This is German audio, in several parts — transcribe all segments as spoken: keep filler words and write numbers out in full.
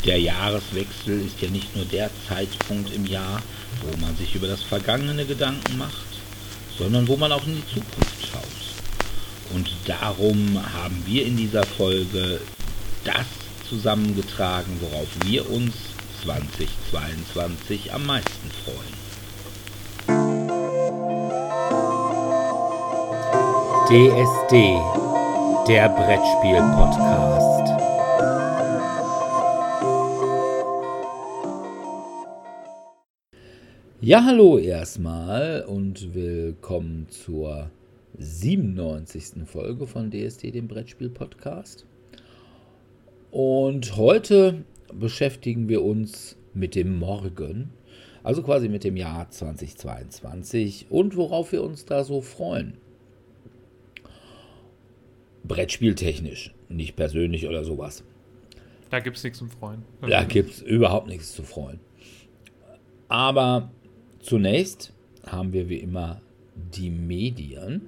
Der Jahreswechsel ist ja nicht nur der Zeitpunkt im Jahr, wo man sich über das Vergangene Gedanken macht, sondern wo man auch in die Zukunft schaut. Und darum haben wir in dieser Folge das zusammengetragen, worauf wir uns zweitausendzweiundzwanzig am meisten freuen. D S D, der Brettspiel-Podcast. Ja, hallo erstmal und willkommen zur siebenundneunzigsten Folge von D S D, dem Brettspiel-Podcast. Und heute beschäftigen wir uns mit dem Morgen, also quasi mit dem Jahr zweitausendzweiundzwanzig und worauf wir uns da so freuen. Brettspieltechnisch, nicht persönlich oder sowas. Da gibt es nichts zu freuen. Da gibt es überhaupt nichts zu freuen. Aber zunächst haben wir wie immer die Medien.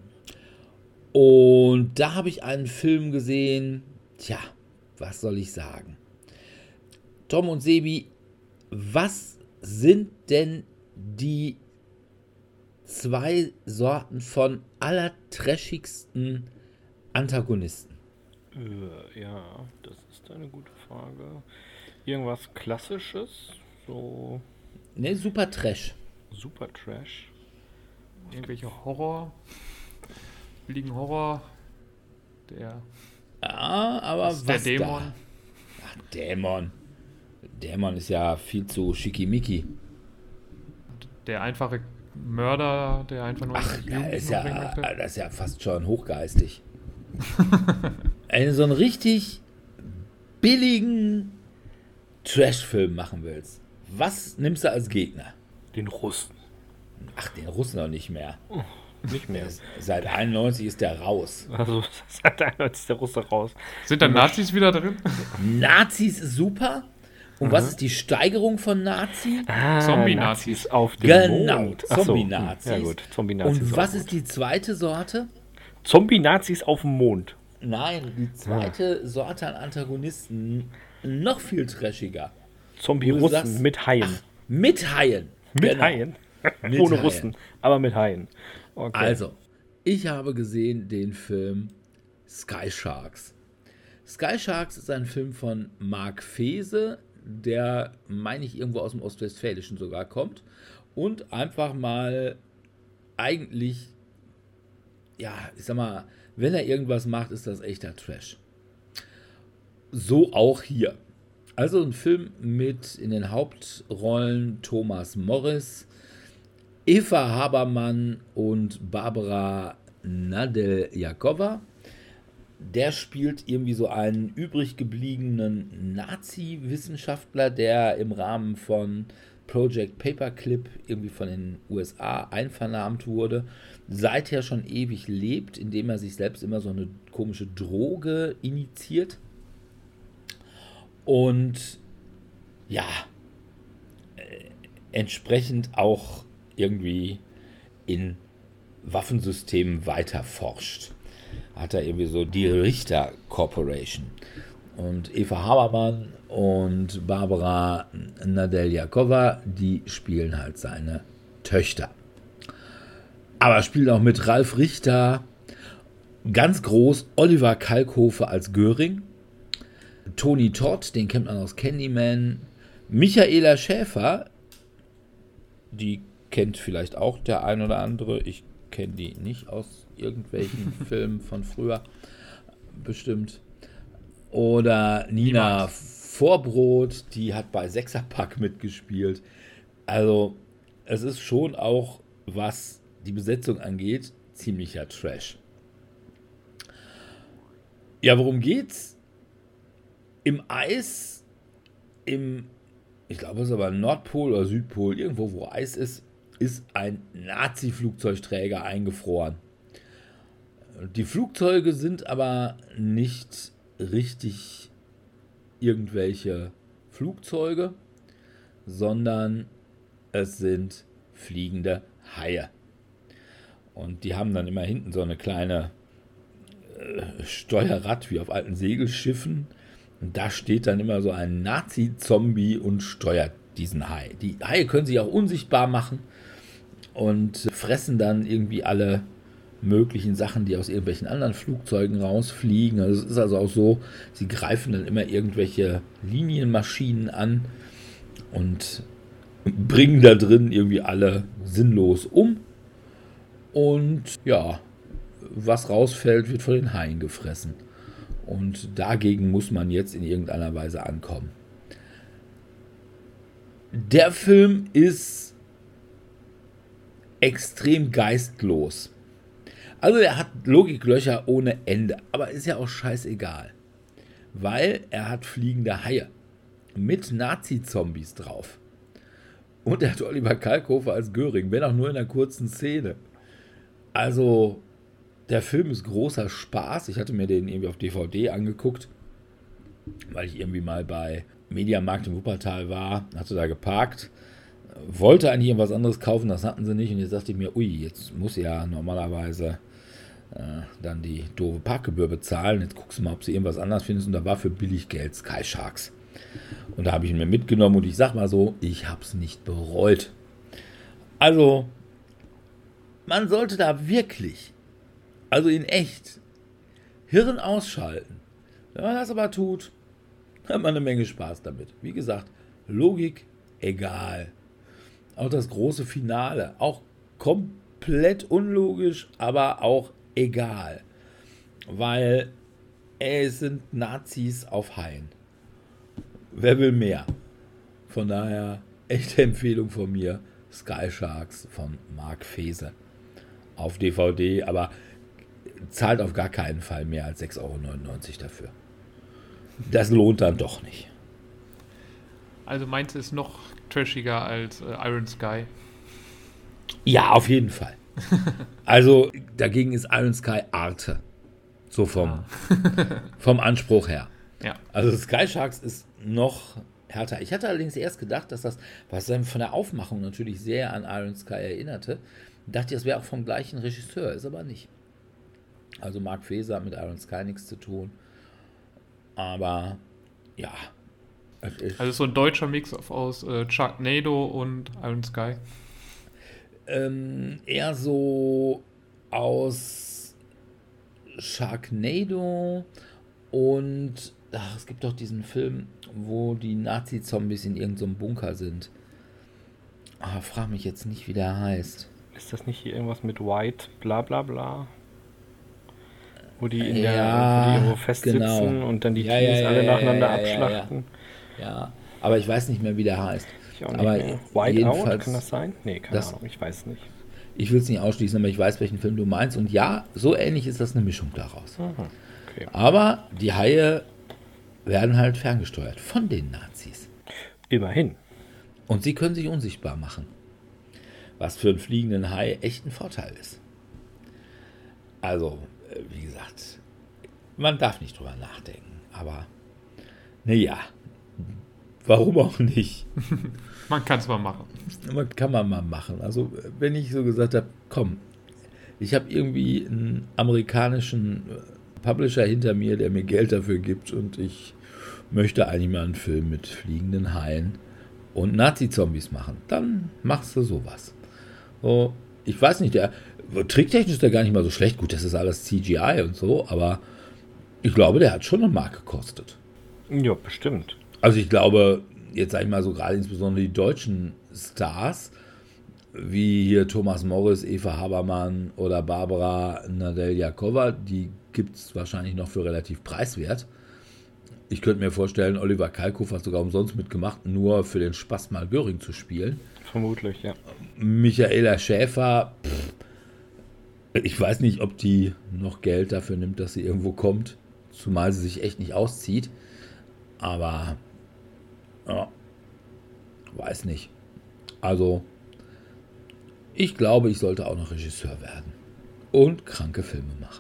Und da habe ich einen Film gesehen. Tja, was soll ich sagen? Tom und Sebi, was sind denn die zwei Sorten von allertrashigsten Antagonisten? Äh, ja, das ist eine gute Frage. Irgendwas Klassisches? So Ne, super Trash. super Trash? Irgendwelche Horror, billigen Horror, der, Ja, aber ist der was Dämon. da? Ach, Dämon. Dämon ist ja viel zu schickimicki. Der einfache Mörder, der einfach nur Ach, einen das Jugendlichen ist, ja, umbringen möchte. das ist ja fast schon hochgeistig. Wenn du so einen richtig billigen Trash-Film machen willst, was nimmst du als Gegner? Den Russen. Ach, den Russen noch nicht mehr. Nicht mehr. Seit einundneunzig ist der raus. Also, seit einundneunzig ist der Russe raus. Sind da Nazis wieder drin? Nazis ist super. Und was ist die Steigerung von Nazi? Ah, Zombie-Nazis. auf dem Genau, Mond. Ach so, Zombie-Nazis. Ja gut, Zombie-Nazis. Und auch was gut. ist die zweite Sorte? Zombie-Nazis auf dem Mond. Nein, die zweite Sorte an Antagonisten noch viel trashiger. Wo du Zombie-Russen sagst, mit Haien. Ach, mit Haien. mit Genau. Haien? Mit Ohne Haien. Russen, aber mit Haien. Okay. Also, ich habe gesehen den Film Sky Sharks. Sky Sharks ist ein Film von Mark Fese, der, meine ich, irgendwo aus dem Ostwestfälischen sogar kommt und einfach mal eigentlich, ja, ich sag mal, wenn er irgendwas macht, ist das echter Trash. So auch hier. Also ein Film mit in den Hauptrollen Thomas Morris, Eva Habermann und Barbara Nadel-Jakova. Der spielt irgendwie so einen übrig gebliebenen Nazi-Wissenschaftler, der im Rahmen von Project Paperclip irgendwie von den U S A einvernahmt wurde, seither schon ewig lebt, indem er sich selbst immer so eine komische Droge injiziert. Und ja, äh, entsprechend auch irgendwie in Waffensystemen weiter forscht. Hat er irgendwie so die Richter Corporation. Und Eva Habermann und Barbara Nadel-Jakova, die spielen halt seine Töchter. Aber spielt auch mit Ralf Richter, ganz groß Oliver Kalkofe als Göring, Toni Todd, den kennt man aus Candyman, Michaela Schäfer, die kennt vielleicht auch der ein oder andere, ich kenne die nicht aus irgendwelchen Filmen von früher, bestimmt. Oder Nina Niemals. Vorbrot, die hat bei Sechserpack mitgespielt. Also es ist schon auch, was die Besetzung angeht, ziemlicher Trash. Ja, worum geht's? Im Eis, im, ich glaube es ist aber Nordpol oder Südpol, irgendwo wo Eis ist, ist ein Nazi-Flugzeugträger eingefroren. Die Flugzeuge sind aber nicht richtig irgendwelche Flugzeuge, sondern es sind fliegende Haie. Und die haben dann immer hinten so eine kleine äh, Steuerrad wie auf alten Segelschiffen, da steht dann immer so ein Nazi-Zombie und steuert diesen Hai. Die Haie können sich auch unsichtbar machen und fressen dann irgendwie alle möglichen Sachen, die aus irgendwelchen anderen Flugzeugen rausfliegen. Also es ist also auch so, sie greifen dann immer irgendwelche Linienmaschinen an und bringen da drin irgendwie alle sinnlos um. Und ja, was rausfällt, wird von den Haien gefressen. Und dagegen muss man jetzt in irgendeiner Weise ankommen. Der Film ist extrem geistlos. Also er hat Logiklöcher ohne Ende, aber ist ja auch scheißegal. Weil er hat fliegende Haie mit Nazi-Zombies drauf. Und er hat Oliver Kalkofe als Göring, wenn auch nur in einer kurzen Szene. Also der Film ist großer Spaß. Ich hatte mir den irgendwie auf D V D angeguckt, weil ich irgendwie mal bei Mediamarkt in Wuppertal war, hatte da geparkt, wollte eigentlich irgendwas anderes kaufen, das hatten sie nicht. Und jetzt dachte ich mir, ui, jetzt muss ja normalerweise äh, dann die doofe Parkgebühr bezahlen. Jetzt guckst du mal, ob sie irgendwas anderes findest. Und da war für billig Geld Sky Sharks. Und da habe ich ihn mir mitgenommen und ich sag mal so, ich habe es nicht bereut. Also, man sollte da wirklich, also in echt, Hirn ausschalten. Wenn man das aber tut, hat man eine Menge Spaß damit. Wie gesagt, Logik egal. Auch das große Finale, auch komplett unlogisch, aber auch egal. Weil es sind Nazis auf Haien. Wer will mehr? Von daher, echte Empfehlung von mir, Sky Sharks von Mark Fese. Auf D V D, aber zahlt auf gar keinen Fall mehr als sechs Euro neunundneunzig dafür. Das lohnt dann doch nicht. Also meinst du, ist noch trashiger als äh, Iron Sky? Ja, auf jeden Fall. Also dagegen ist Iron Sky Arte. So vom, Ah. vom Anspruch her. Ja. Also Sky Sharks ist noch härter. Ich hatte allerdings erst gedacht, dass das, was dann von der Aufmachung natürlich sehr an Iron Sky erinnerte, dachte ich, das wäre auch vom gleichen Regisseur, ist aber nicht. Also Mark Fese hat mit Iron Sky nichts zu tun. Aber ja. Es ist, Also so ein deutscher Mix auf, aus äh, Sharknado und Iron Sky. ähm, eher so aus Sharknado und ach, es gibt doch diesen Film, wo die Nazi-Zombies in irgendeinem Bunker sind. Ah, frag mich jetzt nicht, wie der heißt. Ist das nicht hier irgendwas mit White, bla bla bla? Wo die, in Ja, der, wo die irgendwo festsitzen genau. und dann die Ja, Teams ja, alle ja, nacheinander ja, ja, ja, abschlachten? Ja, aber ich weiß nicht mehr, wie der heißt. Ich auch nicht Aber mehr. White jedenfalls- Out, kann das sein? Nee, keine das- Ahnung, ich weiß nicht. Ich will es nicht ausschließen, aber ich weiß, welchen Film du meinst. Und ja, so ähnlich ist das eine Mischung daraus. Aha, okay. Aber die Haie werden halt ferngesteuert von den Nazis. Immerhin. Und sie können sich unsichtbar machen. Was für einen fliegenden Hai echt ein Vorteil ist. Also, äh, wie gesagt, man darf nicht drüber nachdenken. Aber, naja, warum auch nicht? Man kann es mal machen. Man kann man mal machen. Also, wenn ich so gesagt habe, komm, ich habe irgendwie einen amerikanischen Publisher hinter mir, der mir Geld dafür gibt und ich möchte eigentlich mal einen Film mit fliegenden Haien und Nazi-Zombies machen, dann machst du sowas. So, ich weiß nicht, der tricktechnisch ist der gar nicht mal so schlecht. Gut, das ist alles C G I und so, aber ich glaube, der hat schon eine Mark gekostet. Ja, bestimmt. Also ich glaube, jetzt sage ich mal so gerade insbesondere die deutschen Stars, wie hier Thomas Morris, Eva Habermann oder Barbara Nadaljakova, die gibt es wahrscheinlich noch für relativ preiswert. Ich könnte mir vorstellen, Oliver Kalkofe hat sogar umsonst mitgemacht, nur für den Spaß mal Göring zu spielen. Vermutlich, ja. Michaela Schäfer, pff, ich weiß nicht, ob die noch Geld dafür nimmt, dass sie irgendwo kommt, zumal sie sich echt nicht auszieht. Aber, ja, weiß nicht. Also, ich glaube, ich sollte auch noch Regisseur werden. Und kranke Filme machen.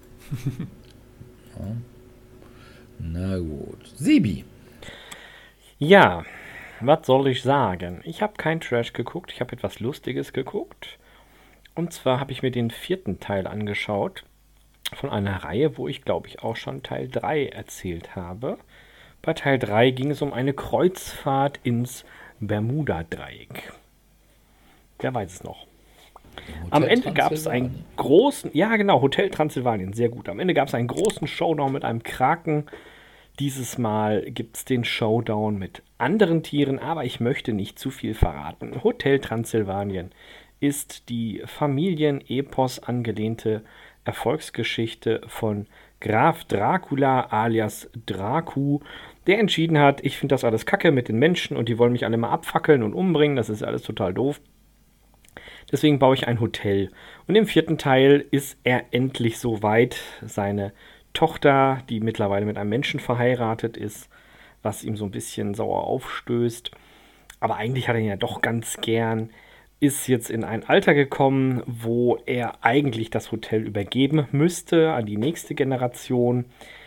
Ja. Na gut. Sebi. Ja, was soll ich sagen? Ich habe kein Trash geguckt, ich habe etwas Lustiges geguckt. Und zwar habe ich mir den vierten Teil angeschaut von einer Reihe, wo ich glaube ich auch schon Teil drei erzählt habe. Bei Teil drei ging es um eine Kreuzfahrt ins Bermuda-Dreieck. Wer weiß es noch? Am Ende gab es einen großen, ja genau, Hotel Transsilvanien, sehr gut. Am Ende gab es einen großen Showdown mit einem Kraken. Dieses Mal gibt es den Showdown mit anderen Tieren, aber ich möchte nicht zu viel verraten. Hotel Transsilvanien ist die Familienepos angelehnte Erfolgsgeschichte von Graf Dracula alias Dracu, der entschieden hat, ich finde das alles kacke mit den Menschen und die wollen mich alle mal abfackeln und umbringen, das ist alles total doof. Deswegen baue ich ein Hotel. Und im vierten Teil ist er endlich so weit, seine Tochter, die mittlerweile mit einem Menschen verheiratet ist, was ihm so ein bisschen sauer aufstößt. Aber eigentlich hat er ihn ja doch ganz gern, ist jetzt in ein Alter gekommen, wo er eigentlich das Hotel übergeben müsste an die nächste Generation.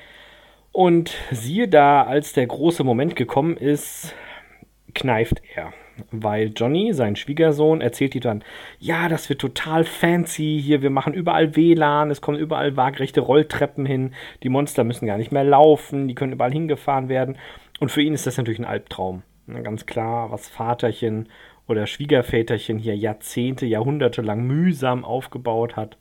Und siehe da, als der große Moment gekommen ist, kneift er. Weil Johnny, sein Schwiegersohn, erzählt ihm dann, ja, das wird total fancy hier, wir machen überall W L A N, es kommen überall waagerechte Rolltreppen hin, die Monster müssen gar nicht mehr laufen, die können überall hingefahren werden. Und für ihn ist das natürlich ein Albtraum. Ganz klar, was Vaterchen oder Schwiegerväterchen hier Jahrzehnte, Jahrhunderte lang mühsam aufgebaut hat,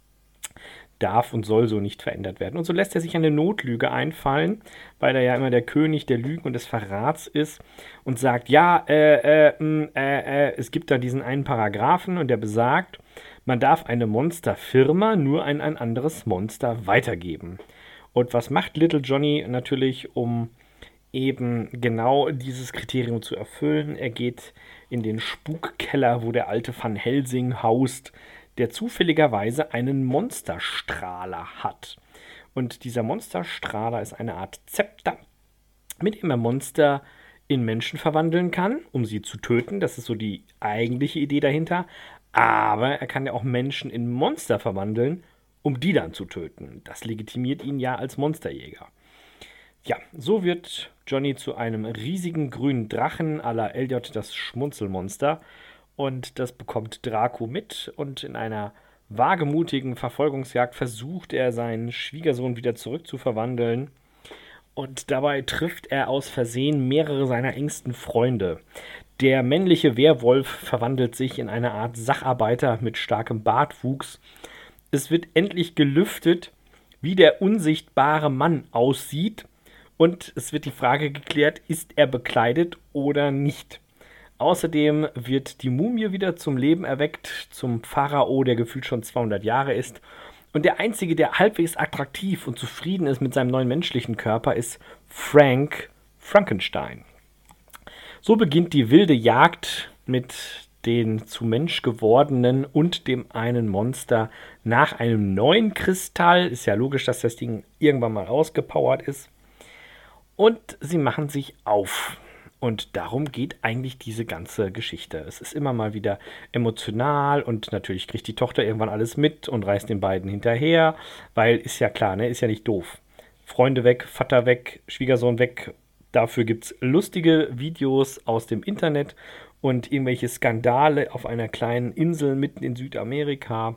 darf und soll so nicht verändert werden. Und so lässt er sich eine Notlüge einfallen, weil er ja immer der König der Lügen und des Verrats ist und sagt, ja, äh, äh, mh, äh, äh, es gibt da diesen einen Paragraphen und der besagt, man darf eine Monsterfirma nur an ein anderes Monster weitergeben. Und was macht Little Johnny natürlich, um eben genau dieses Kriterium zu erfüllen? Er geht in den Spukkeller, wo der alte Van Helsing haust, der zufälligerweise einen Monsterstrahler hat. Und dieser Monsterstrahler ist eine Art Zepter, mit dem er Monster in Menschen verwandeln kann, um sie zu töten. Das ist so die eigentliche Idee dahinter. Aber er kann ja auch Menschen in Monster verwandeln, um die dann zu töten. Das legitimiert ihn ja als Monsterjäger. Ja, so wird Johnny zu einem riesigen grünen Drachen à la Elliot das Schmunzelmonster. Und das bekommt Draco mit und in einer wagemutigen Verfolgungsjagd versucht er, seinen Schwiegersohn wieder zurückzuverwandeln. Und dabei trifft er aus Versehen mehrere seiner engsten Freunde. Der männliche Werwolf verwandelt sich in eine Art Sacharbeiter mit starkem Bartwuchs. Es wird endlich gelüftet, wie der unsichtbare Mann aussieht. Und es wird die Frage geklärt, ist er bekleidet oder nicht. Außerdem wird die Mumie wieder zum Leben erweckt, zum Pharao, der gefühlt schon zweihundert Jahre ist. Und der Einzige, der halbwegs attraktiv und zufrieden ist mit seinem neuen menschlichen Körper, ist Frank Frankenstein. So beginnt die wilde Jagd mit den zu Mensch gewordenen und dem einen Monster nach einem neuen Kristall. Ist ja logisch, dass das Ding irgendwann mal ausgepowert ist. Und sie machen sich auf. Und darum geht eigentlich diese ganze Geschichte. Es ist immer mal wieder emotional und natürlich kriegt die Tochter irgendwann alles mit und reißt den beiden hinterher, weil ist ja klar, ne, ist ja nicht doof. Freunde weg, Vater weg, Schwiegersohn weg. Dafür gibt es lustige Videos aus dem Internet und irgendwelche Skandale auf einer kleinen Insel mitten in Südamerika.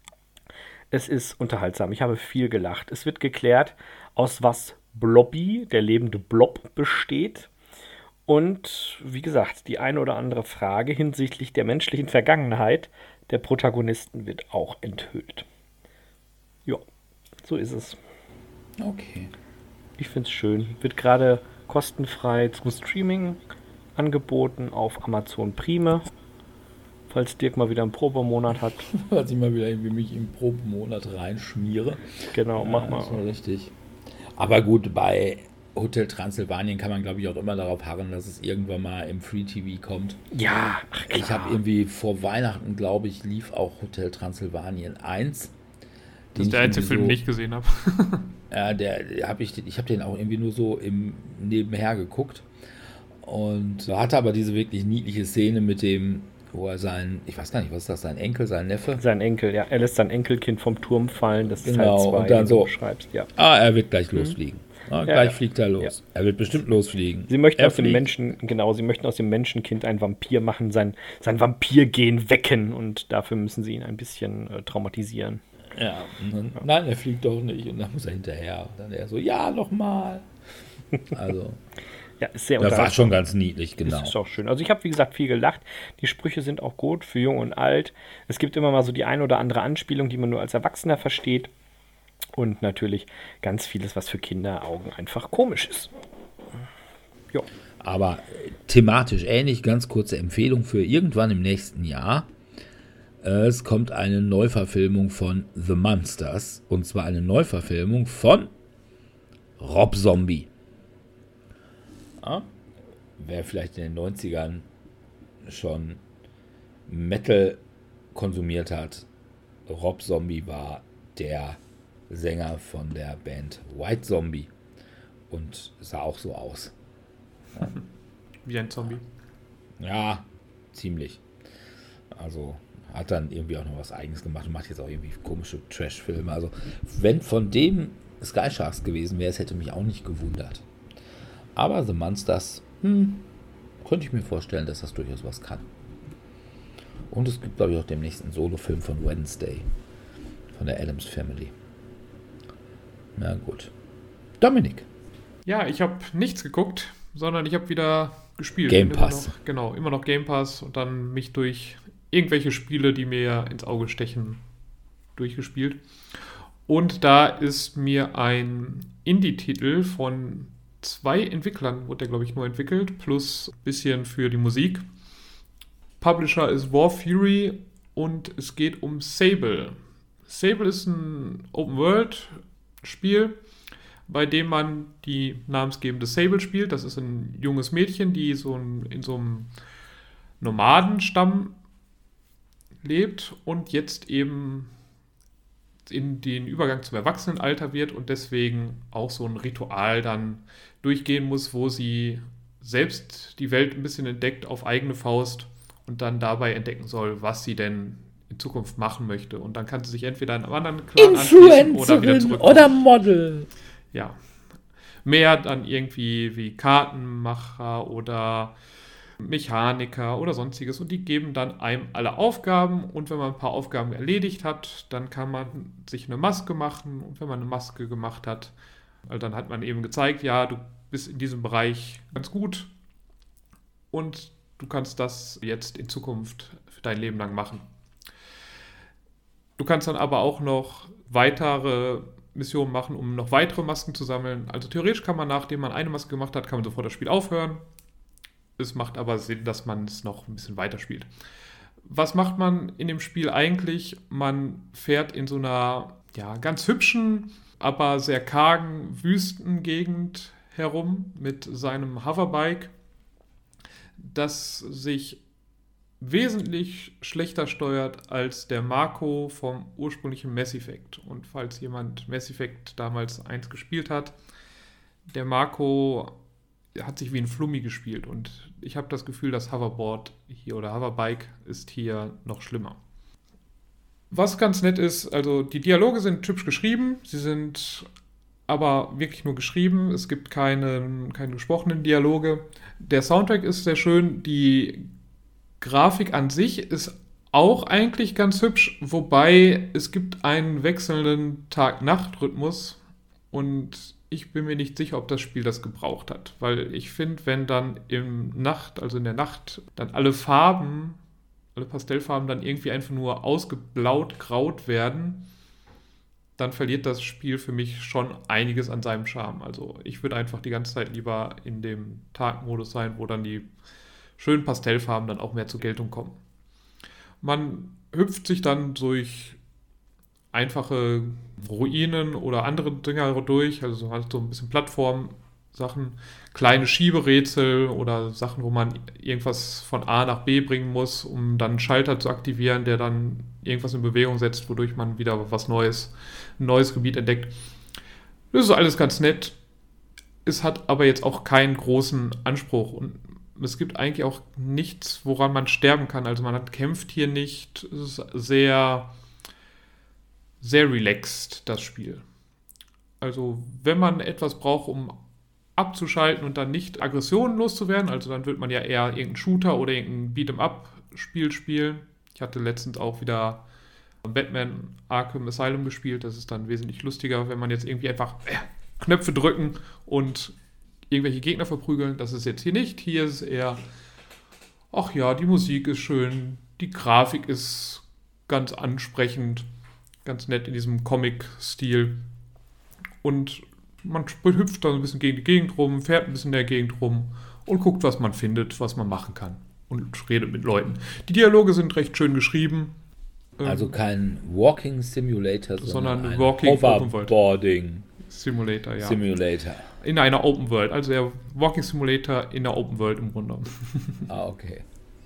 Es ist unterhaltsam. Ich habe viel gelacht. Es wird geklärt, aus was Blobby, der lebende Blob, besteht. Und wie gesagt, die eine oder andere Frage hinsichtlich der menschlichen Vergangenheit der Protagonisten wird auch enthüllt. Ja, so ist es. Okay. Ich finde es schön. Wird gerade kostenfrei zum Streaming angeboten auf Amazon Prime. Falls Dirk mal wieder einen Probemonat hat. Falls ich mal wieder irgendwie mich im Probemonat reinschmiere. Genau, ja, mach mal. Das war richtig. Aber gut, bei Hotel Transsilvanien kann man, glaube ich, auch immer darauf harren, dass es irgendwann mal im Free-T V kommt. Ja, ach, klar. Ich habe irgendwie vor Weihnachten, glaube ich, lief auch Hotel Transsilvanien eins. Das ist der einzige Film, den ich gesehen habe. Ja, der, der hab ich, ich habe den auch irgendwie nur so im Nebenher geguckt. Und hatte aber diese wirklich niedliche Szene mit dem, wo er sein, ich weiß gar nicht, was ist das, sein Enkel, sein Neffe? Sein Enkel, ja. Er lässt sein Enkelkind vom Turm fallen. Das ist genau, halt zwei, und dann so, schreibst, ja. Ah, er wird gleich mhm. losfliegen. Ah, ja, gleich ja. fliegt er los. Ja. Er wird bestimmt losfliegen. Sie möchten er aus dem Menschen, genau, sie möchten aus dem Menschenkind ein Vampir machen, sein, sein Vampirgen wecken und dafür müssen sie ihn ein bisschen äh, traumatisieren. Ja, und dann, nein, er fliegt doch nicht und dann muss er hinterher. Und dann er so, ja, nochmal. Also, Ja, ist sehr das war unterhaltsam. schon ganz niedlich, genau. Das ist auch schön. Also ich habe, wie gesagt, viel gelacht. Die Sprüche sind auch gut für jung und alt. Es gibt immer mal so die ein oder andere Anspielung, die man nur als Erwachsener versteht. Und natürlich ganz vieles, was für Kinderaugen einfach komisch ist. Jo. Aber äh, thematisch ähnlich, ganz kurze Empfehlung für irgendwann im nächsten Jahr. Äh, Es kommt eine Neuverfilmung von The Monsters. Und zwar eine Neuverfilmung von Rob Zombie. Ja? Wer vielleicht in den neunzigern schon Metal konsumiert hat, Rob Zombie war der Sänger von der Band White Zombie und sah auch so aus. Wie ein Zombie. Ja, ziemlich. Also hat dann irgendwie auch noch was Eigenes gemacht und macht jetzt auch irgendwie komische Trash-Filme. Also wenn von dem Sky Sharks gewesen wäre, es hätte mich auch nicht gewundert. Aber The Monsters, hm, könnte ich mir vorstellen, dass das durchaus was kann. Und es gibt, glaube ich, auch demnächst einen Solo-Film von Wednesday, von der Addams Family. Na gut. Dominik. Ja, ich habe nichts geguckt, sondern ich habe wieder gespielt. Game Immer Pass. Noch, genau, immer noch Game Pass und dann mich durch irgendwelche Spiele, die mir ins Auge stechen, durchgespielt. Und da ist mir ein Indie-Titel von zwei Entwicklern, wurde der, glaube ich, nur entwickelt, plus ein bisschen für die Musik. Publisher ist War Fury und es geht um Sable. Sable ist ein Open-World-Spiel, bei dem man die namensgebende Sable spielt. Das ist ein junges Mädchen, die so ein, in so einem Nomadenstamm lebt und jetzt eben in den Übergang zum Erwachsenenalter wird und deswegen auch so ein Ritual dann durchgehen muss, wo sie selbst die Welt ein bisschen entdeckt auf eigene Faust und dann dabei entdecken soll, was sie denn in Zukunft machen möchte. Und dann kann sie sich entweder in einem anderen Clan anschließen oder wieder Influencerin zurückkommen. oder Model. Ja. Mehr dann irgendwie wie Kartenmacher oder Mechaniker oder sonstiges. Und die geben dann einem alle Aufgaben. Und wenn man ein paar Aufgaben erledigt hat, dann kann man sich eine Maske machen. Und wenn man eine Maske gemacht hat, also dann hat man eben gezeigt, ja, du bist in diesem Bereich ganz gut. Und du kannst das jetzt in Zukunft für dein Leben lang machen. Du kannst dann aber auch noch weitere Missionen machen, um noch weitere Masken zu sammeln. Also theoretisch kann man, nachdem man eine Maske gemacht hat, kann man sofort das Spiel aufhören. Es macht aber Sinn, dass man es noch ein bisschen weiterspielt. Was macht man in dem Spiel eigentlich? Man fährt in so einer ja, ganz hübschen, aber sehr kargen Wüstengegend herum mit seinem Hoverbike, das sich wesentlich schlechter steuert als der Marco vom ursprünglichen Mass Effect. Und falls jemand Mass Effect damals eins gespielt hat, der Marco hat sich wie ein Flummi gespielt und ich habe das Gefühl, das Hoverboard hier oder Hoverbike ist hier noch schlimmer. Was ganz nett ist, also die Dialoge sind hübsch geschrieben, sie sind aber wirklich nur geschrieben, es gibt keine, keine gesprochenen Dialoge. Der Soundtrack ist sehr schön, die Grafik an sich ist auch eigentlich ganz hübsch, wobei es gibt einen wechselnden Tag-Nacht-Rhythmus und ich bin mir nicht sicher, ob das Spiel das gebraucht hat, weil ich finde, wenn dann im Nacht, also in der Nacht, dann alle Farben, alle Pastellfarben dann irgendwie einfach nur ausgeblaut, graut werden, dann verliert das Spiel für mich schon einiges an seinem Charme. Also ich würde einfach die ganze Zeit lieber in dem Tagmodus sein, wo dann die schönen Pastellfarben dann auch mehr zur Geltung kommen. Man hüpft sich dann durch einfache Ruinen oder andere Dinger durch, also halt so ein bisschen Plattform-Sachen, kleine Schieberätsel oder Sachen, wo man irgendwas von A nach B bringen muss, um dann einen Schalter zu aktivieren, der dann irgendwas in Bewegung setzt, wodurch man wieder was Neues, ein neues Gebiet entdeckt. Das ist alles ganz nett. Es hat aber jetzt auch keinen großen Anspruch und es gibt eigentlich auch nichts, woran man sterben kann. Also man hat, kämpft hier nicht. Es ist sehr, sehr relaxed, das Spiel. Also wenn man etwas braucht, um abzuschalten und dann nicht Aggressionen loszuwerden, also dann wird man ja eher irgendeinen Shooter oder irgendein Beat'em-up-Spiel spielen. Ich hatte letztens auch wieder Batman Arkham Asylum gespielt. Das ist dann wesentlich lustiger, wenn man jetzt irgendwie einfach äh, Knöpfe drücken und irgendwelche Gegner verprügeln. Das ist jetzt hier nicht. Hier ist es eher, ach ja, die Musik ist schön, die Grafik ist ganz ansprechend, ganz nett in diesem Comic-Stil. Und man hüpft da so ein bisschen gegen die Gegend rum, fährt ein bisschen in der Gegend rum und guckt, was man findet, was man machen kann. Und redet mit Leuten. Die Dialoge sind recht schön geschrieben. Also kein Walking Simulator, sondern, sondern ein Walking Hoverboarding Simulator, ja. Simulator. In einer Open World. Also der Walking Simulator in der Open World im Grunde genommen. Ah, okay.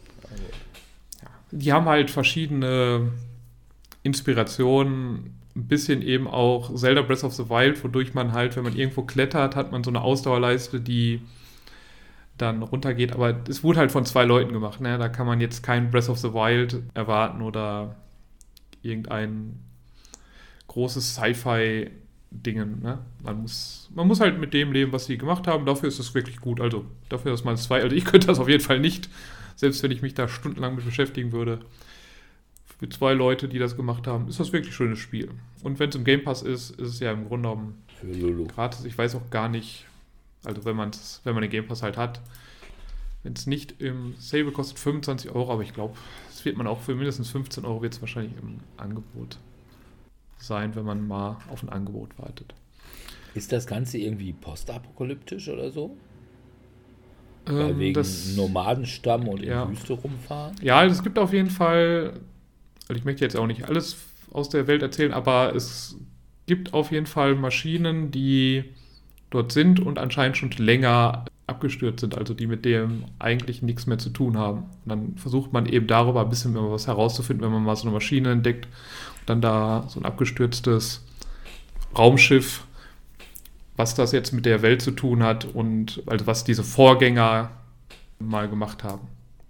Ja. Die haben halt verschiedene Inspirationen. Ein bisschen eben auch Zelda Breath of the Wild, wodurch man halt, wenn man irgendwo klettert, hat man so eine Ausdauerleiste, die dann runtergeht. Aber es wurde halt von zwei Leuten gemacht. Ne? Da kann man jetzt kein Breath of the Wild erwarten oder irgendein großes Sci-Fi-Dingen. Ne? Man muss, man muss halt mit dem leben, was sie gemacht haben. Dafür ist es wirklich gut. Also dafür, dass man es zwei, also ich könnte das auf jeden Fall nicht, selbst wenn ich mich da stundenlang mit beschäftigen würde. Für zwei Leute, die das gemacht haben, ist das wirklich ein schönes Spiel. Und wenn es im Game Pass ist, ist es ja im Grunde genommen für Lulu gratis. Ich weiß auch gar nicht, also wenn, man's, wenn man den Game Pass halt hat, wenn es nicht im Sale kostet fünfundzwanzig Euro, aber ich glaube, es wird man auch für mindestens fünfzehn Euro wird es wahrscheinlich im Angebot sein, wenn man mal auf ein Angebot wartet. Ist das Ganze irgendwie postapokalyptisch oder so? Ähm, Weil wegen das, Nomadenstamm und ja. in Wüste rumfahren? Ja, es gibt auf jeden Fall, also ich möchte jetzt auch nicht alles aus der Welt erzählen, aber es gibt auf jeden Fall Maschinen, die dort sind und anscheinend schon länger abgestürzt sind, also die mit dem eigentlich nichts mehr zu tun haben. Und dann versucht man eben darüber ein bisschen was herauszufinden, wenn man mal so eine Maschine entdeckt und dann da so ein abgestürztes Raumschiff, was das jetzt mit der Welt zu tun hat und also was diese Vorgänger mal gemacht haben.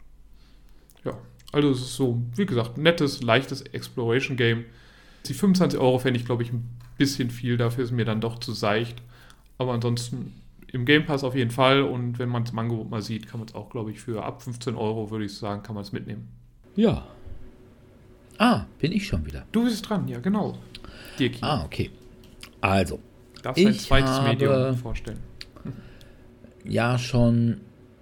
Ja, also es ist so, wie gesagt, ein nettes, leichtes Exploration-Game. Die fünfundzwanzig Euro fände ich, glaube ich, ein bisschen viel, dafür ist mir dann doch zu seicht. Aber ansonsten im Game Pass auf jeden Fall und wenn man es im Angebot mal sieht, kann man es auch, glaube ich, für ab fünfzehn Euro, würde ich sagen, kann man es mitnehmen. Ja. Ah, bin ich schon wieder. Du bist dran, ja, genau. Dirk. Ah, okay. Also, darfst du ein ich zweites habe Medium vorstellen? Ja, schon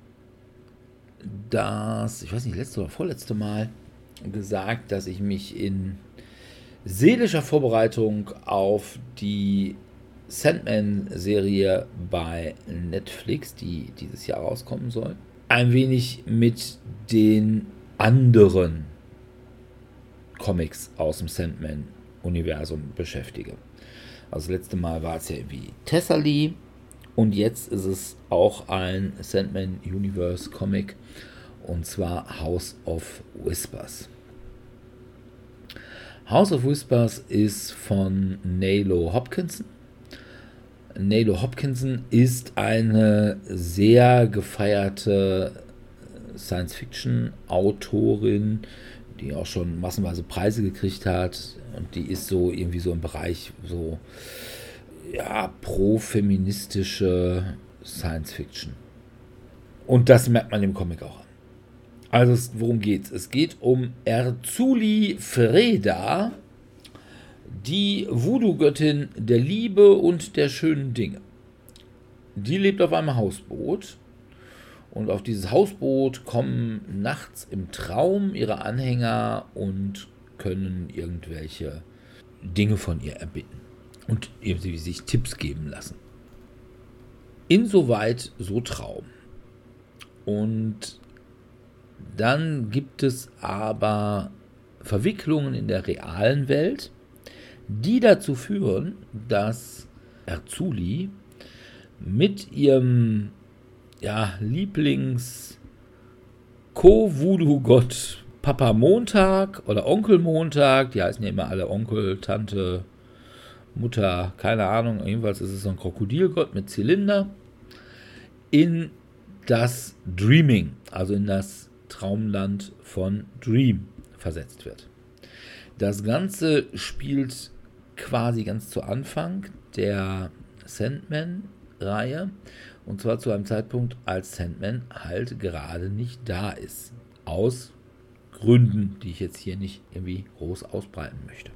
das, ich weiß nicht, letzte oder vorletzte Mal gesagt, dass ich mich in seelischer Vorbereitung auf die Sandman-Serie bei Netflix, die dieses Jahr rauskommen soll, ein wenig mit den anderen Comics aus dem Sandman-Universum beschäftige. Also das letzte Mal war es ja irgendwie Thessaly und jetzt ist es auch ein Sandman-Universe-Comic und zwar House of Whispers. House of Whispers ist von Nalo Hopkinson. Nalo Hopkinson ist eine sehr gefeierte Science-Fiction-Autorin, die auch schon massenweise Preise gekriegt hat und die ist so irgendwie so im Bereich so ja, pro-feministische Science-Fiction. Und das merkt man im Comic auch an. Also worum geht's? Es geht um Erzulie Freda, die Voodoo-Göttin der Liebe und der schönen Dinge. Die lebt auf einem Hausboot und auf dieses Hausboot kommen nachts im Traum ihre Anhänger und können irgendwelche Dinge von ihr erbitten und irgendwie sich Tipps geben lassen. Insoweit so Traum. Und dann gibt es aber Verwicklungen in der realen Welt, die dazu führen, dass Erzulie mit ihrem ja, Lieblings-Co-Voodoo-Gott Papa Montag oder Onkel Montag, die heißen ja immer alle Onkel, Tante, Mutter, keine Ahnung, jedenfalls ist es so ein Krokodilgott mit Zylinder, in das Dreaming, also in das Traumland von Dream versetzt wird. Das Ganze spielt quasi ganz zu Anfang der Sandman-Reihe und zwar zu einem Zeitpunkt, als Sandman halt gerade nicht da ist. Aus Gründen, die ich jetzt hier nicht irgendwie groß ausbreiten möchte.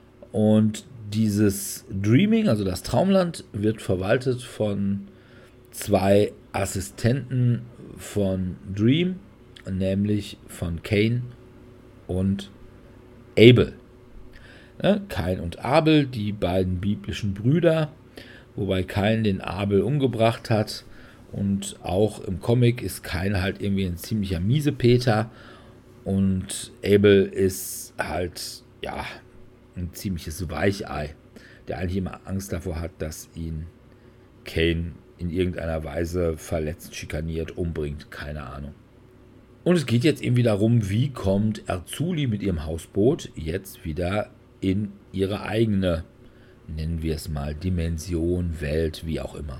Und dieses Dreaming, also das Traumland, wird verwaltet von zwei Assistenten von Dream, nämlich von Cain und Abel. Ne? Cain und Abel, die beiden biblischen Brüder, wobei Cain den Abel umgebracht hat. Und auch im Comic ist Cain halt irgendwie ein ziemlicher Miesepeter und Abel ist halt, ja, ein ziemliches Weichei, der eigentlich immer Angst davor hat, dass ihn Cain in irgendeiner Weise verletzt, schikaniert, umbringt, keine Ahnung. Und es geht jetzt irgendwie darum, wie kommt Erzulie mit ihrem Hausboot jetzt wieder in ihre eigene, nennen wir es mal, Dimension, Welt, wie auch immer.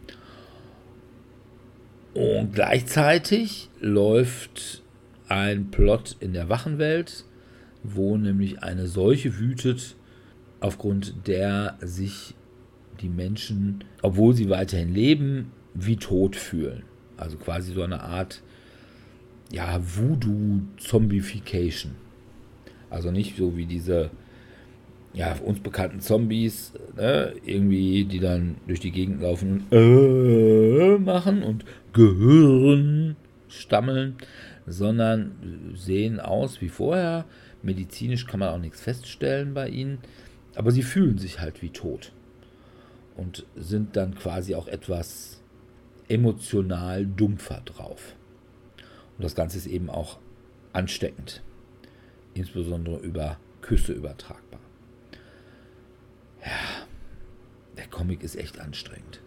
Und gleichzeitig läuft ein Plot in der Wachenwelt, wo nämlich eine Seuche wütet, aufgrund der sich die Menschen, obwohl sie weiterhin leben, wie tot fühlen. Also quasi so eine Art, ja, Voodoo-Zombification. Also nicht so wie diese, ja, uns bekannten Zombies, ne, irgendwie, die dann durch die Gegend laufen und äh, machen und Gehirn stammeln, sondern sehen aus wie vorher. Medizinisch kann man auch nichts feststellen bei ihnen, aber sie fühlen sich halt wie tot und sind dann quasi auch etwas emotional dumpfer drauf. Und das Ganze ist eben auch ansteckend, insbesondere über Küsse übertragbar. Ja, der Comic ist echt anstrengend.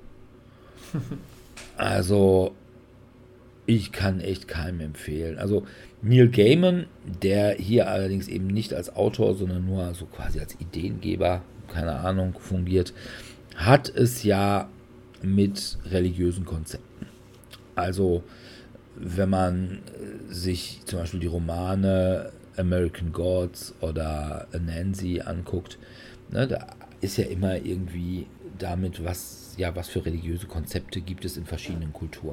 Also, ich kann echt keinem empfehlen. Also, Neil Gaiman, der hier allerdings eben nicht als Autor, sondern nur so quasi als Ideengeber, keine Ahnung, fungiert, hat es ja mit religiösen Konzepten. Also, wenn man sich zum Beispiel die Romane American Gods oder Anansi anguckt, ne, da ist ja immer irgendwie damit, was, ja, was für religiöse Konzepte gibt es in verschiedenen Kulturen.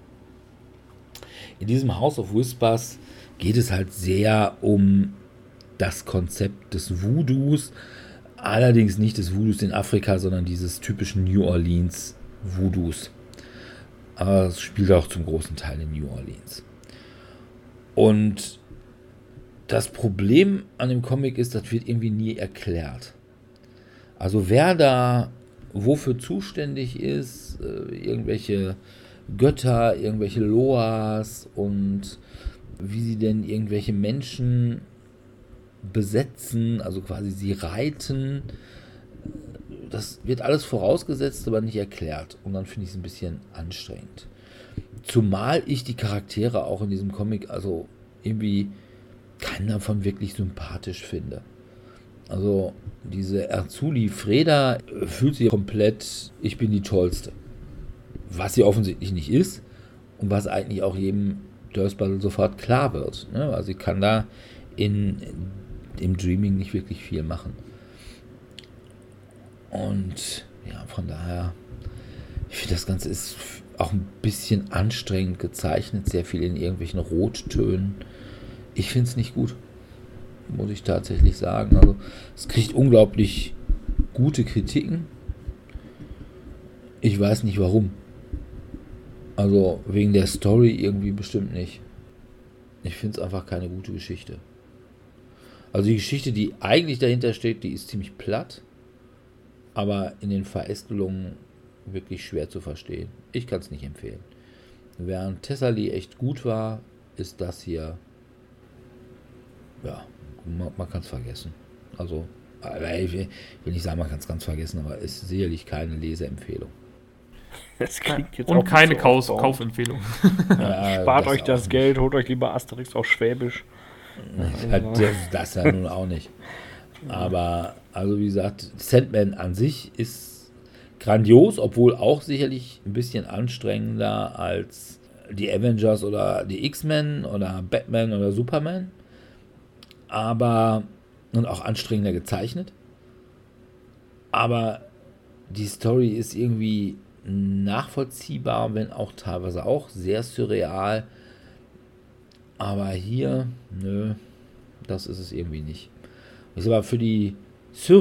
In diesem House of Whispers geht es halt sehr um das Konzept des Voodoos, allerdings nicht des Voodoos in Afrika, sondern dieses typischen New Orleans Voodoos. Aber es spielt auch zum großen Teil in New Orleans. Und das Problem an dem Comic ist, das wird irgendwie nie erklärt. Also wer da wofür zuständig ist, äh, irgendwelche Götter, irgendwelche Loas und wie sie denn irgendwelche Menschen besetzen, also quasi sie reiten, das wird alles vorausgesetzt, aber nicht erklärt. Und dann finde ich es ein bisschen anstrengend. Zumal ich die Charaktere auch in diesem Comic, also irgendwie keinen davon wirklich sympathisch finde. Also diese Erzulie Freda fühlt sich komplett, ich bin die Tollste. Was sie offensichtlich nicht ist und was eigentlich auch jedem Durstbottle sofort klar wird. Ne? Also sie kann da in, im Dreaming nicht wirklich viel machen. Und ja, von daher, ich finde, das Ganze ist auch ein bisschen anstrengend gezeichnet, sehr viel in irgendwelchen Rottönen. Ich finde es nicht gut, muss ich tatsächlich sagen. Also es kriegt unglaublich gute Kritiken. Ich weiß nicht warum. Also wegen der Story irgendwie bestimmt nicht. Ich finde es einfach keine gute Geschichte. Also die Geschichte, die eigentlich dahinter steht, die ist ziemlich platt, aber in den Verästelungen wirklich schwer zu verstehen. Ich kann es nicht empfehlen. Während Thessaly echt gut war, ist das hier, ja, man, man kann es vergessen. Also, ich will nicht sagen, man kann es ganz vergessen, aber ist sicherlich keine Leseempfehlung. Das klingt jetzt Und auch keine so Kauf aufbauend. Kaufempfehlung. Ja, Spart das euch das auch Geld, holt euch lieber Asterix auf Schwäbisch. Das, das ja nun auch nicht. Aber, also wie gesagt, Sandman an sich ist grandios, obwohl auch sicherlich ein bisschen anstrengender als die Avengers oder die X-Men oder Batman oder Superman. Aber, und auch anstrengender gezeichnet. Aber die Story ist irgendwie nachvollziehbar, wenn auch teilweise auch sehr surreal. Aber hier, nö, das ist es irgendwie nicht. Ich sag mal, für die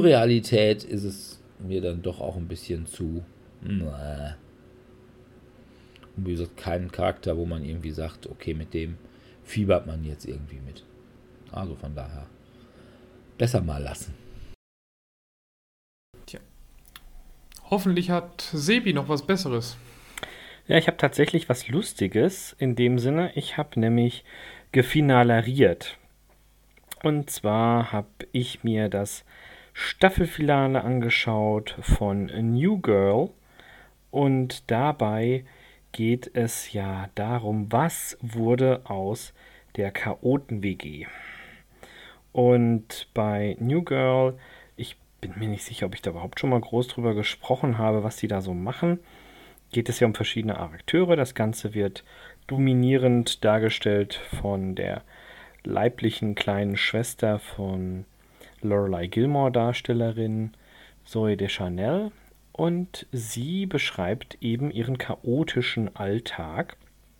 Surrealität ist es mir dann doch auch ein bisschen zu. Äh. Und wie gesagt, keinen Charakter, wo man irgendwie sagt, okay, mit dem fiebert man jetzt irgendwie mit. Also von daher, besser mal lassen. Tja. Hoffentlich hat Sebi noch was Besseres. Ja, ich habe tatsächlich was Lustiges in dem Sinne. Ich habe nämlich gefinalariert. Und zwar habe ich mir das Staffelfinale angeschaut von New Girl. Und dabei geht es ja darum, was wurde aus der Chaoten-W G. Und bei New Girl, ich bin mir nicht sicher, ob ich da überhaupt schon mal groß drüber gesprochen habe, was die da so machen, geht es ja um verschiedene Akteure. Das Ganze wird dominierend dargestellt von der leiblichen kleinen Schwester von Lorelei Gilmore, Darstellerin Zooey Deschanel. Und sie beschreibt eben ihren chaotischen Alltag.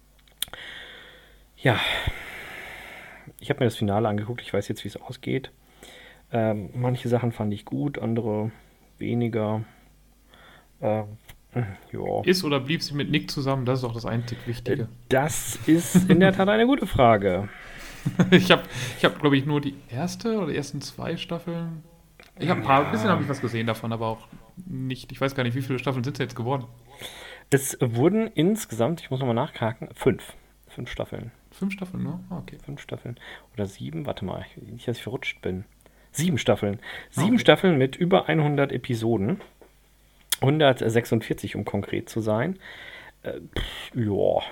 Ja, ich habe mir das Finale angeguckt, ich weiß jetzt, wie es ausgeht. Ähm, manche Sachen fand ich gut, andere weniger. Ähm, ja. Ist oder blieb sie mit Nick zusammen? Das ist auch das einzig Wichtige. Das ist in der Tat eine gute Frage. Ich habe, ich hab, glaube ich, nur die erste oder die ersten zwei Staffeln. Ich habe ein paar, Ja. ein bisschen habe ich was gesehen davon, aber auch nicht. Ich weiß gar nicht, wie viele Staffeln sind es jetzt geworden? Es wurden insgesamt, ich muss nochmal nachhaken, fünf. Fünf Staffeln. Fünf Staffeln, ne? Ah, okay. Fünf Staffeln. Oder sieben, warte mal, nicht, dass ich verrutscht bin. Sieben Staffeln. Sieben okay. Staffeln mit über hundert Episoden. hundertsechsundvierzig, um konkret zu sein. Äh, pff, ja.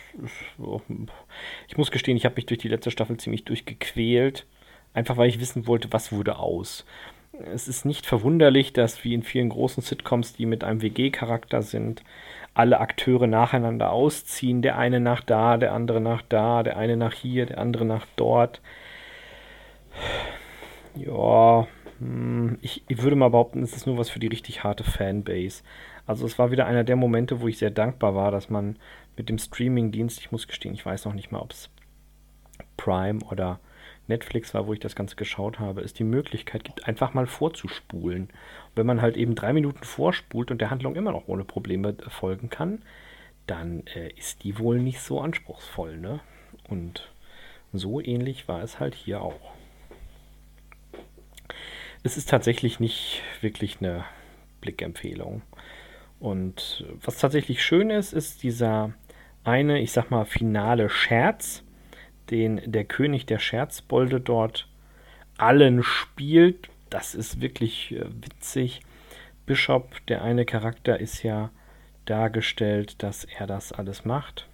Ich muss gestehen, ich habe mich durch die letzte Staffel ziemlich durchgequält. Einfach weil ich wissen wollte, was wurde aus. Es ist nicht verwunderlich, dass wie in vielen großen Sitcoms, die mit einem W G-Charakter sind, alle Akteure nacheinander ausziehen. Der eine nach da, der andere nach da, der eine nach hier, der andere nach dort. Ja, hm, ich, ich würde mal behaupten, es ist nur was für die richtig harte Fanbase. Also es war wieder einer der Momente, wo ich sehr dankbar war, dass man mit dem Streaming-Dienst, ich muss gestehen, ich weiß noch nicht mal, ob es Prime oder Netflix war, wo ich das Ganze geschaut habe, es die Möglichkeit gibt, einfach mal vorzuspulen. Wenn man halt eben drei Minuten vorspult und der Handlung immer noch ohne Probleme folgen kann, dann äh, ist die wohl nicht so anspruchsvoll, ne? Und so ähnlich war es halt hier auch. Es ist tatsächlich nicht wirklich eine Blickempfehlung. Und was tatsächlich schön ist, ist dieser eine, ich sag mal, finale Scherz, den der König der Scherzbolde dort allen spielt. Das ist wirklich äh, witzig. Bishop, der eine Charakter, ist ja dargestellt, dass er das alles macht.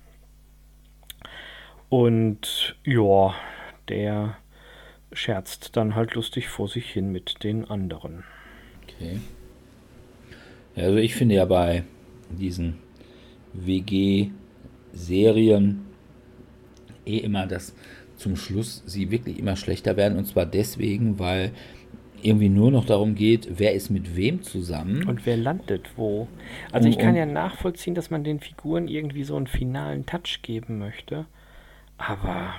Und ja, der scherzt dann halt lustig vor sich hin mit den anderen. Okay. Ja, also ich finde ja bei diesen W G-Serien eh immer, dass zum Schluss sie wirklich immer schlechter werden. Und zwar deswegen, weil irgendwie nur noch darum geht, wer ist mit wem zusammen. Und wer landet wo. Also Und- ich kann und- ja nachvollziehen, dass man den Figuren irgendwie so einen finalen Touch geben möchte. Aber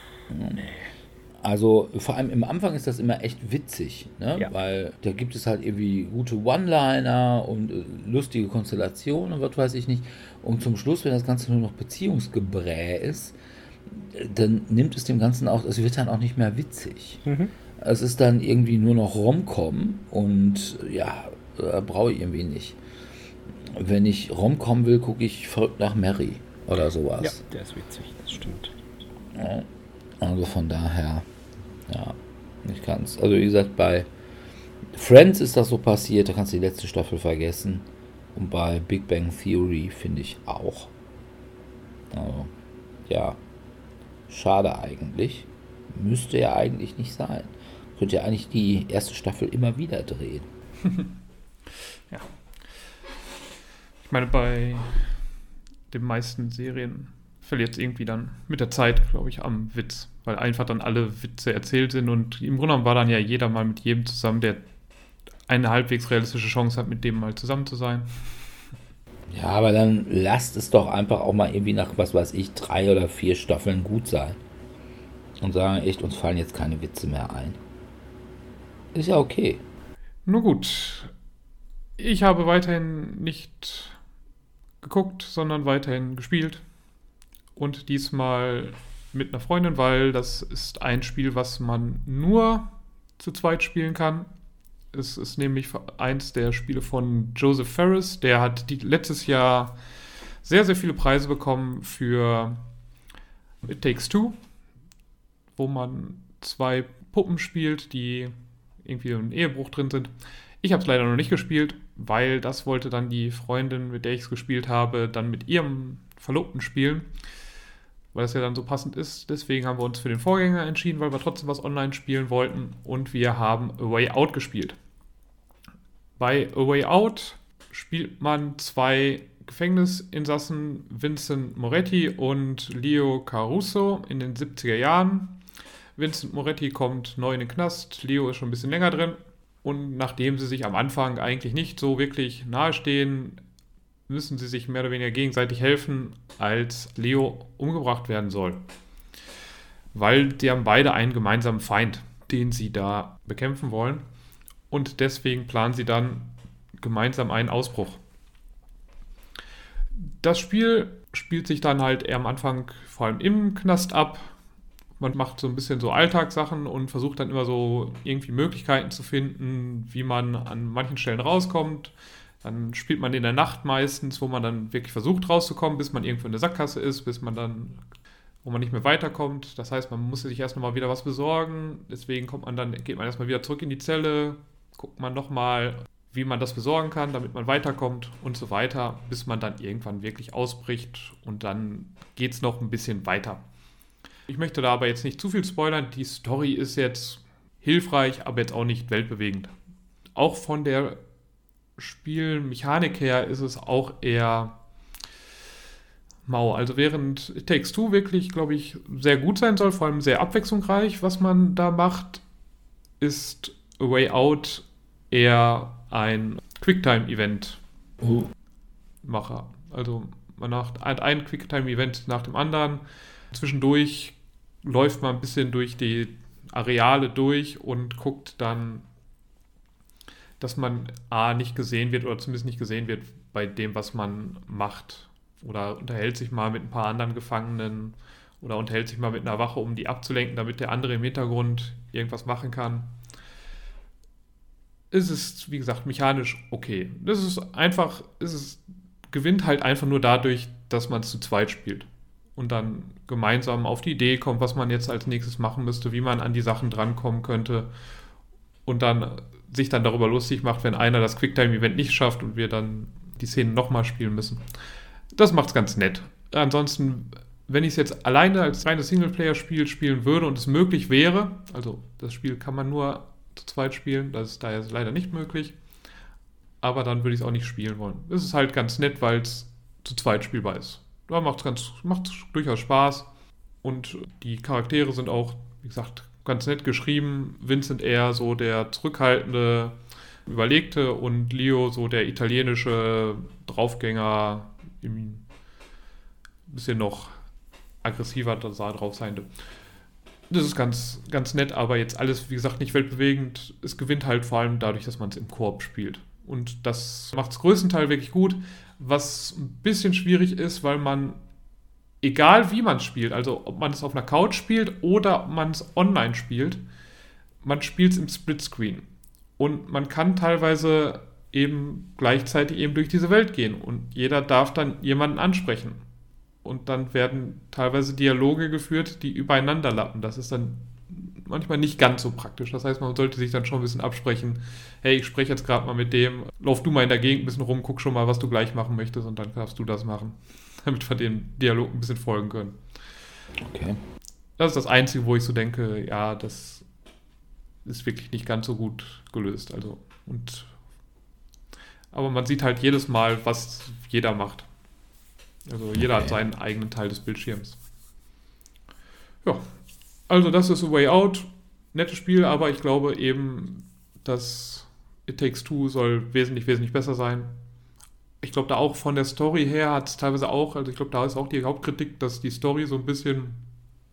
Also vor allem im Anfang ist das immer echt witzig, ne? Ja. Weil da gibt es halt irgendwie gute One-Liner und äh, lustige Konstellationen und was weiß ich nicht. Und zum Schluss, wenn das Ganze nur noch Beziehungsgebräh ist, äh, dann nimmt es dem Ganzen auch, es wird dann auch nicht mehr witzig. Mhm. Es ist dann irgendwie nur noch Rom-Com und ja, äh, brauche ich irgendwie nicht. Wenn ich Rom-Com will, gucke ich verrückt nach Mary oder sowas. ja, der ist witzig, das stimmt. Ja, also von daher, ja, ich kann es. Also wie gesagt, bei Friends ist das so passiert, da kannst du die letzte Staffel vergessen. Und bei Big Bang Theory finde ich auch. Also, ja, schade eigentlich. Müsste ja eigentlich nicht sein. Könnte ja eigentlich die erste Staffel immer wieder drehen. Ich meine, bei den meisten Serien verliert es irgendwie dann mit der Zeit, glaube ich, am Witz. Weil einfach dann alle Witze erzählt sind und im Grunde genommen war dann ja jeder mal mit jedem zusammen, der eine halbwegs realistische Chance hat, mit dem mal zusammen zu sein. Ja, aber dann lasst es doch einfach auch mal irgendwie nach, was weiß ich, drei oder vier Staffeln gut sein. Und sagen, echt, uns fallen jetzt keine Witze mehr ein. Ist ja okay. Nur gut. Ich habe weiterhin nicht geguckt, sondern weiterhin gespielt. Und diesmal mit einer Freundin, weil das ist ein Spiel, was man nur zu zweit spielen kann. Es ist nämlich eins der Spiele von Joseph Fares. Der hat die, letztes Jahr sehr, sehr viele Preise bekommen für It Takes Two, wo man zwei Puppen spielt, die irgendwie im Ehebruch drin sind. Ich habe es leider noch nicht gespielt, weil das wollte dann die Freundin, mit der ich es gespielt habe, dann mit ihrem Verlobten spielen, weil das ja dann so passend ist. Deswegen haben wir uns für den Vorgänger entschieden, weil wir trotzdem was online spielen wollten, und wir haben A Way Out gespielt. Bei A Way Out spielt man zwei Gefängnisinsassen, Vincent Moretti und Leo Caruso, in den siebziger Jahren. Vincent Moretti kommt neu in den Knast, Leo ist schon ein bisschen länger drin, und nachdem sie sich am Anfang eigentlich nicht so wirklich nahestehen, müssen sie sich mehr oder weniger gegenseitig helfen, als Leo umgebracht werden soll. Weil die haben beide einen gemeinsamen Feind, den sie da bekämpfen wollen, und deswegen planen sie dann gemeinsam einen Ausbruch. Das Spiel spielt sich dann halt eher am Anfang vor allem im Knast ab. Man macht so ein bisschen so Alltagssachen und versucht dann immer so irgendwie Möglichkeiten zu finden, wie man an manchen Stellen rauskommt. Dann spielt man in der Nacht meistens, wo man dann wirklich versucht rauszukommen, bis man irgendwo in der Sackgasse ist, bis man dann, wo man nicht mehr weiterkommt. Das heißt, man muss sich erst nochmal wieder was besorgen. Deswegen kommt man dann, geht man erstmal wieder zurück in die Zelle, guckt man nochmal, wie man das besorgen kann, damit man weiterkommt und so weiter, bis man dann irgendwann wirklich ausbricht, und dann geht es noch ein bisschen weiter. Ich möchte da aber jetzt nicht zu viel spoilern. Die Story ist jetzt hilfreich, aber jetzt auch nicht weltbewegend. Auch von der Spielmechanik her ist es auch eher mau. Also während It Takes Two wirklich, glaube ich, sehr gut sein soll, vor allem sehr abwechslungsreich, was man da macht, ist A Way Out eher ein Quicktime-Event-Macher. Also man macht ein Quicktime-Event nach dem anderen. Zwischendurch läuft man ein bisschen durch die Areale durch und guckt dann, dass man A, nicht gesehen wird, oder zumindest nicht gesehen wird bei dem, was man macht. Oder unterhält sich mal mit ein paar anderen Gefangenen oder unterhält sich mal mit einer Wache, um die abzulenken, damit der andere im Hintergrund irgendwas machen kann. Es ist, wie gesagt, mechanisch okay. Das ist einfach, es ist, gewinnt halt einfach nur dadurch, dass man es zu zweit spielt und dann gemeinsam auf die Idee kommt, was man jetzt als nächstes machen müsste, wie man an die Sachen drankommen könnte, und dann sich dann darüber lustig macht, wenn einer das Quicktime-Event nicht schafft und wir dann die Szenen nochmal spielen müssen. Das macht's ganz nett. Ansonsten, wenn ich es jetzt alleine als reines Singleplayer-Spiel spielen würde und es möglich wäre, also das Spiel kann man nur zu zweit spielen, das ist daher leider nicht möglich, aber dann würde ich es auch nicht spielen wollen. Es ist halt ganz nett, weil es zu zweit spielbar ist. Da macht es ganz, macht's durchaus Spaß, und die Charaktere sind auch, wie gesagt, ganz nett geschrieben. Vincent eher so der zurückhaltende, überlegte, und Leo so der italienische Draufgänger, ein bisschen noch aggressiver da drauf seiende. Das ist ganz, ganz nett, aber jetzt alles, wie gesagt, nicht weltbewegend. Es gewinnt halt vor allem dadurch, dass man es im Koop spielt. Und das macht es größtenteils wirklich gut. Was ein bisschen schwierig ist, weil man, egal wie man es spielt, also ob man es auf einer Couch spielt oder ob man es online spielt, man spielt es im Splitscreen. Und man kann teilweise eben gleichzeitig eben durch diese Welt gehen. Und jeder darf dann jemanden ansprechen. Und dann werden teilweise Dialoge geführt, die übereinander lappen. Das ist dann manchmal nicht ganz so praktisch. Das heißt, man sollte sich dann schon ein bisschen absprechen. Hey, ich spreche jetzt gerade mal mit dem. Lauf du mal in der Gegend ein bisschen rum, guck schon mal, was du gleich machen möchtest, und dann darfst du das machen. Damit wir dem Dialog ein bisschen folgen können. Okay. Das ist das Einzige, wo ich so denke, ja, das ist wirklich nicht ganz so gut gelöst. Also, und aber man sieht halt jedes Mal, was jeder macht. Also jeder okay. hat seinen eigenen Teil des Bildschirms. Ja, also das ist A Way Out. Nettes Spiel, aber ich glaube eben, dass It Takes Two soll wesentlich, wesentlich besser sein. Ich glaube, da auch von der Story her hat es teilweise auch, also ich glaube, da ist auch die Hauptkritik, dass die Story so ein bisschen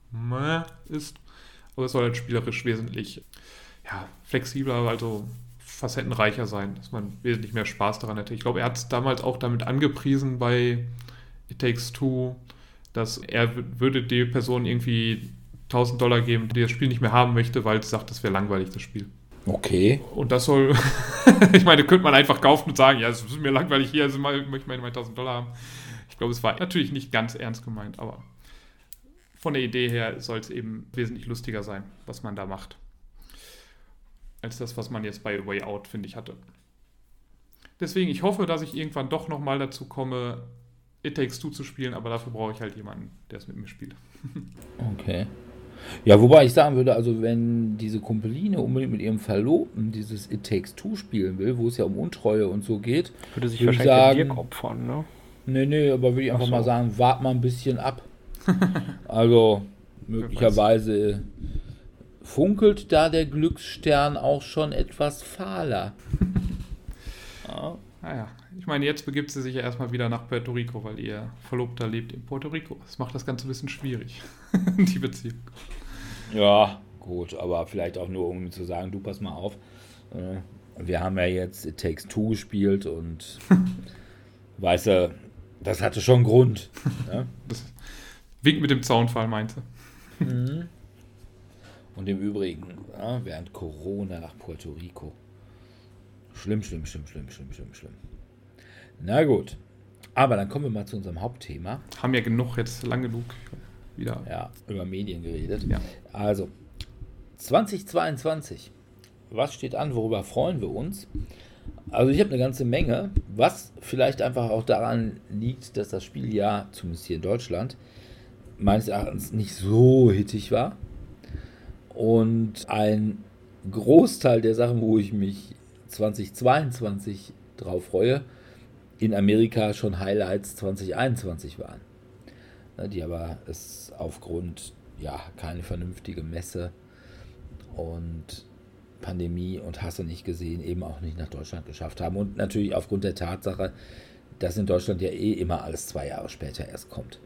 meh ist. Aber es soll halt spielerisch wesentlich ja, flexibler, also facettenreicher sein, dass man wesentlich mehr Spaß daran hätte. Ich glaube, er hat es damals auch damit angepriesen bei It Takes Two, dass er w- würde die Person irgendwie tausend Dollar geben, die das Spiel nicht mehr haben möchte, weil es sagt, das wäre langweilig, das Spiel. Okay. Und das soll, ich meine, könnte man einfach kaufen und sagen, ja, es ist mir langweilig hier, also mal, ich möchte meine tausend Dollar haben. Ich glaube, es war natürlich nicht ganz ernst gemeint, aber von der Idee her soll es eben wesentlich lustiger sein, was man da macht, als das, was man jetzt bei Way Out, finde ich, hatte. Deswegen, ich hoffe, dass ich irgendwann doch nochmal dazu komme, It Takes Two zu spielen, aber dafür brauche ich halt jemanden, der es mit mir spielt. Okay. Ja, wobei ich sagen würde, also wenn diese Kumpeline unbedingt mit ihrem Verlobten dieses It Takes Two spielen will, wo es ja um Untreue und so geht, Würde sich würde ich wahrscheinlich sagen, der Dirk opfern, ne? nee, nee, aber würde ich einfach Ach so. mal sagen, wart mal ein bisschen ab. Also möglicherweise funkelt da der Glücksstern auch schon etwas fahler. Ja. Naja, ich meine, jetzt begibt sie sich ja erstmal wieder nach Puerto Rico, weil ihr Verlobter lebt in Puerto Rico. Das macht das Ganze ein bisschen schwierig, die Beziehung. Ja, gut, aber vielleicht auch nur, um zu sagen, du pass mal auf. äh, Wir haben ja jetzt It Takes Two gespielt und weißt du, das hatte schon einen Grund. Ne? Das winkt mit dem Zaunfall, meinte. Mhm. Und im Übrigen, ja, während Corona nach Puerto Rico. Schlimm, schlimm, schlimm, schlimm, schlimm, schlimm, schlimm. Na gut. Aber dann kommen wir mal zu unserem Hauptthema. Haben ja genug, jetzt lang genug wieder. Ja, über Medien geredet. Ja. Also, zweitausendzweiundzwanzig. Was steht an? Worüber freuen wir uns? Also ich habe eine ganze Menge, was vielleicht einfach auch daran liegt, dass das Spieljahr, zumindest hier in Deutschland, meines Erachtens nicht so hittig war. Und ein Großteil der Sachen, wo ich mich zweitausendzweiundzwanzig drauf freue, in Amerika schon Highlights zweitausendeinundzwanzig waren. Die aber es aufgrund, ja, keine vernünftige Messe und Pandemie und hast du nicht gesehen, eben auch nicht nach Deutschland geschafft haben. Und natürlich aufgrund der Tatsache, dass in Deutschland ja eh immer alles zwei Jahre später erst kommt.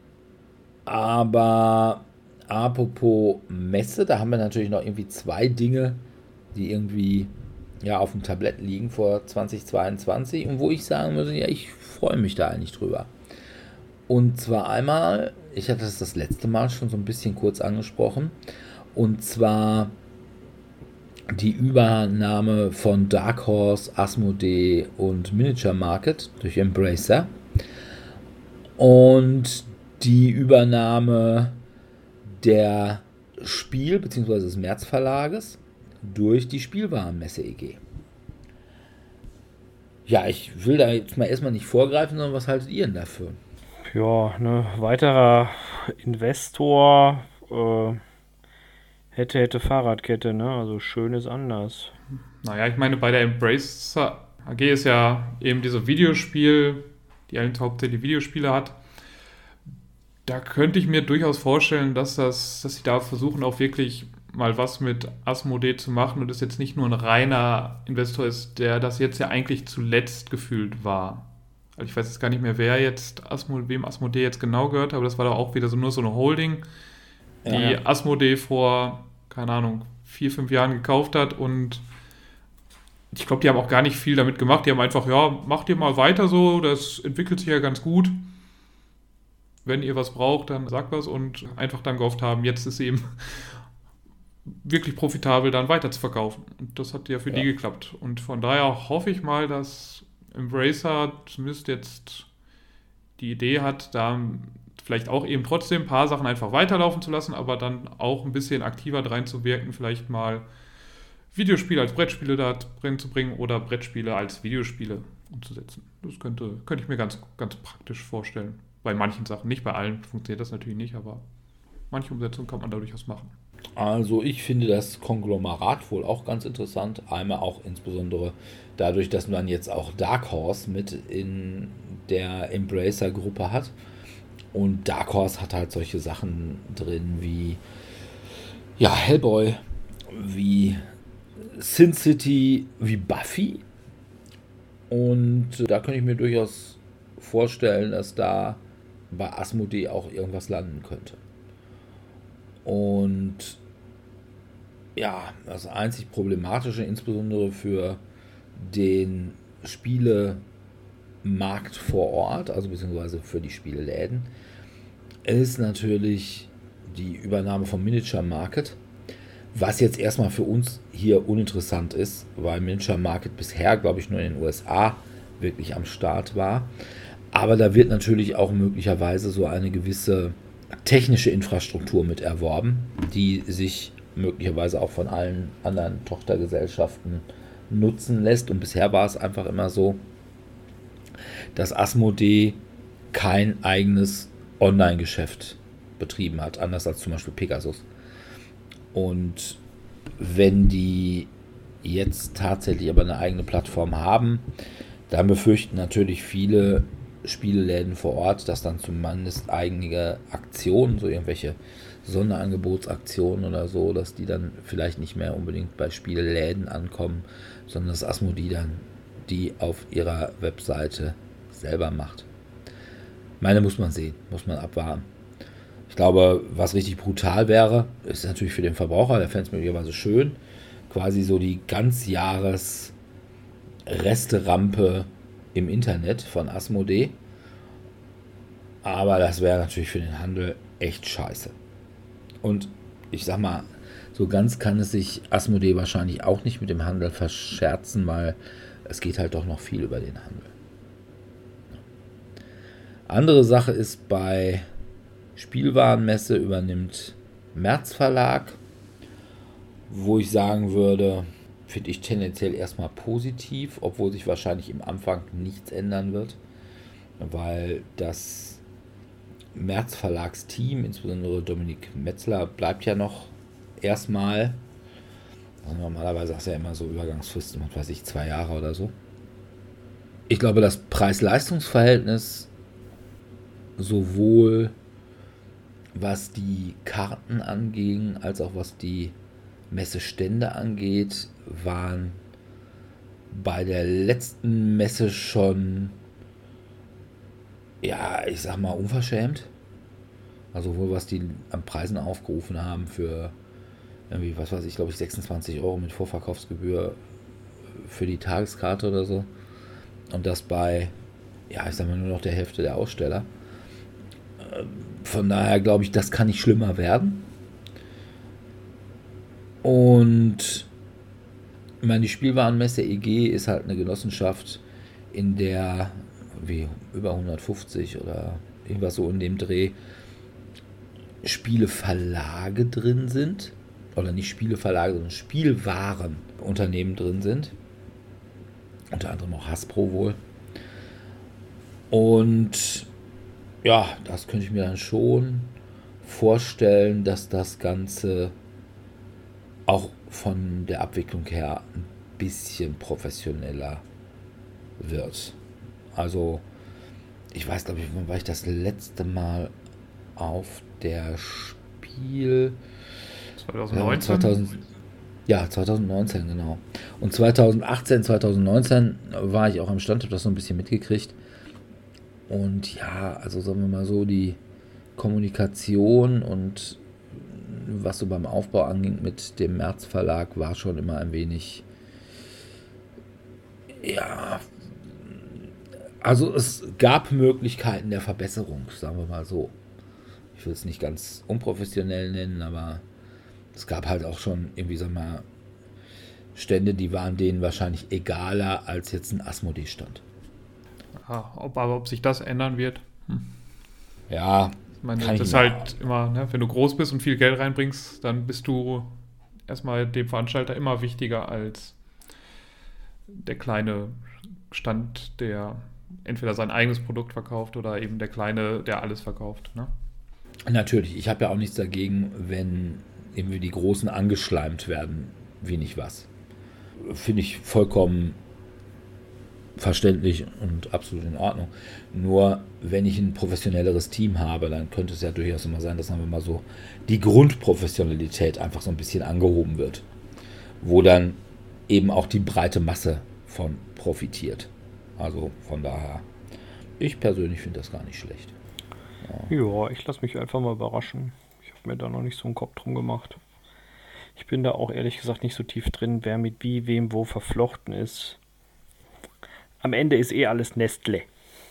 Aber apropos Messe, da haben wir natürlich noch irgendwie zwei Dinge, die irgendwie ja auf dem Tablett liegen vor zweitausendzweiundzwanzig und wo ich sagen muss, ja, ich freue mich da eigentlich drüber. Und zwar einmal, ich hatte das das letzte Mal schon so ein bisschen kurz angesprochen, und zwar die Übernahme von Dark Horse, Asmodee und Miniature Market durch Embracer und die Übernahme der Spiel- bzw. des März-Verlages durch die Spielwarenmesse E G. Ja, ich will da jetzt mal erstmal nicht vorgreifen, sondern was haltet ihr denn dafür? Ja, ne, weiterer Investor, äh, hätte, hätte Fahrradkette, ne? Also schön ist anders. Naja, ich meine, bei der Embracer A G ist ja eben diese Videospiel, die eigentlich hauptsächlich Videospiele hat. Da könnte ich mir durchaus vorstellen, dass, das, dass sie da versuchen, auch wirklich mal was mit Asmodee zu machen und es jetzt nicht nur ein reiner Investor ist, der das jetzt ja eigentlich zuletzt gefühlt war. Also ich weiß jetzt gar nicht mehr, wer jetzt Asmodee, wem Asmodee jetzt genau gehört, aber das war doch auch wieder so nur so eine Holding, die Ja. Asmodee vor, keine Ahnung, vier, fünf Jahren gekauft hat und ich glaube, die haben auch gar nicht viel damit gemacht. Die haben einfach, ja, macht ihr mal weiter so, das entwickelt sich ja ganz gut. Wenn ihr was braucht, dann sagt was und einfach dann gehofft haben, jetzt ist eben wirklich profitabel dann weiter zu verkaufen. Und das hat ja für Ja. die geklappt. Und von daher hoffe ich mal, dass Embracer zumindest jetzt die Idee hat, da vielleicht auch eben trotzdem ein paar Sachen einfach weiterlaufen zu lassen, aber dann auch ein bisschen aktiver reinzuwirken, vielleicht mal Videospiele als Brettspiele da drin zu bringen oder Brettspiele als Videospiele umzusetzen. Das könnte, könnte ich mir ganz, ganz praktisch vorstellen. Bei manchen Sachen, nicht bei allen funktioniert das natürlich nicht, aber manche Umsetzungen kann man da durchaus machen. Also ich finde das Konglomerat wohl auch ganz interessant. Einmal auch insbesondere dadurch, dass man jetzt auch Dark Horse mit in der Embracer-Gruppe hat. Und Dark Horse hat halt solche Sachen drin wie ja, Hellboy, wie Sin City, wie Buffy. Und da könnte ich mir durchaus vorstellen, dass da bei Asmodee auch irgendwas landen könnte. Und ja, das einzig Problematische, insbesondere für den Spielemarkt vor Ort, also beziehungsweise für die Spieleläden, ist natürlich die Übernahme vom Miniature Market, was jetzt erstmal für uns hier uninteressant ist, weil Miniature Market bisher, glaube ich, nur in den U S A wirklich am Start war. Aber da wird natürlich auch möglicherweise so eine gewisse technische Infrastruktur mit erworben, die sich möglicherweise auch von allen anderen Tochtergesellschaften nutzen lässt. Und bisher war es einfach immer so, dass Asmodee kein eigenes Online-Geschäft betrieben hat, anders als zum Beispiel Pegasus. Und wenn die jetzt tatsächlich aber eine eigene Plattform haben, dann befürchten natürlich viele Spieleläden vor Ort, dass dann zumindest einige Aktionen, so irgendwelche Sonderangebotsaktionen oder so, dass die dann vielleicht nicht mehr unbedingt bei Spieleläden ankommen, sondern dass Asmodee dann die auf ihrer Webseite selber macht. Meine muss man sehen, muss man abwarten. Ich glaube, was richtig brutal wäre, ist natürlich für den Verbraucher, der fände es möglicherweise schön, quasi so die Ganzjahres Resterampe im Internet von Asmodee. Aber das wäre natürlich für den Handel echt scheiße. Und ich sag mal, so ganz kann es sich Asmodee wahrscheinlich auch nicht mit dem Handel verscherzen, weil es geht halt doch noch viel über den Handel. Andere Sache ist, bei Spielwarenmesse übernimmt Merz Verlag, wo ich sagen würde, finde ich tendenziell erstmal positiv, obwohl sich wahrscheinlich im Anfang nichts ändern wird, weil das Merz Verlagsteam, insbesondere Dominik Metzler, bleibt ja noch erstmal. Also normalerweise hast du ja immer so Übergangsfristen, was weiß ich, zwei Jahre oder so. Ich glaube, das Preis-Leistungs-Verhältnis sowohl was die Karten anging, als auch was die Messestände angeht, waren bei der letzten Messe schon, ja, ich sag mal, unverschämt. Also wohl, was die an Preisen aufgerufen haben für irgendwie, was weiß ich, glaube ich, sechsundzwanzig Euro mit Vorverkaufsgebühr für die Tageskarte oder so. Und das bei, ja, ich sag mal, nur noch der Hälfte der Aussteller. Von daher glaube ich, das kann nicht schlimmer werden. Und ich meine, die Spielwarenmesse E G ist halt eine Genossenschaft, in der wie über hundertfünfzig oder irgendwas so in dem Dreh Spieleverlage drin sind. Oder nicht Spieleverlage, sondern Spielwarenunternehmen drin sind. Unter anderem auch Hasbro wohl. Und ja, das könnte ich mir dann schon vorstellen, dass das Ganze auch von der Abwicklung her ein bisschen professioneller wird. Also, ich weiß, glaube ich, wann war ich das letzte Mal auf der Spiel... zweitausendneunzehn? zweitausend, ja, zweitausendneunzehn, genau. Und zweitausendachtzehn, zweitausendneunzehn war ich auch am Stand, habe das so ein bisschen mitgekriegt. Und ja, also sagen wir mal so, die Kommunikation und was so beim Aufbau anging mit dem Merz Verlag war schon immer ein wenig, ja, also es gab Möglichkeiten der Verbesserung, sagen wir mal so. Ich will es nicht ganz unprofessionell nennen, aber es gab halt auch schon irgendwie, sagen wir mal, Stände, die waren denen wahrscheinlich egaler als jetzt ein Asmodee-Stand. Ja, ob, aber ob sich das ändern wird? Hm. Ja, ich meine, kann das ich ist halt immer, ne, wenn du groß bist und viel Geld reinbringst, dann bist du erstmal dem Veranstalter immer wichtiger als der kleine Stand, der entweder sein eigenes Produkt verkauft oder eben der kleine, der alles verkauft. Ne? Natürlich, ich habe ja auch nichts dagegen, wenn irgendwie die Großen angeschleimt werden, wie nicht was. Finde ich vollkommen verständlich und absolut in Ordnung. Nur wenn ich ein professionelleres Team habe, dann könnte es ja durchaus immer sein, dass, sagen wir mal so, die Grundprofessionalität einfach so ein bisschen angehoben wird, wo dann eben auch die breite Masse von profitiert. Also von daher, ich persönlich finde das gar nicht schlecht. Ja, ja, ich lasse mich einfach mal überraschen. Ich habe mir da noch nicht so einen Kopf drum gemacht. Ich bin da auch ehrlich gesagt nicht so tief drin, wer mit wie, wem, wo verflochten ist. Am Ende ist eh alles Nestle.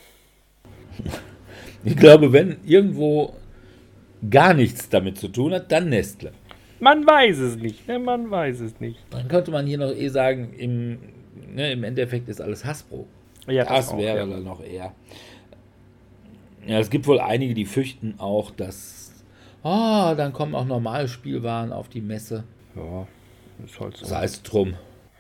Ich glaube, wenn irgendwo gar nichts damit zu tun hat, dann Nestle. Man weiß es nicht, ne? Man weiß es nicht. Dann könnte man hier noch eh sagen, im, ne, im Endeffekt ist alles Hasbro. Ja, das das auch, wäre ja. dann noch eher. Ja, es gibt wohl einige, die fürchten auch, dass oh, dann kommen auch normale Spielwaren auf die Messe. Ja, ist halt so. Sei es drum.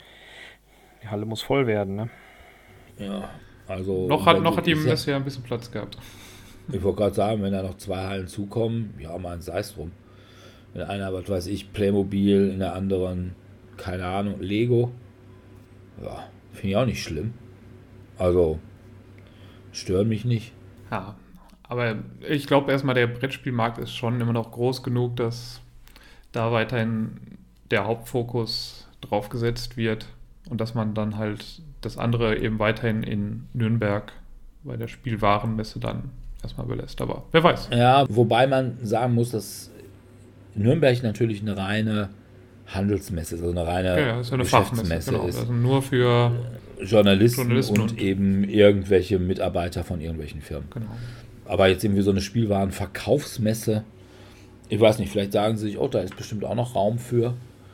Die Halle muss voll werden, ne? Ja, also. Noch hat, wenn noch du- hat die ist ja- Messe ja ein bisschen Platz gehabt. Ich wollte gerade sagen, wenn da noch zwei Hallen zukommen, ja, mal sei es drum. Wenn einer, was weiß ich, Playmobil, in der anderen, keine Ahnung, Lego. Ja, finde ich auch nicht schlimm. Also, stören mich nicht. Ja, aber ich glaube erstmal, der Brettspielmarkt ist schon immer noch groß genug, dass da weiterhin der Hauptfokus drauf gesetzt wird und dass man dann halt das andere eben weiterhin in Nürnberg bei der Spielwarenmesse dann erstmal belässt. Aber wer weiß. Ja, wobei man sagen muss, dass Nürnberg natürlich eine reine Handelsmesse ist, also eine reine Ja, ja, ist ja eine Fachmesse. Geschäftsmesse Genau. ist. Also nur für, Journalisten, Journalisten und, und- eben irgendwelche Mitarbeiter von irgendwelchen Firmen. genau. Aber jetzt irgendwie so eine Spielwarenverkaufsmesse, ich weiß nicht, vielleicht sagen sie sich, oh, da ist bestimmt auch noch Raum für.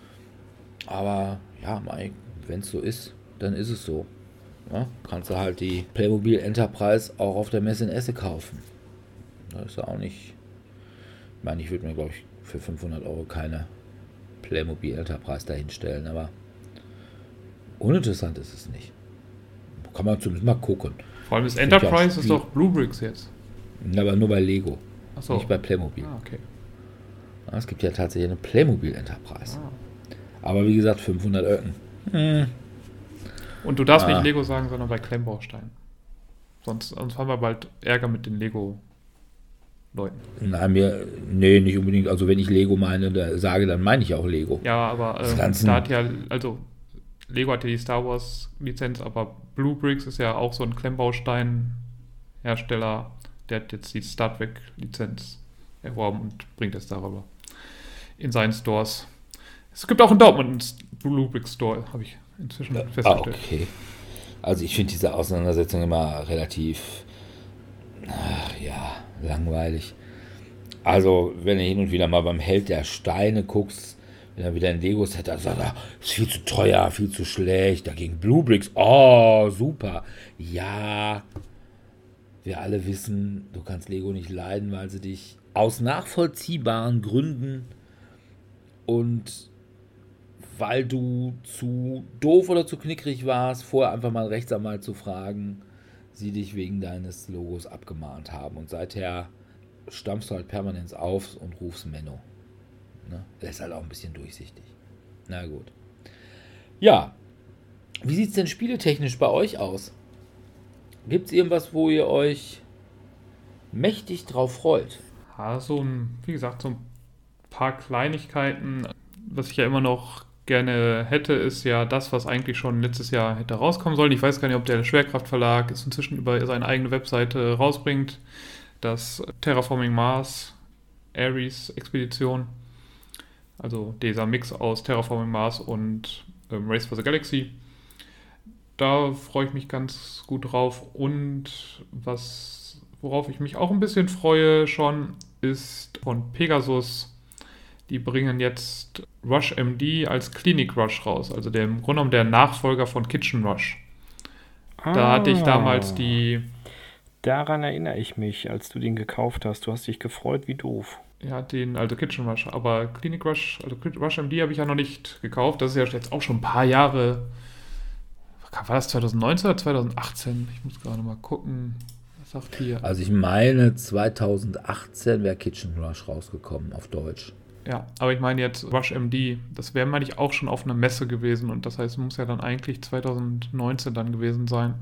Aber ja, wenn es so ist, dann ist es so. Ja, kannst du halt die Playmobil Enterprise auch auf der Messe in Esse kaufen. Da ist ja auch nicht. Ich meine, ich würde mir, glaube ich, für fünfhundert Euro keine Playmobil Enterprise dahinstellen, aber uninteressant ist es nicht. Kann man zumindest mal gucken. Vor allem das Find ich auch Enterprise ist Spiel- doch Bluebricks jetzt. Aber nur bei Lego, Achso. nicht bei Playmobil. Ah, okay. Ja, es gibt ja tatsächlich eine Playmobil Enterprise. Ah. Aber wie gesagt, fünfhundert Öcken. Hm. Und du darfst Ah. nicht Lego sagen, sondern bei Klemmbaustein. Sonst, sonst haben wir bald Ärger mit den Lego-Leuten. Nein, mir, nee, nicht unbedingt. Also wenn ich Lego meine, da sage, dann meine ich auch Lego. Ja, aber Das ähm, Ganze- da hat ja, also Lego hat ja die Star Wars Lizenz, aber Bluebricks ist ja auch so ein Klemmbaustein-Hersteller, der hat jetzt die Star Trek Lizenz erworben und bringt es darüber in seinen Stores. Es gibt auch in Dortmund einen Bluebricks Store, habe ich inzwischen Ah, festgestellt. okay. Also ich finde diese Auseinandersetzung immer relativ, ach, ja, langweilig. Also wenn du hin und wieder mal beim Held der Steine guckst, wenn er wieder ein Lego-Set hat, sagt er, ist viel zu teuer, viel zu schlecht. Dagegen Bluebricks, oh, super. Ja, wir alle wissen, du kannst Lego nicht leiden, weil sie dich aus nachvollziehbaren Gründen und weil du zu doof oder zu knickrig warst, vorher einfach mal einen Rechtsanwalt zu fragen, sie dich wegen deines Logos abgemahnt haben. Und seither stampfst du halt permanent auf und rufst Menno. Ne? Der ist halt auch ein bisschen durchsichtig. Na gut. Ja, wie sieht es denn spieletechnisch bei euch aus? Gibt es irgendwas, wo ihr euch mächtig drauf freut? Ja, so ein, wie gesagt, so ein paar Kleinigkeiten. Was ich ja immer noch gerne hätte, ist ja das, was eigentlich schon letztes Jahr hätte rauskommen sollen. Ich weiß gar nicht, ob der Schwerkraftverlag es inzwischen über seine eigene Webseite rausbringt. Das Terraforming Mars Ares Expedition. Also dieser Mix aus Terraforming Mars und ähm, Race for the Galaxy. Da freue ich mich ganz gut drauf. Und was, worauf ich mich auch ein bisschen freue schon, ist von Pegasus. Die bringen jetzt Rush M D als Clinic Rush raus. Also der, im Grunde genommen der Nachfolger von Kitchen Rush. Da hatte ich damals die, Daran erinnere ich mich, als du den gekauft hast. Du hast dich gefreut wie doof. ja, den, also Kitchen Rush, aber Clinic Rush, also Rush M D habe ich ja noch nicht gekauft. Das ist ja jetzt auch schon ein paar Jahre. War das zwanzig neunzehn oder zwanzig achtzehn? Ich muss gerade mal gucken. Was sagt hier? Also ich meine, zwanzig achtzehn wäre Kitchen Rush rausgekommen auf Deutsch. Ja, aber ich meine jetzt Rush M D, das wäre, meine ich, auch schon auf einer Messe gewesen und das heißt, es muss ja dann eigentlich zwanzig neunzehn dann gewesen sein,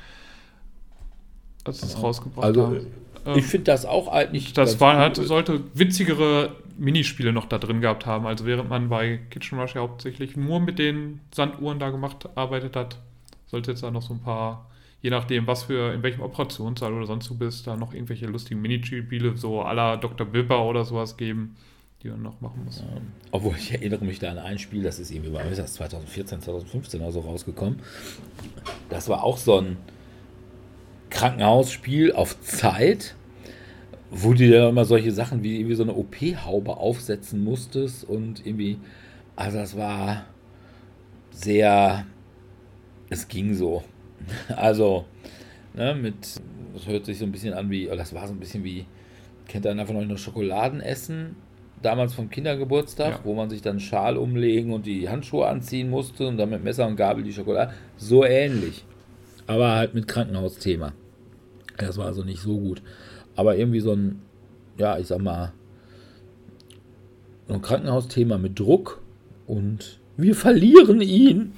als sie es rausgebracht Also haben. ich finde das auch eigentlich. Das ganz war, halt, cool. sollte witzigere Minispiele noch da drin gehabt haben, also während man bei Kitchen Rush ja hauptsächlich nur mit den Sanduhren da gemacht, arbeitet hat, sollte jetzt da noch so ein paar, je nachdem, was für, in welchem Operationssaal oder sonst du bist, da noch irgendwelche lustigen Minispiele, so à la Doktor Bibber oder sowas geben, die man noch machen muss. Ja, obwohl ich erinnere mich da an ein Spiel, das ist irgendwie, was ist das, zwanzig vierzehn, zwanzig fünfzehn oder so rausgekommen. Das war auch so ein Krankenhausspiel auf Zeit, wo du ja immer solche Sachen wie irgendwie so eine O P-Haube aufsetzen musstest und irgendwie, also das war sehr, es ging so. Also, ne, mit, das hört sich so ein bisschen an wie, das war so ein bisschen wie, kennt einer von euch noch Schokoladenessen? Damals vom Kindergeburtstag, ja. Wo man sich dann einen Schal umlegen und die Handschuhe anziehen musste und dann mit Messer und Gabel die Schokolade. So ähnlich. Aber halt mit Krankenhausthema. Das war also nicht so gut. Aber irgendwie so ein, ja, ich sag mal, so ein Krankenhausthema mit Druck und wir verlieren ihn.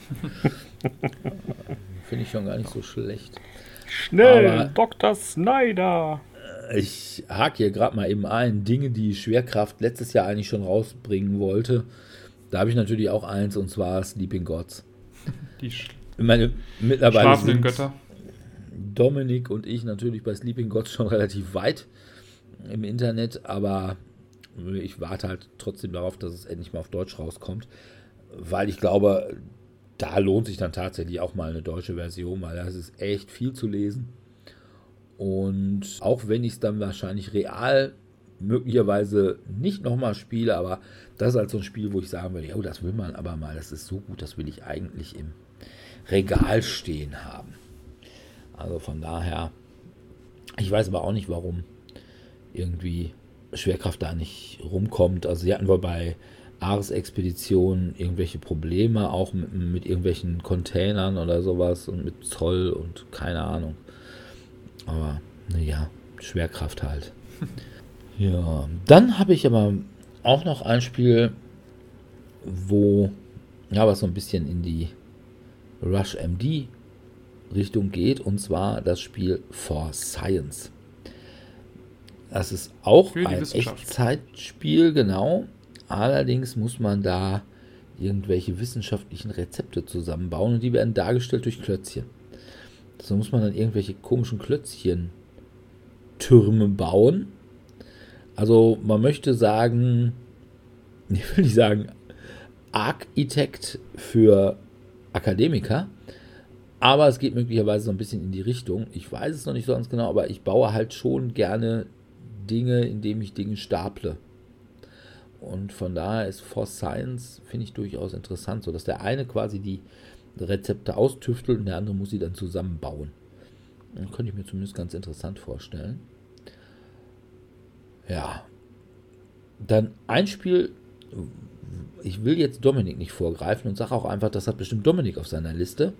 Finde ich schon gar nicht so schlecht. Schnell, aber Doktor Snyder! Ich hake hier gerade mal eben ein. Dinge, die Schwerkraft letztes Jahr eigentlich schon rausbringen wollte. Da habe ich natürlich auch eins, und zwar Sleeping Gods. Die Sch- meine, mittlerweile schlafenden Götter. Dominik und ich natürlich bei Sleeping Gods schon relativ weit im Internet, aber ich warte halt trotzdem darauf, dass es endlich mal auf Deutsch rauskommt, weil ich glaube, da lohnt sich dann tatsächlich auch mal eine deutsche Version, weil das ist echt viel zu lesen. Und auch wenn ich es dann wahrscheinlich real möglicherweise nicht nochmal spiele, aber das ist halt so ein Spiel, wo ich sagen würde, oh, das will man aber mal, das ist so gut, das will ich eigentlich im Regal stehen haben. Also von daher, ich weiß aber auch nicht, warum irgendwie Schwerkraft da nicht rumkommt. Also sie hatten wohl bei Ares-Expeditionen irgendwelche Probleme, auch mit, mit irgendwelchen Containern oder sowas und mit Zoll und keine Ahnung. Aber naja, Schwerkraft halt. Ja, dann habe ich aber auch noch ein Spiel, wo, ja, was so ein bisschen in die Rush M D Richtung geht, und zwar das Spiel For Science. Das ist auch ein Echtzeitspiel, genau. Allerdings muss man da irgendwelche wissenschaftlichen Rezepte zusammenbauen und die werden dargestellt durch Klötzchen. So muss man dann irgendwelche komischen Klötzchen-Türme bauen. Also man möchte sagen, ich will nicht sagen Architekt für Akademiker, aber es geht möglicherweise so ein bisschen in die Richtung. Ich weiß es noch nicht so ganz genau, aber ich baue halt schon gerne Dinge, indem ich Dinge staple. Und von daher ist For Science, finde ich, durchaus interessant, so dass der eine quasi die Rezepte austüftelt und der andere muss sie dann zusammenbauen. Das könnte ich mir zumindest ganz interessant vorstellen. Ja. Dann ein Spiel, ich will jetzt Dominik nicht vorgreifen und sage auch einfach, das hat bestimmt Dominik auf seiner Liste.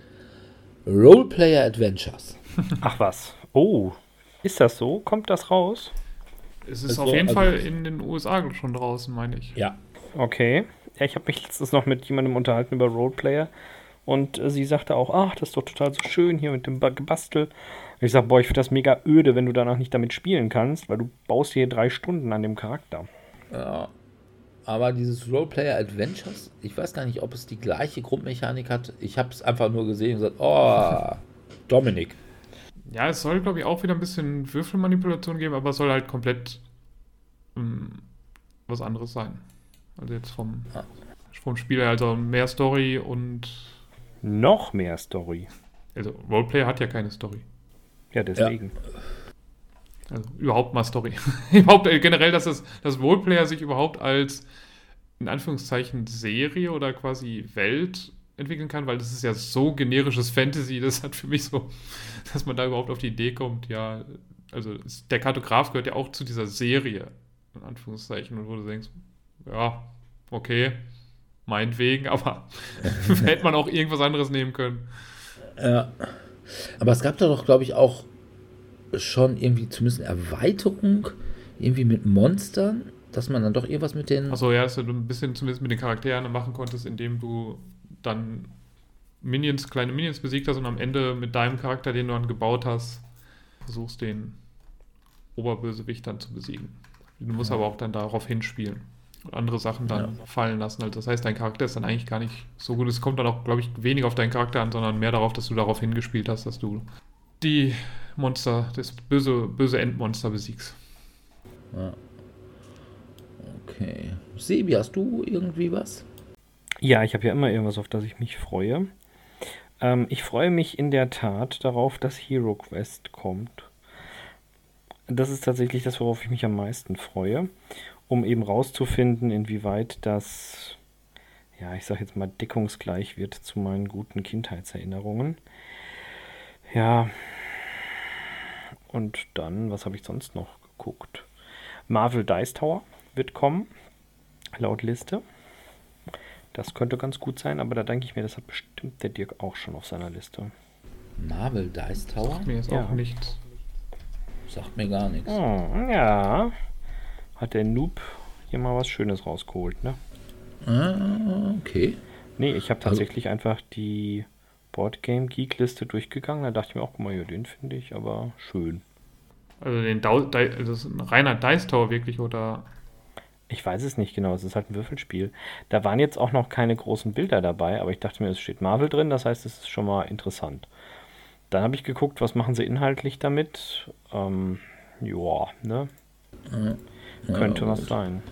Roleplayer Adventures. Ach was. Oh, ist das so? Kommt das raus? Es ist also, auf jeden also, Fall in den U S A schon draußen, meine ich. Ja. Okay. Ja, ich habe mich letztens noch mit jemandem unterhalten über Roleplayer und äh, sie sagte auch, ach, das ist doch total so schön hier mit dem Gebastel. Und ich sage, boah, ich finde das mega öde, wenn du danach nicht damit spielen kannst, weil du baust hier drei Stunden an dem Charakter. Ja, aber dieses Roleplayer Adventures, ich weiß gar nicht, ob es die gleiche Grundmechanik hat. Ich habe es einfach nur gesehen und gesagt, oh, Dominik. Ja, es soll, glaube ich, auch wieder ein bisschen Würfelmanipulation geben, aber es soll halt komplett ähm, was anderes sein. Also jetzt vom, ah. vom Spiel her, also mehr Story und... Noch mehr Story. Also Roleplayer hat ja keine Story. Ja, deswegen. Ja. Also überhaupt mal Story. überhaupt äh, generell, dass das dass Roleplayer sich überhaupt als, in Anführungszeichen, Serie oder quasi Welt entwickeln kann, weil das ist ja so generisches Fantasy, das hat für mich so, dass man da überhaupt auf die Idee kommt, ja, also der Kartograf gehört ja auch zu dieser Serie, in Anführungszeichen, und wo du denkst, ja, okay, meinetwegen, aber hätte man auch irgendwas anderes nehmen können. Ja, aber es gab da doch, glaube ich, auch schon irgendwie zumindest eine Erweiterung, irgendwie mit Monstern, dass man dann doch irgendwas mit den... Achso, ja, dass du ein bisschen zumindest mit den Charakteren machen konntest, indem du dann Minions, kleine Minions besiegt hast und am Ende mit deinem Charakter, den du dann gebaut hast, versuchst den Oberbösewicht dann zu besiegen. Du musst ja. aber auch dann darauf hinspielen und andere Sachen dann ja. fallen lassen. Also das heißt, dein Charakter ist dann eigentlich gar nicht so gut. Es kommt dann auch, glaube ich, weniger auf deinen Charakter an, sondern mehr darauf, dass du darauf hingespielt hast, dass du die Monster, das böse, böse Endmonster besiegst. Ja. Okay. Sebi, hast du irgendwie was? Ja, ich habe ja immer irgendwas, auf das ich mich freue. Ähm, ich freue mich in der Tat darauf, dass Hero Quest kommt. Das ist tatsächlich das, worauf ich mich am meisten freue, um eben rauszufinden, inwieweit das, ja, ich sag jetzt mal, deckungsgleich wird zu meinen guten Kindheitserinnerungen. Ja, und dann, was habe ich sonst noch geguckt? Marvel Dice Tower wird kommen, laut Liste. Das könnte ganz gut sein, aber da denke ich mir, das hat bestimmt der Dirk auch schon auf seiner Liste. Marvel Dice Tower? Mir ist Ja. auch nichts. Sagt mir gar nichts. Oh, ja, hat der Noob hier mal was Schönes rausgeholt, ne? Ah, okay. Nee, ich habe Also- tatsächlich einfach die Boardgame Geek Liste durchgegangen. Da dachte ich mir auch, guck mal, ja, den finde ich aber schön. Also den Dau Di also das ist ein reiner Dice Tower wirklich, oder? Ich weiß es nicht genau, es ist halt ein Würfelspiel. Da waren jetzt auch noch keine großen Bilder dabei, aber ich dachte mir, es steht Marvel drin, das heißt, es ist schon mal interessant. Dann habe ich geguckt, was machen sie inhaltlich damit. Ähm, ja, ne? Ja, Könnte was gut. sein.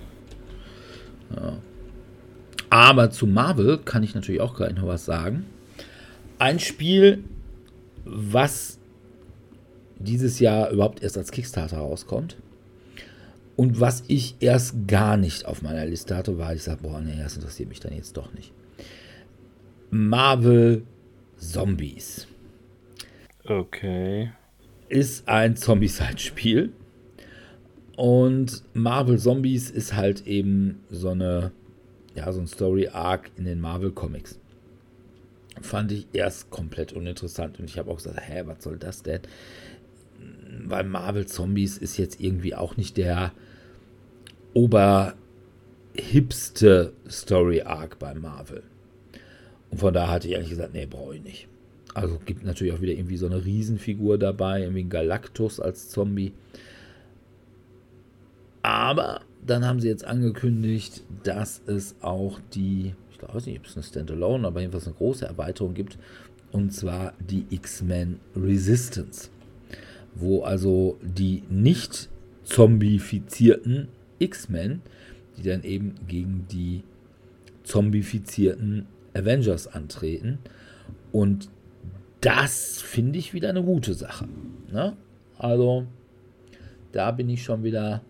Aber zu Marvel kann ich natürlich auch gleich noch was sagen. Ein Spiel, was dieses Jahr überhaupt erst als Kickstarter rauskommt und was ich erst gar nicht auf meiner Liste hatte, weil ich sage, boah, nee, das interessiert mich dann jetzt doch nicht. Marvel Zombies Okay. ist ein Zombie-Side-Spiel und Marvel Zombies ist halt eben so eine, ja, so ein Story-Arc in den Marvel Comics. Fand ich erst komplett uninteressant und ich habe auch gesagt, hä, was soll das denn? Weil Marvel Zombies ist jetzt irgendwie auch nicht der oberhipste Story-Arc bei Marvel. Und von da hatte ich ehrlich gesagt, nee, brauche ich nicht. Also gibt natürlich auch wieder irgendwie so eine Riesenfigur dabei, irgendwie ein Galactus als Zombie. Aber dann haben sie jetzt angekündigt, dass es auch die, ich weiß nicht, ob es eine Standalone, aber jedenfalls eine große Erweiterung gibt. Und zwar die X-Men Resistance. Wo also die nicht zombifizierten X-Men, die dann eben gegen die zombifizierten Avengers antreten. Und das finde ich wieder eine gute Sache. Ne? Also, da bin ich schon wieder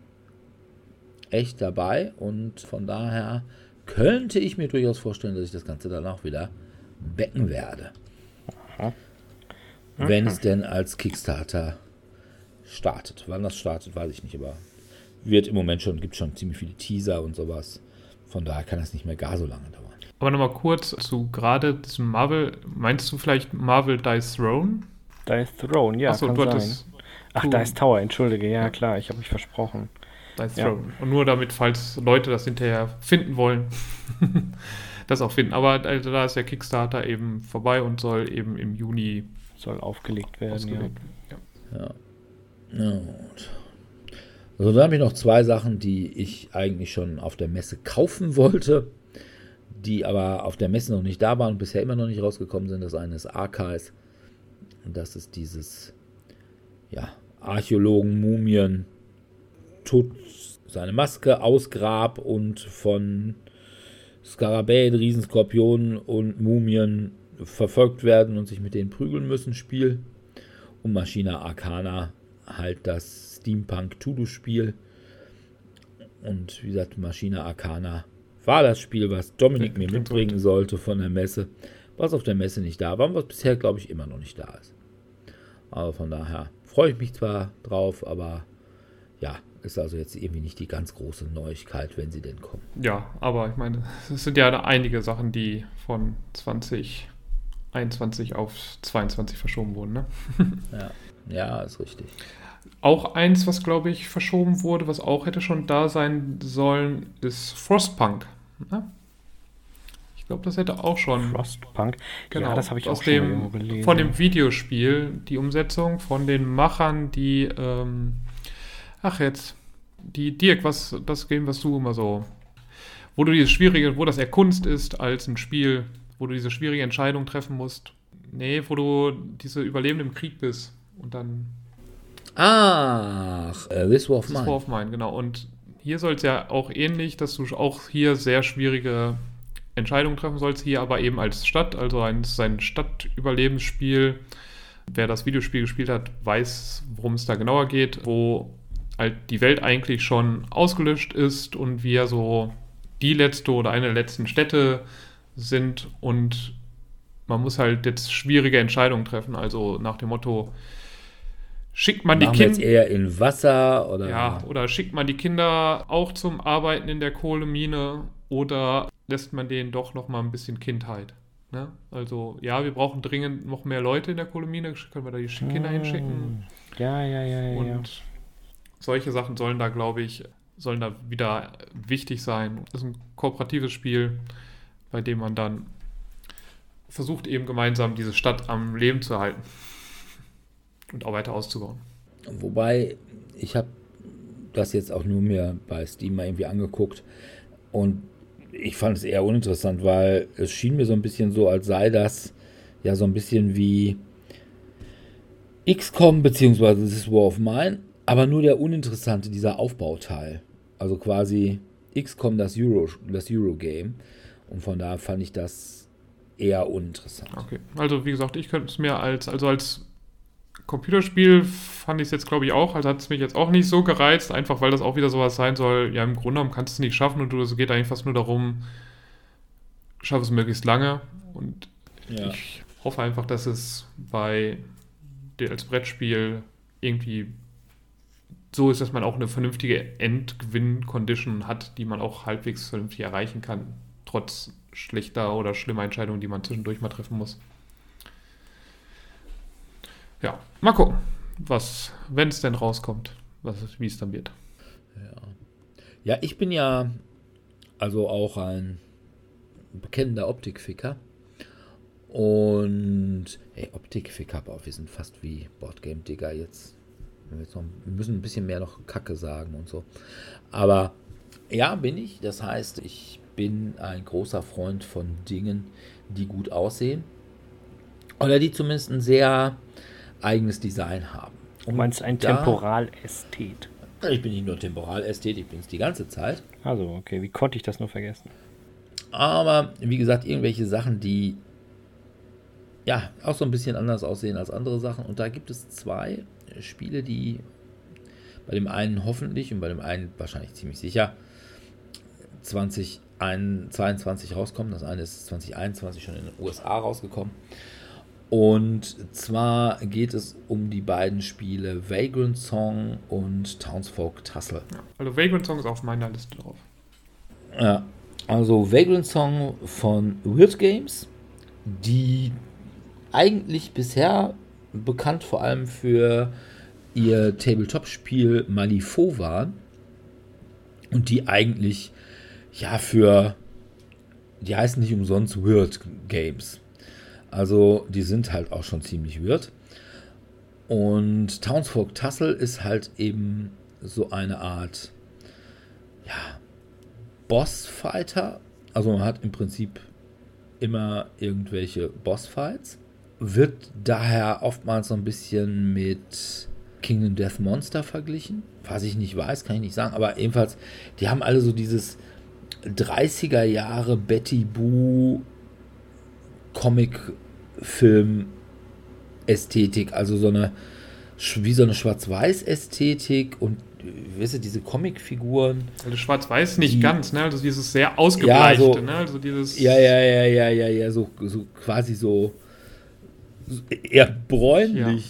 echt dabei und von daher könnte ich mir durchaus vorstellen, dass ich das Ganze dann auch wieder backen werde. Aha. Wenn es denn als Kickstarter startet. Wann das startet, weiß ich nicht, aber wird im Moment schon, gibt schon ziemlich viele Teaser und sowas. Von daher kann das nicht mehr gar so lange dauern. Aber nochmal kurz zu gerade diesem Marvel. Meinst du vielleicht Marvel Dice Throne? Dice Throne, ja, Achso, kann du sein. hattest Ach, du- Dice Tower, entschuldige, ja klar, ich habe mich versprochen. Dice Ja. Throne. Und nur damit, falls Leute das hinterher finden wollen, das auch finden. Aber also, da ist der Kickstarter eben vorbei und soll eben im Juni Soll aufgelegt werden, ausgelegt ja. werden. Ja. Ja, gut. Also da habe ich noch zwei Sachen, die ich eigentlich schon auf der Messe kaufen wollte, die aber auf der Messe noch nicht da waren und bisher immer noch nicht rausgekommen sind. Das eine ist Archives und das ist dieses, ja, Archäologen, Mumien, Tod, seine Maske, Ausgrab und von Skarabäen, Riesenskorpionen und Mumien verfolgt werden und sich mit denen prügeln müssen, Spiel. Und Machina Arcana, halt das Steampunk-Tudu-Spiel. Und wie gesagt, Machina Arcana war das Spiel, was Dominik mir Klingt mitbringen sollte von der Messe, was auf der Messe nicht da war und was bisher, glaube ich, immer noch nicht da ist. Aber von daher freue ich mich zwar drauf, aber ja, ist also jetzt irgendwie nicht die ganz große Neuigkeit, wenn sie denn kommen. Ja, aber ich meine, es sind ja einige Sachen, die von zwanzig einundzwanzig auf zweiundzwanzig verschoben wurden. Ne? Ja, ja, ist richtig. Auch eins, was glaube ich verschoben wurde, was auch hätte schon da sein sollen, ist Frostpunk. Ne? Ich glaube, das hätte auch schon. Frostpunk, Genau, ja, das habe ich aus auch schon mal dem, irgendwo gelesen. von dem Videospiel, die Umsetzung von den Machern, die, ähm, ach jetzt, die Dirk, was das Game, was du immer so, wo du dieses schwierige, wo das eher Kunst ist als ein Spiel, wo du diese schwierige Entscheidung treffen musst. Nee, wo du diese Überlebende im Krieg bist und dann Ach, äh, This War of das ist War Mine. of Mine, genau. Und hier soll es ja auch ähnlich, dass du auch hier sehr schwierige Entscheidungen treffen sollst, hier aber eben als Stadt, also ein, ein Stadtüberlebensspiel. Wer das Videospiel gespielt hat, weiß, worum es da genauer geht, wo halt die Welt eigentlich schon ausgelöscht ist und wir so die letzte oder eine der letzten Städte sind und man muss halt jetzt schwierige Entscheidungen treffen, also nach dem Motto, schickt man Machen die wir jetzt Kinder eher in Wasser oder ja, oder schickt man die Kinder auch zum Arbeiten in der Kohlemine oder lässt man denen doch noch mal ein bisschen Kindheit? Ne? Also ja, wir brauchen dringend noch mehr Leute in der Kohlemine, können wir da die Kinder Hm. hinschicken? Ja, ja, ja, ja. Und ja. solche Sachen sollen da, glaube ich, sollen da wieder wichtig sein. Das ist ein kooperatives Spiel, bei dem man dann versucht eben gemeinsam diese Stadt am Leben zu erhalten und auch weiter auszubauen. Wobei, ich habe das jetzt auch nur mir bei Steam mal irgendwie angeguckt und ich fand es eher uninteressant, weil es schien mir so ein bisschen so, als sei das ja so ein bisschen wie X COM beziehungsweise This War of Mine, aber nur der uninteressante, dieser Aufbauteil. Also quasi X COM das Euro, das Eurogame und von daher fand ich das eher uninteressant. Okay, also wie gesagt, ich könnte es mir als, also als Computerspiel fand ich es jetzt, glaube ich, auch, also hat es mich jetzt auch nicht so gereizt, einfach weil das auch wieder sowas sein soll, ja, im Grunde genommen kannst du es nicht schaffen und du, es geht eigentlich fast nur darum, schaff es möglichst lange und Ja. ich hoffe einfach, dass es bei dir als Brettspiel irgendwie so ist, dass man auch eine vernünftige Endgewinn-Condition hat, die man auch halbwegs vernünftig erreichen kann, trotz schlechter oder schlimmer Entscheidungen, die man zwischendurch mal treffen muss. Ja, mal gucken, was, wenn es denn rauskommt, was, wie es dann wird. Ja, ich bin ja also auch ein bekennender Optikficker. Und ey, Optikficker, aber wir sind fast wie Boardgame-Digger jetzt. Wir jetzt noch- wir müssen ein bisschen mehr noch Kacke sagen und so. Aber ja, bin ich. Das heißt, ich bin ein großer Freund von Dingen, die gut aussehen. Oder die zumindest ein sehr eigenes Design haben. Du meinst ein da- Temporalästhet. Ich bin nicht nur Temporalästhet, ich bin es die ganze Zeit. Also, okay, wie konnte ich das nur vergessen? Aber wie gesagt, irgendwelche Sachen, die ja auch so ein bisschen anders aussehen als andere Sachen. Und da gibt es zwei Spiele, die bei dem einen hoffentlich und bei dem einen wahrscheinlich ziemlich sicher zwanzig zweiundzwanzig rauskommen. Das eine ist zwanzig einundzwanzig schon in den U S A rausgekommen. Und zwar geht es um die beiden Spiele Vagrant Song und Townsfolk Tussle. Ja, also Vagrant Song ist auf meiner Liste drauf. Ja, also Vagrant Song von Weird Games, die eigentlich bisher bekannt vor allem für ihr Tabletop-Spiel Malifaux waren und die eigentlich ja für, die heißen nicht umsonst Weird Games. Also die sind halt auch schon ziemlich weird. Und Townsfolk Tussle ist halt eben so eine Art, ja, Bossfighter. Also man hat im Prinzip immer irgendwelche Bossfights. Wird daher oftmals so ein bisschen mit Kingdom Death Monster verglichen. Was ich nicht weiß, kann ich nicht sagen. Aber ebenfalls, die haben alle so dieses dreißiger Jahre Betty Boo Comic-Film-Ästhetik. Also so eine, wie so eine Schwarz-Weiß-Ästhetik und weißt du, diese Comicfiguren. Also Schwarz-Weiß nicht Die- ganz, ne? Also dieses sehr ausgebleichte, Ja, so- ne? Also dieses. Ja, ja, ja, ja, ja, ja, so, so quasi so, so eher bräunlich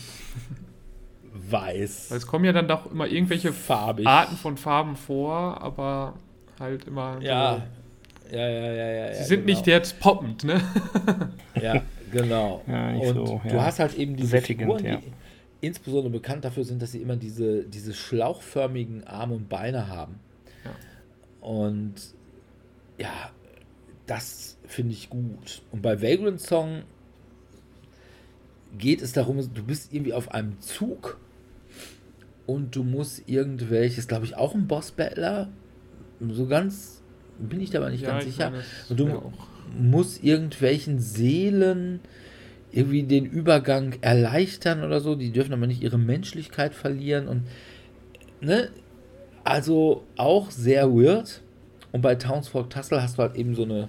weiß. Weil es kommen ja dann doch immer irgendwelche Farbig. Arten von Farben vor, aber halt immer. Ja. Ja, ja, ja, ja. So, sie ja, sind genau. nicht jetzt poppend, ne? Ja, genau. Ja, nicht und so, du ja. hast halt eben diese Sättigend, Figuren, ja. die insbesondere bekannt dafür sind, dass sie immer diese, diese schlauchförmigen Arme und Beine haben. Ja. Und ja, das finde ich gut. Und bei Vagrant Song geht es darum, du bist irgendwie auf einem Zug und du musst irgendwelches, glaube ich, auch ein Boss-Battler, so ganz, bin ich dabei nicht Ja, ganz ich sicher. meine, das Und du wär auch. musst irgendwelchen Seelen irgendwie den Übergang erleichtern oder so. Die dürfen aber nicht ihre Menschlichkeit verlieren und ne, Also auch sehr weird. Und bei Townsfolk Tassel hast du halt eben so eine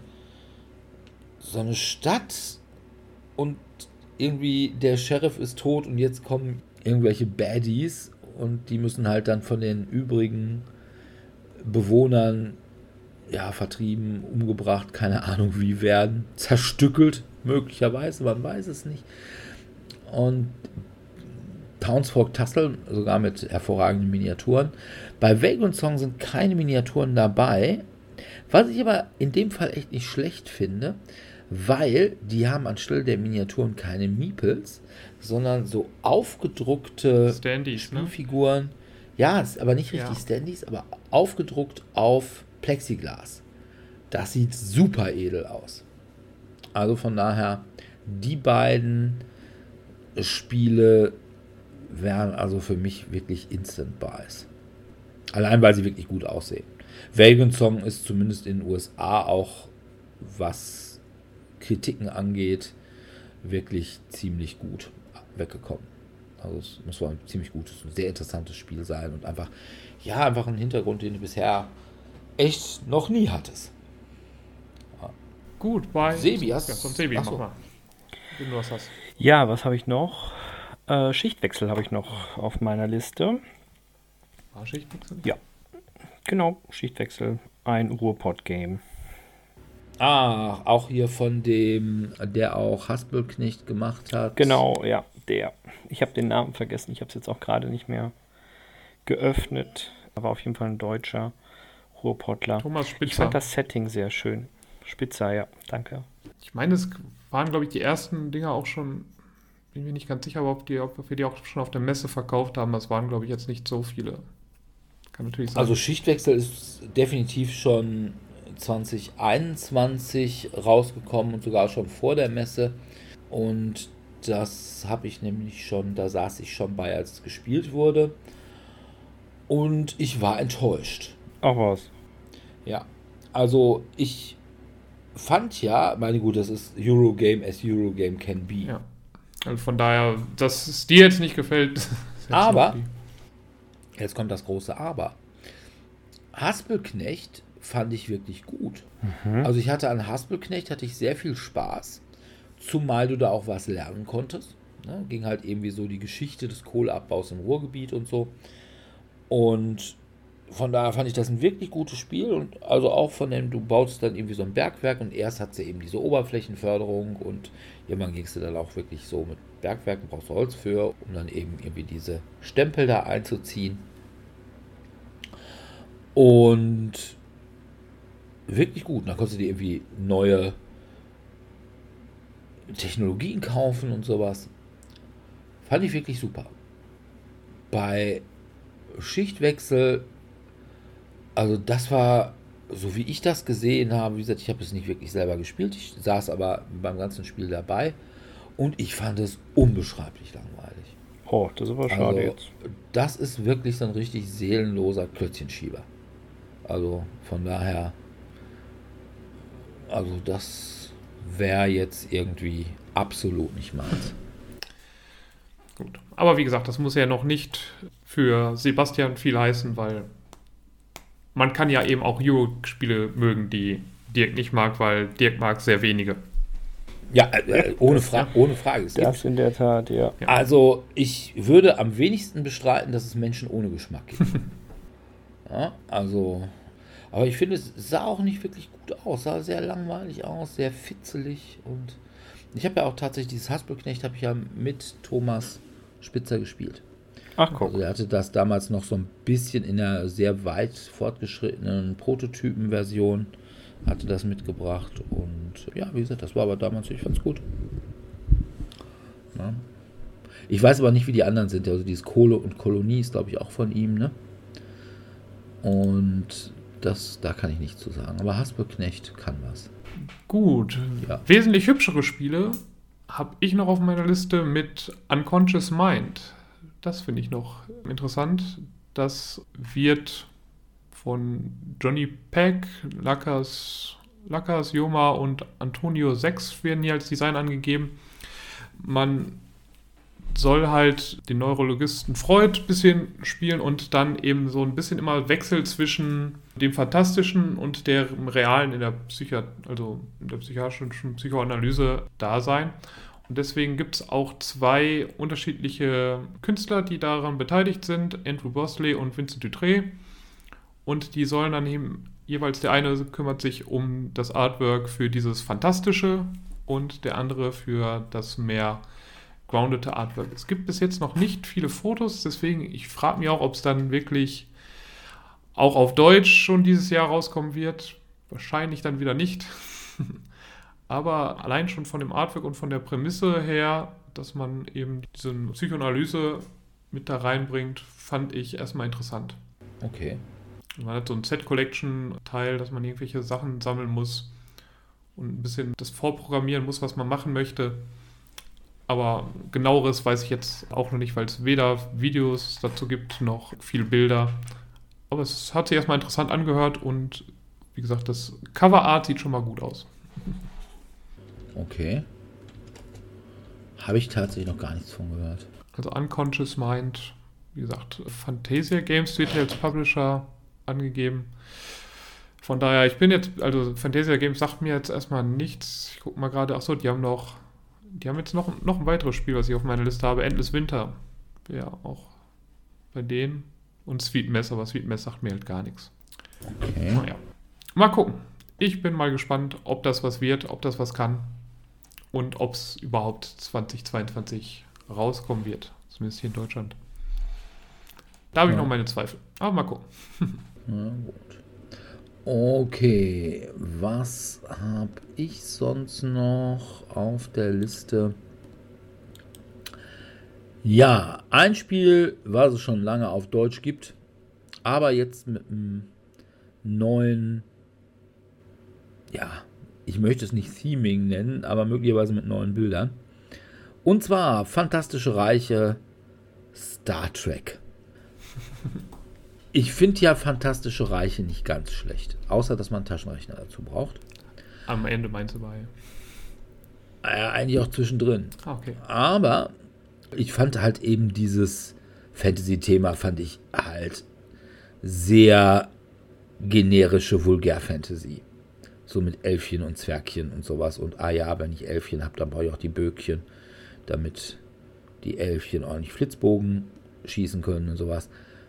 so eine Stadt und irgendwie der Sheriff ist tot und jetzt kommen irgendwelche Baddies und die müssen halt dann von den übrigen Bewohnern ja vertrieben, umgebracht, keine Ahnung wie werden, zerstückelt möglicherweise, man weiß es nicht. Und Townsfolk Tassel, sogar mit hervorragenden Miniaturen. Bei Vagrant Song sind keine Miniaturen dabei, was ich aber in dem Fall echt nicht schlecht finde, weil die haben anstelle der Miniaturen keine Meeples, sondern so aufgedruckte Standys, Spielfiguren. Ne? Ja, ist aber nicht richtig ja. Standys, aber aufgedruckt auf Plexiglas. Das sieht super edel aus. Also von daher, die beiden Spiele wären also für mich wirklich Instant Buys. Allein, weil sie wirklich gut aussehen. Vagrant Song ist zumindest in den U S A auch, was Kritiken angeht, wirklich ziemlich gut weggekommen. Also es muss wohl ein ziemlich gutes, ein sehr interessantes Spiel sein und einfach, ja, einfach ein Hintergrund, den du bisher echt noch nie hattest. Ja. Gut, bei Sebi, hast ja, sonst Sebi, mach mal. Wenn du was hast. Ja, was habe ich noch? Äh, Schichtwechsel habe ich noch auf meiner Liste. War Schichtwechsel? Ja, genau, Schichtwechsel, ein Ruhrpott-Game. Ah, auch hier von dem, der auch Haspelknecht gemacht hat. Genau, ja, der. Ich habe den Namen vergessen, ich habe es jetzt auch gerade nicht mehr geöffnet. Aber auf jeden Fall ein deutscher Ruhrpottler. Thomas Spitzer. Ich fand das Setting sehr schön. Spitzer, ja, danke. Ich meine, es waren, glaube ich, die ersten Dinger auch schon, bin mir nicht ganz sicher, ob, die, ob wir die auch schon auf der Messe verkauft haben. Es waren, glaube ich, jetzt nicht so viele. Kann natürlich sein. Also Schichtwechsel ist definitiv schon zwanzig einundzwanzig rausgekommen und sogar schon vor der Messe. Und das habe ich nämlich schon, da saß ich schon bei, als es gespielt wurde. Und ich war enttäuscht. Ach was. Ja, also ich fand ja, meine gut, das ist Eurogame as Eurogame can be. Ja. Also von daher, dass es dir jetzt nicht gefällt. Jetzt aber, jetzt kommt das große Aber. Haspelknecht fand ich wirklich gut. Mhm. Also ich hatte an Haspelknecht hatte ich sehr viel Spaß, zumal du da auch was lernen konntest. Ne? Ging halt irgendwie so die Geschichte des Kohleabbaus im Ruhrgebiet und so. Und von daher fand ich das ein wirklich gutes Spiel und also auch von dem, du baust dann irgendwie so ein Bergwerk und erst hat sie eben diese Oberflächenförderung und irgendwann gingst du dann auch wirklich so mit Bergwerken, brauchst du Holz für, um dann eben irgendwie diese Stempel da einzuziehen. Und wirklich gut. Da konntest du dir irgendwie neue Technologien kaufen und sowas. Fand ich wirklich super. Bei Schichtwechsel, also das war, so wie ich das gesehen habe, wie gesagt, ich habe es nicht wirklich selber gespielt, ich saß aber beim ganzen Spiel dabei und ich fand es unbeschreiblich langweilig. Oh, das ist aber schade also, jetzt. Das ist wirklich so ein richtig seelenloser Klötzchenschieber. Also von daher, also das wäre jetzt irgendwie absolut nicht meins. Gut. Aber wie gesagt, das muss ja noch nicht für Sebastian viel heißen, weil man kann ja eben auch Euro-Spiele mögen, die Dirk nicht mag, weil Dirk mag sehr wenige. Ja, äh, ohne, Fra- ohne Frage. Es das in der Tat, ja. Also ich würde am wenigsten bestreiten, dass es Menschen ohne Geschmack gibt. Ja, also, aber ich finde, es sah auch nicht wirklich gut aus, sah sehr langweilig aus, sehr fitzelig und ich habe ja auch tatsächlich dieses Haspelknecht habe ich ja mit Thomas Spitzer gespielt. Ach guck. Also er hatte das damals noch so ein bisschen in einer sehr weit fortgeschrittenen Prototypen-Version hatte das mitgebracht und ja, wie gesagt, das war aber damals, ich fand's gut. Ja. Ich weiß aber nicht, wie die anderen sind, also dieses Kohle und Kolonie ist glaube ich auch von ihm, ne? Und das, da kann ich nichts zu sagen. Aber Haspelknecht kann was. Gut. Ja. Wesentlich hübschere Spiele habe ich noch auf meiner Liste mit Unconscious Mind. Das finde ich noch interessant. Das wird von Johnny Peck, Lakas, Lakas Joma und Antonio sechs werden hier als Design angegeben. Man soll halt den Neurologisten Freud ein bisschen spielen und dann eben so ein bisschen immer Wechsel zwischen dem Fantastischen und dem Realen in der Psychi- also in der psychiatrischen Psychoanalyse da sein. Und deswegen gibt es auch zwei unterschiedliche Künstler, die daran beteiligt sind, Andrew Bosley und Vincent Dutrait. Und die sollen dann eben, jeweils der eine kümmert sich um das Artwork für dieses Fantastische und der andere für das mehr groundete Artwork. Es gibt bis jetzt noch nicht viele Fotos, deswegen ich frage mich auch, ob es dann wirklich auch auf Deutsch schon dieses Jahr rauskommen wird. Wahrscheinlich dann wieder nicht. Aber allein schon von dem Artwork und von der Prämisse her, dass man eben diese Psychoanalyse mit da reinbringt, fand ich erstmal interessant. Okay. Man hat so ein Set-Collection-Teil, dass man irgendwelche Sachen sammeln muss und ein bisschen das vorprogrammieren muss, was man machen möchte. Aber genaueres weiß ich jetzt auch noch nicht, weil es weder Videos dazu gibt, noch viele Bilder. Aber es hat sich erstmal interessant angehört und wie gesagt, das Cover-Art sieht schon mal gut aus. Okay. Habe ich tatsächlich noch gar nichts von gehört. Also Unconscious Mind, wie gesagt, Fantasia Games wird als Publisher angegeben. Von daher, ich bin jetzt, also Fantasia Games sagt mir jetzt erstmal nichts. Ich gucke mal gerade, achso, die haben noch, die haben jetzt noch, noch ein weiteres Spiel, was ich auf meiner Liste habe, Endless Winter. Ja, auch bei denen. Und Sweet Mess, aber Sweet Mess sagt mir halt gar nichts. Okay. Naja, mal gucken. Ich bin mal gespannt, ob das was wird, ob das was kann und ob es überhaupt zweitausendzweiundzwanzig rauskommen wird. Zumindest hier in Deutschland. Da habe ich Ja. noch meine Zweifel. Aber mal gucken. Na gut. Okay, was habe ich sonst noch auf der Liste? Ja, ein Spiel, was es schon lange auf Deutsch gibt, aber jetzt mit einem neuen, ja, ich möchte es nicht Theming nennen, aber möglicherweise mit neuen Bildern. Und zwar Fantastische Reiche Star Trek. Ich finde ja Fantastische Reiche nicht ganz schlecht, außer dass man einen Taschenrechner dazu braucht. Am Ende meinst du bei? Äh, eigentlich auch zwischendrin. Ah, okay. Aber ich fand halt eben dieses Fantasy-Thema fand ich halt sehr generische Vulgär-Fantasy. So mit Elfchen und Zwergchen und sowas. Und ah ja, wenn ich Elfchen habe, dann brauche ich auch die Böckchen, damit die Elfchen ordentlich Flitzbogen schießen können und sowas.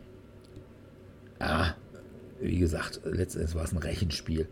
Ja, wie gesagt, letztendlich war es ein Rechenspiel.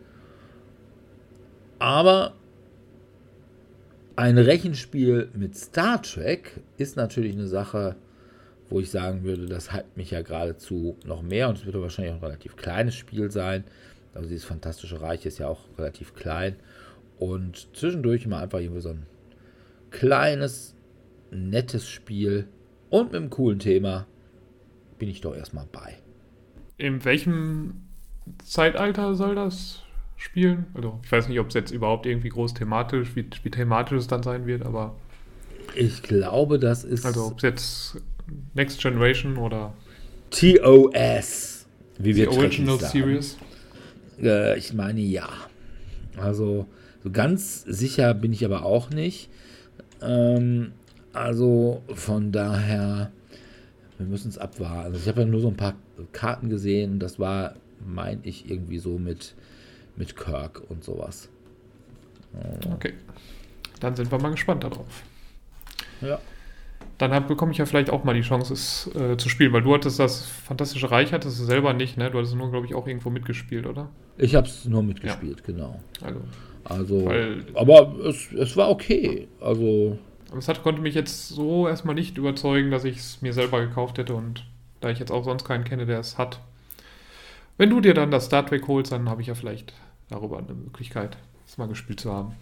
Aber ein Rechenspiel mit Star Trek ist natürlich eine Sache, wo ich sagen würde, das hypt mich ja geradezu noch mehr und es wird wahrscheinlich auch ein relativ kleines Spiel sein. Also dieses Fantastische Reich ist ja auch relativ klein und zwischendurch mal einfach irgendwie so ein kleines, nettes Spiel und mit einem coolen Thema bin ich doch erstmal bei. In welchem Zeitalter soll das spielen? Also ich weiß nicht, ob es jetzt überhaupt irgendwie groß thematisch, wie, wie thematisch es dann sein wird, aber Ich glaube, das ist also ob es jetzt Next Generation oder T O S, wie die wir Original Trekkies sagen. Series. Äh, ich meine, ja. Also, so ganz sicher bin ich aber auch nicht. Ähm, also, von daher, wir müssen es abwarten. Also, ich habe ja nur so ein paar Karten gesehen und das war, meine ich, irgendwie so mit, mit Kirk und sowas. Okay, dann sind wir mal gespannt darauf. Ja. Dann hab, bekomme ich ja vielleicht auch mal die Chance, es äh, zu spielen, weil du hattest das Fantastische Reich, hattest du selber nicht, ne? Du hattest nur, glaube ich, auch irgendwo mitgespielt, oder? Ich habe es nur mitgespielt, genau. Also, Also, Weil- aber es, es war okay. Also, aber es hat, konnte mich jetzt so erstmal nicht überzeugen, dass ich es mir selber gekauft hätte und da ich jetzt auch sonst keinen kenne, der es hat. Wenn du dir dann das Star Trek holst, dann habe ich ja vielleicht darüber eine Möglichkeit, es mal gespielt zu haben.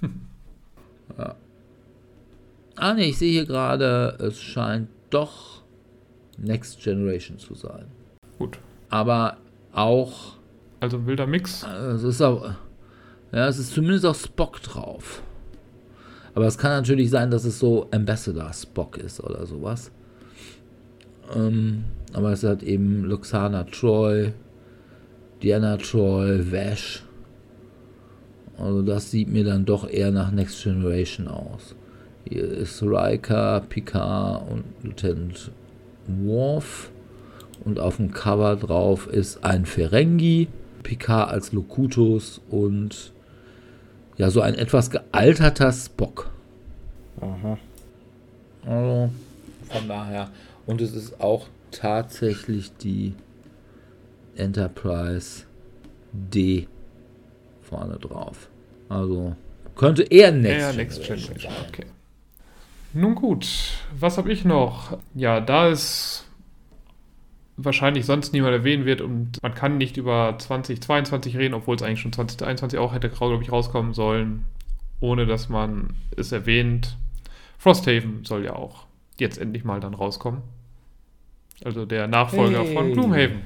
ah ne, ich sehe hier gerade, es scheint doch Next Generation zu sein. Gut, Aber auch, also ein wilder Mix. äh, es ist auch, ja, es ist zumindest auch Spock drauf. Aber es kann natürlich sein, dass es so Ambassador Spock ist oder sowas. Ähm, aber es hat eben Lwaxana Troi, Deanna Troi, Vash. Also das sieht mir dann doch eher nach Next Generation aus. Hier ist Riker, Picard und Lieutenant Worf. Und auf dem Cover drauf ist ein Ferengi, Picard als Locutus und ja, so ein etwas gealterter Spock. Aha. Also, von daher. Und es ist auch tatsächlich die Enterprise D vorne drauf. Also könnte eher Next, Ja, Generation Next Generation. sein. Okay. Nun gut, was habe ich noch? Ja, da es wahrscheinlich sonst niemand erwähnen wird und man kann nicht über zwanzig zweiundzwanzig reden, obwohl es eigentlich schon zwanzig einundzwanzig auch hätte, glaube ich, rauskommen sollen, ohne dass man es erwähnt. Frosthaven soll ja auch jetzt endlich mal dann rauskommen. Also der Nachfolger Hey. von Gloomhaven.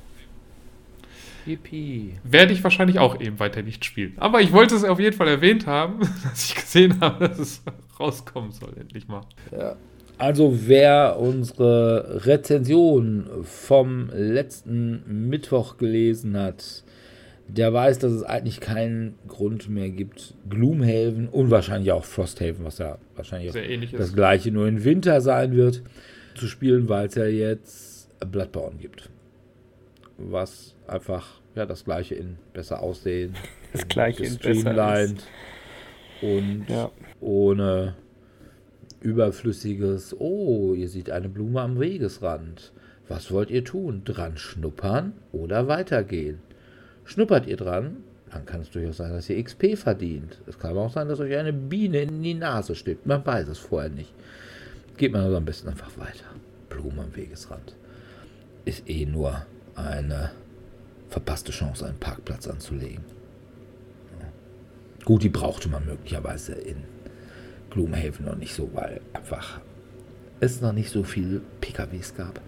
Yippie. Werde ich wahrscheinlich auch eben weiter nicht spielen. Aber ich wollte es auf jeden Fall erwähnt haben, dass ich gesehen habe, dass es rauskommen soll, endlich mal. Ja. Also wer unsere Rezension vom letzten Mittwoch gelesen hat, der weiß, dass es eigentlich keinen Grund mehr gibt, Gloomhaven und wahrscheinlich auch Frosthaven, was ja wahrscheinlich Sehr ähnlich das ist. gleiche nur in Winter sein wird, zu spielen, weil es ja jetzt Bloodborne gibt. Was einfach ja das gleiche in besser aussehen, Das gleiche in besser gestreamlined und Ja. ohne überflüssiges, oh, ihr seht eine Blume am Wegesrand. Was wollt ihr tun? Dran schnuppern oder weitergehen? Schnuppert ihr dran, dann kann es durchaus sein, dass ihr X P verdient. Es kann aber auch sein, dass euch eine Biene in die Nase steckt. Man weiß es vorher nicht. Geht man also am besten einfach weiter. Blume am Wegesrand. Ist eh nur eine verpasste Chance, einen Parkplatz anzulegen. Ja. Gut, die brauchte man möglicherweise in Gloomhaven noch nicht so, weil einfach es noch nicht so viele P K Ws gab.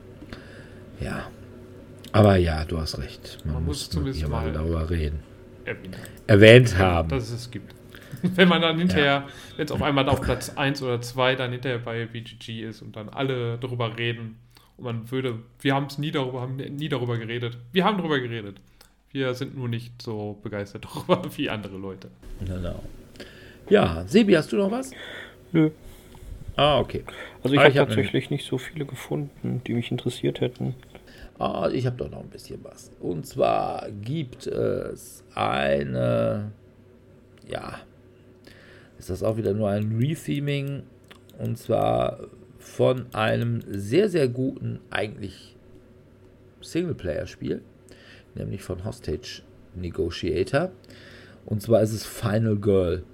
Ja. Aber ja, du hast recht. Man, Man muss muss zumindest mal mal darüber reden. Erwähnt. Erwähnt haben. Dass es es gibt. Wenn man dann hinterher, wenn es auf einmal auf Platz eins oder zwei dann hinterher bei B G G ist und dann alle darüber reden und man würde, wir haben es nie darüber, haben nie darüber geredet. Wir haben darüber geredet. Wir sind nur nicht so begeistert darüber wie andere Leute. Genau. Ja, Sebi, hast du noch was? Nö. Ah, okay. Also ich Ah, habe ich hab tatsächlich nicht so viele gefunden, die mich interessiert hätten. Ah, ich habe doch noch ein bisschen was. Und zwar gibt es eine, ja, ist das auch wieder nur ein Retheming, und zwar von einem sehr, sehr guten, eigentlich Singleplayer-Spiel, nämlich von Hostage Negotiator. Und zwar ist es Final Girl.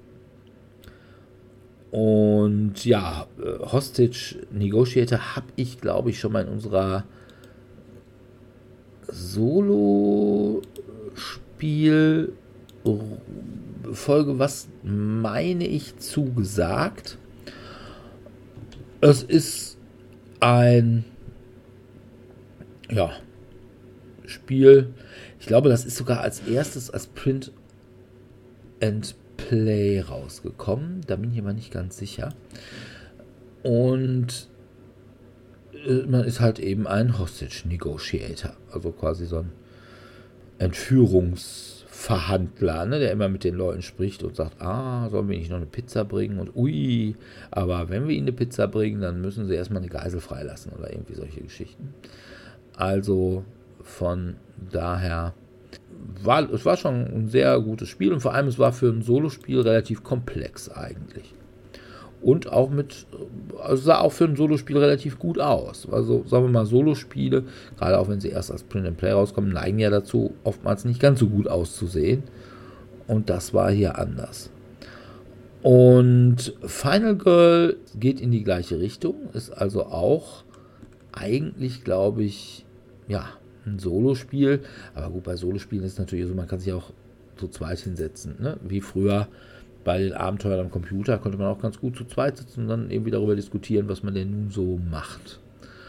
Und ja, Hostage Negotiator habe ich, glaube ich, schon mal in unserer Solo-Spiel Folge, was meine ich, zugesagt. Es ist ein ja, Spiel, ich glaube, das ist sogar als erstes als Print and Play rausgekommen. Da bin ich aber nicht ganz sicher. Und man ist halt eben ein Hostage Negotiator, also quasi so ein Entführungsverhandler, ne, der immer mit den Leuten spricht und sagt, ah, sollen wir nicht noch eine Pizza bringen? Und ui, aber wenn wir ihnen eine Pizza bringen, dann müssen sie erstmal eine Geisel freilassen oder irgendwie solche Geschichten. Also von daher war es war schon ein sehr gutes Spiel und vor allem es war für ein Solospiel relativ komplex eigentlich. Und auch mit, also sah auch für ein Solospiel relativ gut aus. Also sagen wir mal, Solospiele, gerade auch wenn sie erst als Print and Play rauskommen, neigen ja dazu, oftmals nicht ganz so gut auszusehen. Und das war hier anders. Und Final Girl geht in die gleiche Richtung, ist also auch eigentlich, glaube ich, ja, ein Solospiel. Aber gut, bei Solospielen ist es natürlich so, man kann sich auch zu zweit hinsetzen, ne? Wie früher bei den Abenteuern am Computer konnte man auch ganz gut zu zweit sitzen und dann irgendwie darüber diskutieren, was man denn nun so macht.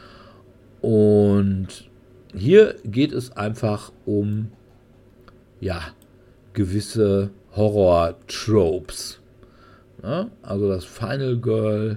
Und hier geht es einfach um, ja, gewisse Horror-Tropes. Ja? Also das Final Girl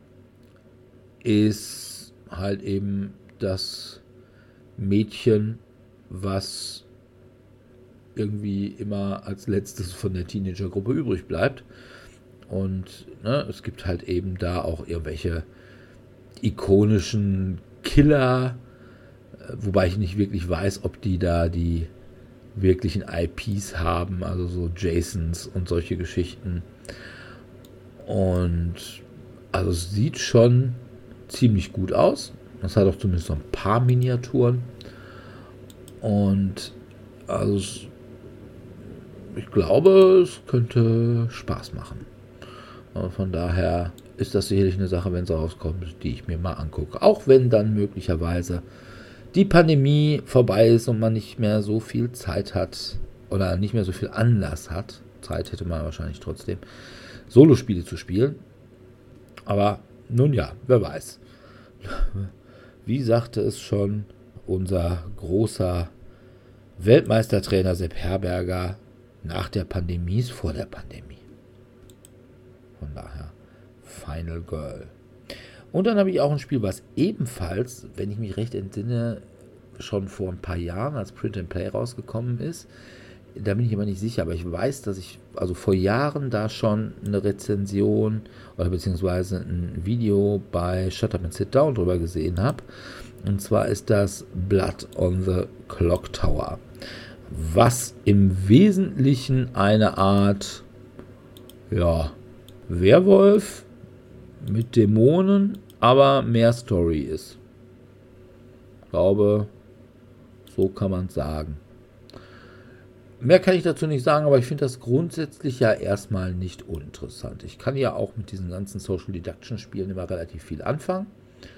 ist halt eben das Mädchen, was irgendwie immer als letztes von der Teenagergruppe übrig bleibt. Und ne, es gibt halt eben da auch irgendwelche ikonischen Killer, wobei ich nicht wirklich weiß, ob die da die wirklichen I Ps haben, also so Jasons und solche Geschichten. Und also es sieht schon ziemlich gut aus. Das hat auch zumindest noch ein paar Miniaturen. Und also es, ich glaube, es könnte Spaß machen. Also von daher ist das sicherlich eine Sache, wenn es rauskommt, die ich mir mal angucke. Auch wenn dann möglicherweise die Pandemie vorbei ist und man nicht mehr so viel Zeit hat oder nicht mehr so viel Anlass hat. Zeit hätte man wahrscheinlich trotzdem, Solospiele zu spielen. Aber nun ja, wer weiß. Wie sagte es schon unser großer Weltmeistertrainer Sepp Herberger, nach der Pandemie ist vor der Pandemie. Von daher, Final Girl. Und dann habe ich auch ein Spiel, was ebenfalls, wenn ich mich recht entsinne, schon vor ein paar Jahren als Print and Play rausgekommen ist. Da bin ich aber nicht sicher, aber ich weiß, dass ich also vor Jahren da schon eine Rezension oder beziehungsweise ein Video bei Shut Up and Sit Down drüber gesehen habe. Und zwar ist das Blood on the Clock Tower, was im Wesentlichen eine Art, ja, Werwolf mit Dämonen, aber mehr Story ist. Ich glaube, so kann man es sagen. Mehr kann ich dazu nicht sagen, aber ich finde das grundsätzlich ja erstmal nicht uninteressant. Ich kann ja auch mit diesen ganzen Social Deduction Spielen immer relativ viel anfangen.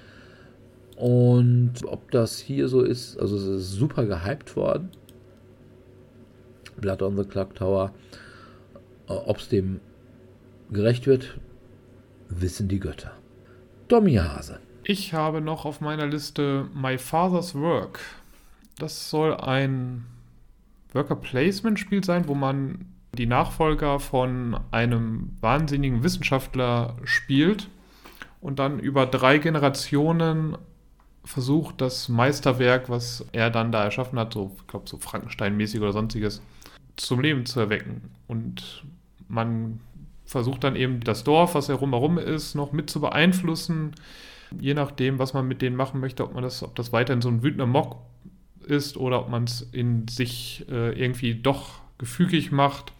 Und ob das hier so ist, also es ist super gehypt worden. Blood on the Clock Tower. Ob es dem gerecht wird, wissen die Götter. Tommy Hase. Ich habe noch auf meiner Liste My Father's Work. Das soll ein Worker-Placement-Spiel sein, wo man die Nachfolger von einem wahnsinnigen Wissenschaftler spielt und dann über drei Generationen versucht, das Meisterwerk, was er dann da erschaffen hat, so, ich glaube, so Frankenstein-mäßig oder sonstiges, zum Leben zu erwecken. Und man versucht dann eben das Dorf, was herum ist, noch mit zu beeinflussen, je nachdem, was man mit denen machen möchte, ob man das, ob das weiterhin so ein wütender Mob ist oder ob man es in sich äh, irgendwie doch gefügig macht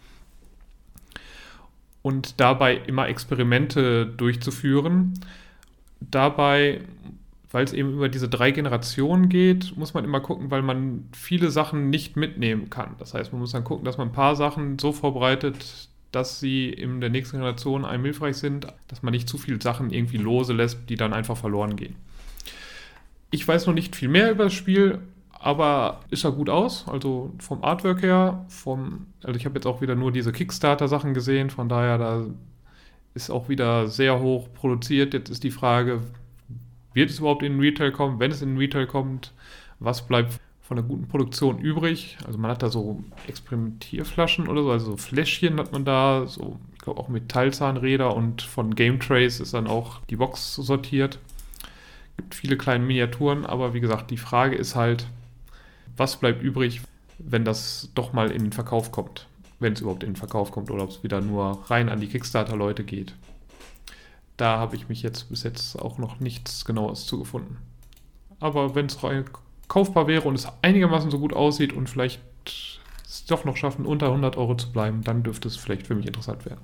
und dabei immer Experimente durchzuführen. Dabei, weil es eben über diese drei Generationen geht, muss man immer gucken, weil man viele Sachen nicht mitnehmen kann. Das heißt, man muss dann gucken, dass man ein paar Sachen so vorbereitet, dass sie in der nächsten Generation einem hilfreich sind, dass man nicht zu viele Sachen irgendwie lose lässt, die dann einfach verloren gehen. Ich weiß noch nicht viel mehr über das Spiel, aber es sah gut aus, also vom Artwork her, vom, also ich habe jetzt auch wieder nur diese Kickstarter-Sachen gesehen, von daher, da ist auch wieder sehr hoch produziert. Jetzt ist die Frage, wird es überhaupt in den Retail kommen? Wenn es in den Retail kommt, was bleibt von der guten Produktion übrig? Also man hat da so Experimentierflaschen oder so, also so Fläschchen hat man da, so, ich glaube auch Metallzahnräder, und von Game Trace ist dann auch die Box sortiert. Gibt viele kleine Miniaturen, aber wie gesagt, die Frage ist halt, was bleibt übrig, wenn das doch mal in den Verkauf kommt? Wenn es überhaupt in den Verkauf kommt oder ob es wieder nur rein an die Kickstarter-Leute geht. Da habe ich mich jetzt bis jetzt auch noch nichts Genaues zugefunden. Aber wenn es kaufbar wäre und es einigermaßen so gut aussieht und vielleicht es doch noch schaffen, unter hundert Euro zu bleiben, dann dürfte es vielleicht für mich interessant werden.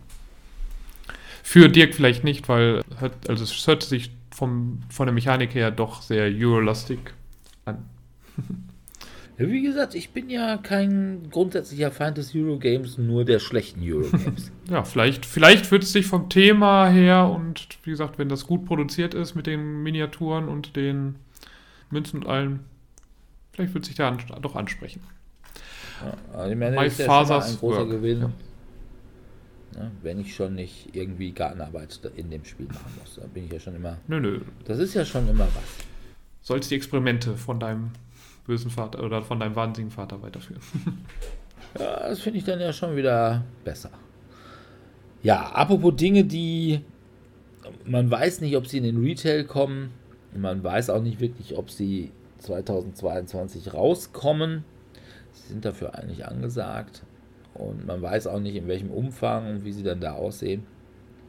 Für Dirk vielleicht nicht, weil also es hört sich vom, von der Mechanik her doch sehr Euro-lastig an. Wie gesagt, ich bin ja kein grundsätzlicher Feind des Eurogames, nur der schlechten Eurogames. Ja, vielleicht, vielleicht wird es sich vom Thema her und wie gesagt, wenn das gut produziert ist mit den Miniaturen und den Münzen und allem, vielleicht wird sich da an, doch ansprechen. Ja, also ich meine, My das ist ja schon mal Father's ein großer Work. Gewinn. Ja. Ja, wenn ich schon nicht irgendwie Gartenarbeit in dem Spiel machen muss. Da bin ich ja schon immer... Nö, nö. Das ist ja schon immer was. Sollst die Experimente von deinem bösen Vater oder von deinem wahnsinnigen Vater weiterführen. Ja, das finde ich dann ja schon wieder besser. Ja, apropos Dinge, die man weiß nicht, ob sie in den Retail kommen. Und man weiß auch nicht wirklich, ob sie zweitausendzweiundzwanzig rauskommen. Sie sind dafür eigentlich angesagt. Und man weiß auch nicht, in welchem Umfang und wie sie dann da aussehen.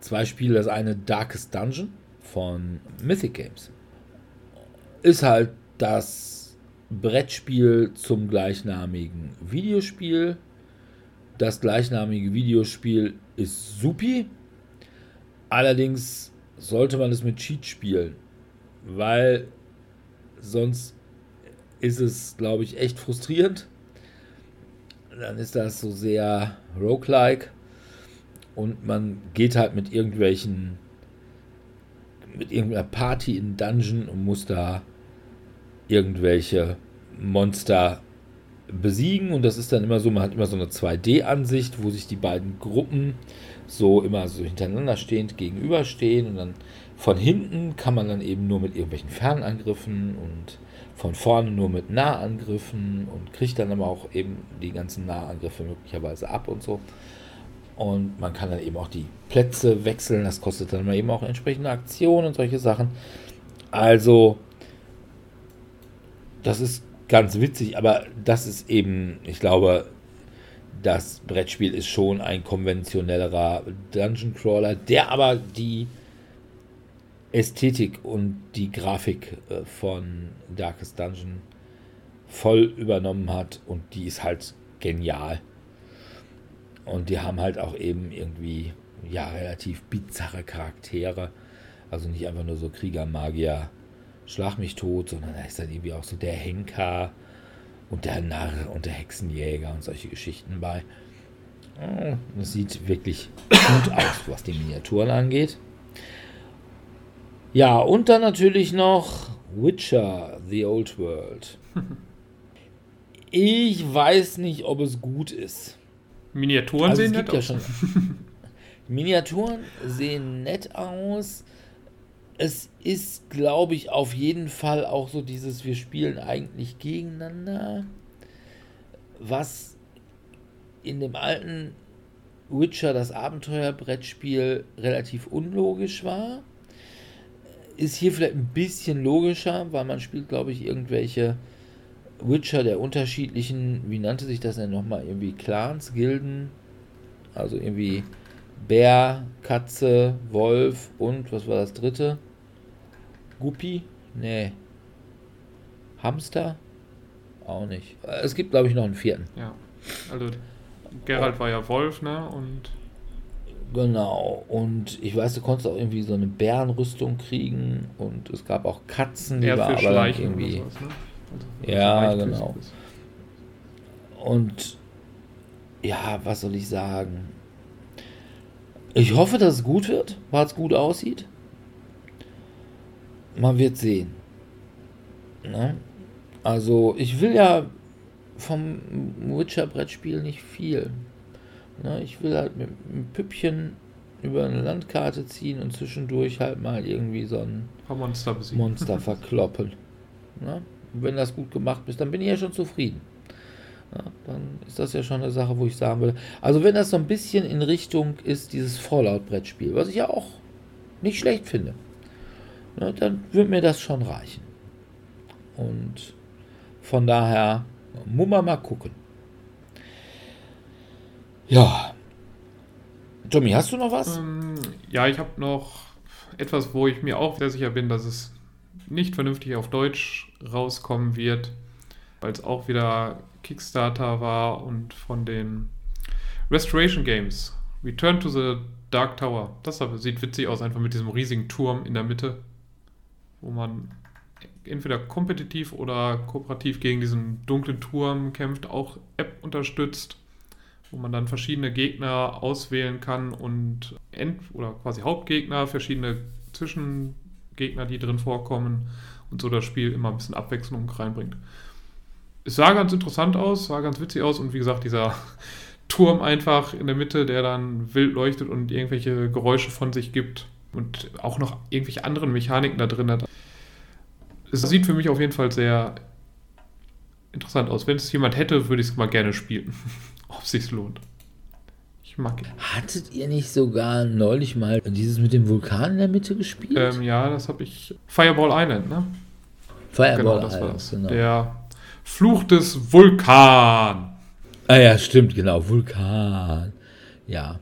zwei Spiele. Das eine Darkest Dungeon von Mythic Games. Ist halt das Brettspiel zum gleichnamigen Videospiel. Das gleichnamige Videospiel ist supi. Allerdings sollte man es mit Cheat spielen, weil sonst ist es, glaube ich, echt frustrierend. Dann ist das so sehr roguelike und man geht halt mit irgendwelchen mit irgendeiner Party in Dungeon und muss da irgendwelche Monster besiegen, und das ist dann immer so, man hat immer so eine zwei D-Ansicht, wo sich die beiden Gruppen so immer so hintereinander stehend gegenüberstehen, und dann von hinten kann man dann eben nur mit irgendwelchen Fernangriffen und von vorne nur mit Nahangriffen und kriegt dann aber auch eben die ganzen Nahangriffe möglicherweise ab und so. Und man kann dann eben auch die Plätze wechseln, das kostet dann eben auch entsprechende Aktionen und solche Sachen. Also, das ist ganz witzig, aber das ist eben, ich glaube, das Brettspiel ist schon ein konventionellerer Dungeon Crawler, der aber die Ästhetik und die Grafik von Darkest Dungeon voll übernommen hat, und die ist halt genial. Und die haben halt auch eben irgendwie ja relativ bizarre Charaktere, also nicht einfach nur so Krieger, Magier, Schlag mich tot, sondern da ist dann irgendwie auch so der Henker und der Narr und der Hexenjäger und solche Geschichten bei. Das sieht wirklich gut aus, was die Miniaturen angeht. Ja, und dann natürlich noch Witcher, The Old World. Ich weiß nicht, ob es gut ist. Miniaturen Also sehen es gibt nett ja aus. schon. Miniaturen sehen nett aus. Es ist, glaube ich, auf jeden Fall auch so dieses, wir spielen eigentlich gegeneinander, was in dem alten Witcher, das Abenteuerbrettspiel, relativ unlogisch war. Ist hier vielleicht ein bisschen logischer, weil man spielt, glaube ich, irgendwelche Witcher der unterschiedlichen, wie nannte sich das denn nochmal, irgendwie Clans, Gilden, also irgendwie Bär, Katze, Wolf und, was war das dritte? Guppi? Nee. Hamster? Auch nicht. Es gibt, glaube ich, noch einen vierten. Ja, also Geralt war ja Wolf, ne? Und Genau, und ich weiß, du konntest auch irgendwie so eine Bärenrüstung kriegen, und es gab auch Katzen, die war aber dann irgendwie... Sowas, ne? Also, Ja, also genau. Und ja, was soll ich sagen? Ich hoffe, dass es gut wird, weil es gut aussieht. Man wird sehen. Ne? Also, ich will ja vom Witcher-Brettspiel nicht viel. Ne? Ich will halt mit einem Püppchen über eine Landkarte ziehen und zwischendurch halt mal irgendwie so ein Monster besiegen. Monster verkloppen. Ne? Und wenn das gut gemacht ist, dann bin ich ja schon zufrieden. Ja, dann ist das ja schon eine Sache, wo ich sagen würde, also wenn das so ein bisschen in Richtung ist, dieses Fallout-Brettspiel, was ich ja auch nicht schlecht finde, ne, dann würde mir das schon reichen. Und von daher muss man mal gucken. Ja. Tommy, hast du noch was? Ähm, ja, ich habe noch etwas, wo ich mir auch sehr sicher bin, dass es nicht vernünftig auf Deutsch rauskommen wird, weil es auch wieder Kickstarter war und von den Restoration Games. Return to the Dark Tower. Das sieht witzig aus, einfach mit diesem riesigen Turm in der Mitte, wo man entweder kompetitiv oder kooperativ gegen diesen dunklen Turm kämpft, auch App unterstützt, wo man dann verschiedene Gegner auswählen kann und End- oder quasi Hauptgegner, verschiedene Zwischengegner, die drin vorkommen, und so das Spiel immer ein bisschen Abwechslung reinbringt. Es sah ganz interessant aus, sah ganz witzig aus, und wie gesagt, dieser Turm einfach in der Mitte, der dann wild leuchtet und irgendwelche Geräusche von sich gibt und auch noch irgendwelche anderen Mechaniken da drin hat. Es sieht für mich auf jeden Fall sehr interessant aus. Wenn es jemand hätte, würde ich es mal gerne spielen. Ob es sich lohnt. Ich mag ihn. Hattet ihr nicht sogar neulich mal dieses mit dem Vulkan in der Mitte gespielt? Ähm, ja, das habe ich. Fireball Island, ne? Fireball Genau, das Island, war das. genau. Der Fluch des Vulkan. Ah ja, stimmt, genau. Vulkan. Ja.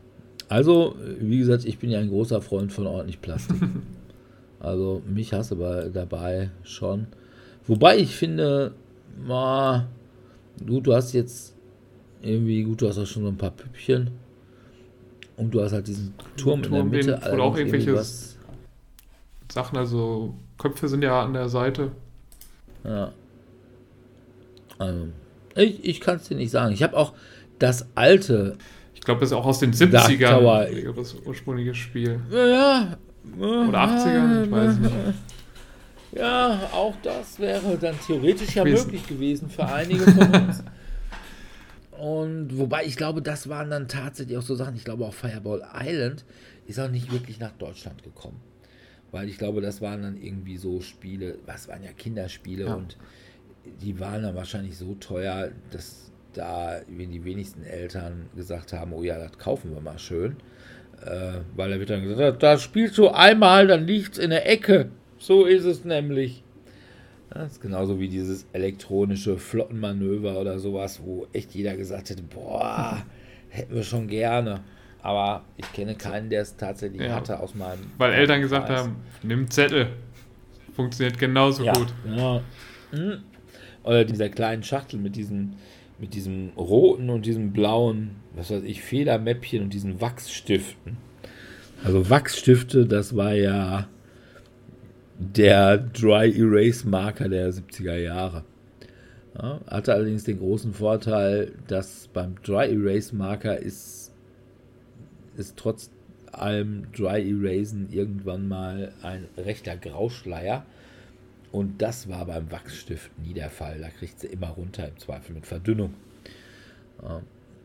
Also, wie gesagt, ich bin ja ein großer Freund von ordentlich Plastik. Also, mich hasse bei dabei schon. Wobei ich finde, na, gut, du hast jetzt irgendwie, gut, du hast auch schon so ein paar Püppchen. Und du hast halt diesen Turm, Turm, in der Mitte. den, oder auch irgendwelche was, Sachen, also Köpfe sind ja an der Seite. ja. Also, ich ich kann es dir nicht sagen. Ich habe auch das alte. Ich glaube, das ist auch aus den Dark siebzigern, Tower. das ursprüngliche Spiel. Ja. Oder achtzigern, ich weiß nicht. Ja, auch das wäre dann theoretisch ja Gewesen. möglich gewesen für einige von uns. Und wobei ich glaube, das waren dann tatsächlich auch so Sachen. Ich glaube auch Fireball Island ist auch nicht wirklich nach Deutschland gekommen. Weil ich glaube, das waren dann irgendwie so Spiele, was waren ja Kinderspiele Ja. und die waren dann wahrscheinlich so teuer, dass da die wenigsten Eltern gesagt haben, oh ja, das kaufen wir mal schön. Äh, weil er wird dann gesagt, da spielst du einmal, dann liegt's in der Ecke. So ist es nämlich. Das ist genauso wie dieses elektronische Flottenmanöver oder sowas, wo echt jeder gesagt hätte, boah, hätten wir schon gerne. Aber ich kenne keinen, der es tatsächlich Ja. hatte aus meinem Weil Eltern gesagt Kreis. haben, nimm Zettel. Funktioniert genauso Ja. gut. Ja. Mhm. Oder dieser kleinen Schachtel mit diesem, mit diesem roten und diesem blauen, was weiß ich, Federmäppchen und diesen Wachsstiften. Also Wachsstifte, das war ja der Dry Erase Marker der siebziger Jahre. Ja, hatte allerdings den großen Vorteil, dass beim Dry Erase Marker ist, ist trotz allem Dry Erasen irgendwann mal ein rechter Grauschleier. Und das war beim Wachsstift nie der Fall. Da kriegt sie immer runter, im Zweifel mit Verdünnung. Ja.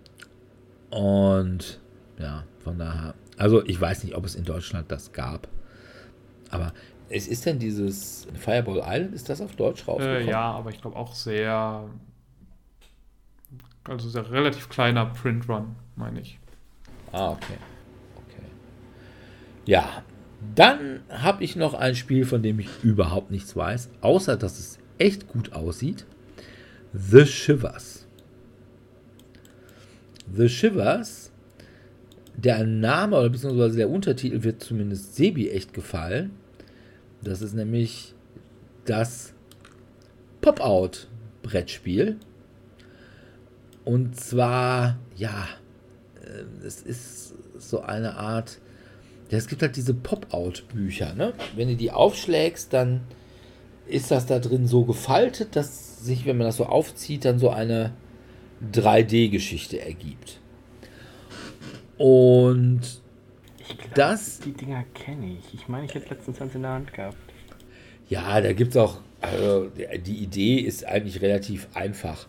Und ja, von daher. Also ich weiß nicht, ob es in Deutschland das gab. Aber es ist denn dieses Fireball Island, ist das auf Deutsch rausgekommen? Äh, ja, aber ich glaube auch sehr, also sehr relativ kleiner Print-Run, meine ich. Ah, okay. okay. Ja, dann habe ich noch ein Spiel, von dem ich überhaupt nichts weiß, außer dass es echt gut aussieht. The Shivers. The Shivers, der Name oder beziehungsweise der Untertitel wird zumindest Sebi echt gefallen. Das ist nämlich das Pop-Out-Brettspiel. Und zwar, ja, es ist so eine Art, ja, es gibt halt diese Pop-Out-Bücher, ne? Wenn du die aufschlägst, dann ist das da drin so gefaltet, dass sich, wenn man das so aufzieht, dann so eine drei D-Geschichte ergibt. Und Ich glaube, das, die Dinger kenne ich. Ich meine, ich hätte letztens eins in der Hand gehabt. ja, da gibt es auch, also die Idee ist eigentlich relativ einfach.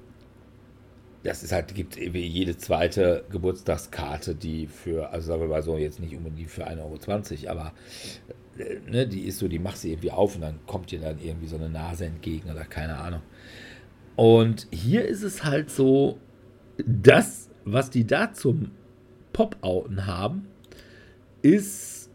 Das ist halt, gibt wie jede zweite Geburtstagskarte, die für, also sagen wir mal so, jetzt nicht unbedingt für ein Euro zwanzig, aber äh, ne, die ist so, die machst du irgendwie auf und dann kommt dir dann irgendwie so eine Nase entgegen oder keine Ahnung. Und hier ist es halt so, das, was die da zum Pop-Outen haben, ist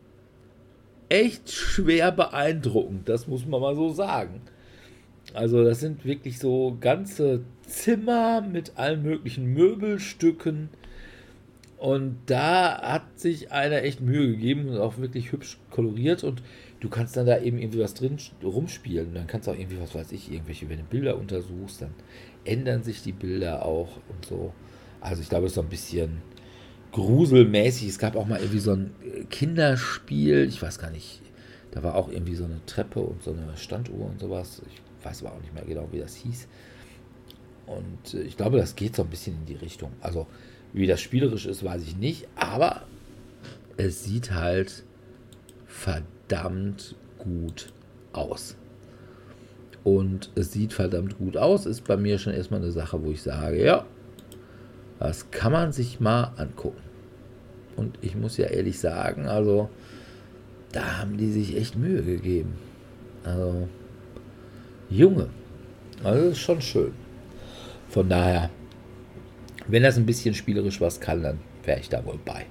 echt schwer beeindruckend, das muss man mal so sagen. Also das sind wirklich so ganze Zimmer mit allen möglichen Möbelstücken und da hat sich einer echt Mühe gegeben und auch wirklich hübsch koloriert und du kannst dann da eben irgendwie was drin rumspielen und dann kannst du auch irgendwie, was weiß ich, irgendwelche, wenn du Bilder untersuchst, dann ändern sich die Bilder auch und so. Also ich glaube, es ist so ein bisschen gruselmäßig. Es gab auch mal irgendwie so ein Kinderspiel, ich weiß gar nicht, da war auch irgendwie so eine Treppe und so eine Standuhr und sowas. Ich weiß aber auch nicht mehr genau, wie das hieß. Und ich glaube, das geht so ein bisschen in die Richtung. Also, wie das spielerisch ist, weiß ich nicht, aber es sieht halt verdammt gut aus. Und es sieht verdammt gut aus, ist bei mir schon erstmal eine Sache, wo ich sage, ja, das kann man sich mal angucken. Und ich muss ja ehrlich sagen, also, da haben die sich echt Mühe gegeben. Also, Junge, also das ist schon schön. Von daher, wenn das ein bisschen spielerisch was kann, dann wäre ich da wohl bei.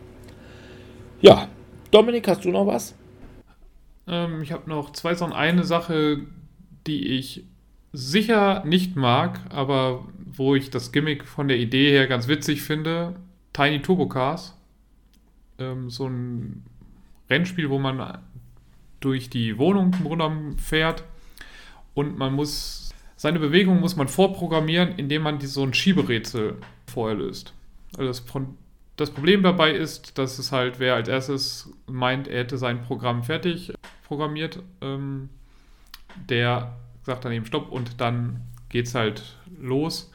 Ja, Dominik, hast du noch was? Ähm, ich habe noch zwei Sachen. Eine Sache, die ich sicher nicht mag, aber wo ich das Gimmick von der Idee her ganz witzig finde. Tiny Turbo Cars. ähm, so ein Rennspiel, wo man durch die Wohnung im Grunde genommen fährt und man muss, seine Bewegung muss man vorprogrammieren, indem man die, so ein Schieberätsel vorher löst. Also das, das Problem dabei ist, dass es halt, wer als erstes meint, er hätte sein Programm fertig programmiert, ähm, der sagt dann eben Stopp und dann geht's halt los.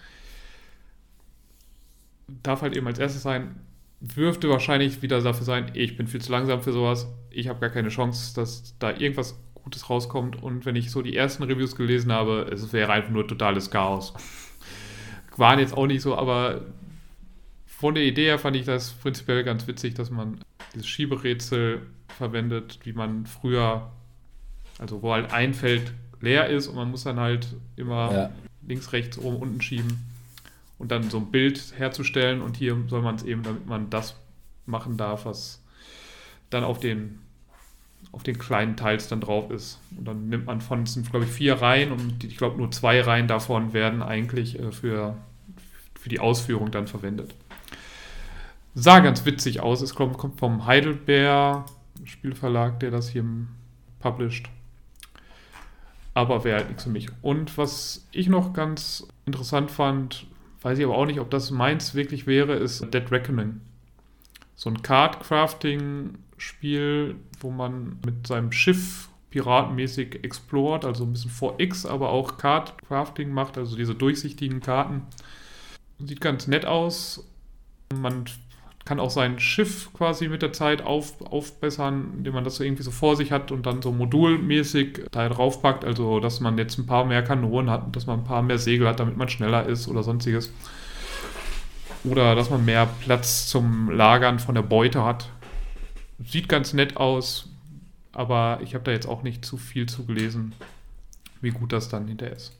Darf halt eben als erstes sein, dürfte wahrscheinlich wieder dafür sein, ich bin viel zu langsam für sowas, ich habe gar keine Chance, dass da irgendwas Gutes rauskommt und wenn ich so die ersten Reviews gelesen habe, es wäre einfach nur totales Chaos. Waren jetzt auch nicht so, aber von der Idee her fand ich das prinzipiell ganz witzig, dass man dieses Schieberätsel verwendet, wie man früher, also wo halt ein Feld leer ist und man muss dann halt immer ja. links, rechts, oben, unten schieben und dann so ein Bild herzustellen und hier soll man es eben, damit man das machen darf, was dann auf den, auf den kleinen Teils dann drauf ist. Und dann nimmt man von, es sind glaube ich vier Reihen und ich glaube nur zwei Reihen davon werden eigentlich äh, für, für die Ausführung dann verwendet. Sah ganz witzig aus, es kommt, kommt vom Heidelbeer Spielverlag, der das hier published. Aber wäre halt nichts für mich. Und was ich noch ganz interessant fand, weiß ich aber auch nicht, ob das meins wirklich wäre, ist Dead Reckoning. So ein Card-Crafting-Spiel, wo man mit seinem Schiff piratenmäßig explort, also ein bisschen vier X, aber auch Card-Crafting macht, also diese durchsichtigen Karten. Sieht ganz nett aus. Man kann auch sein Schiff quasi mit der Zeit auf, aufbessern, indem man das so irgendwie so vor sich hat und dann so modulmäßig da draufpackt, also dass man jetzt ein paar mehr Kanonen hat und dass man ein paar mehr Segel hat, damit man schneller ist oder sonstiges. Oder dass man mehr Platz zum Lagern von der Beute hat. Sieht ganz nett aus, aber ich habe da jetzt auch nicht zu viel zu gelesen, wie gut das dann hinterher ist.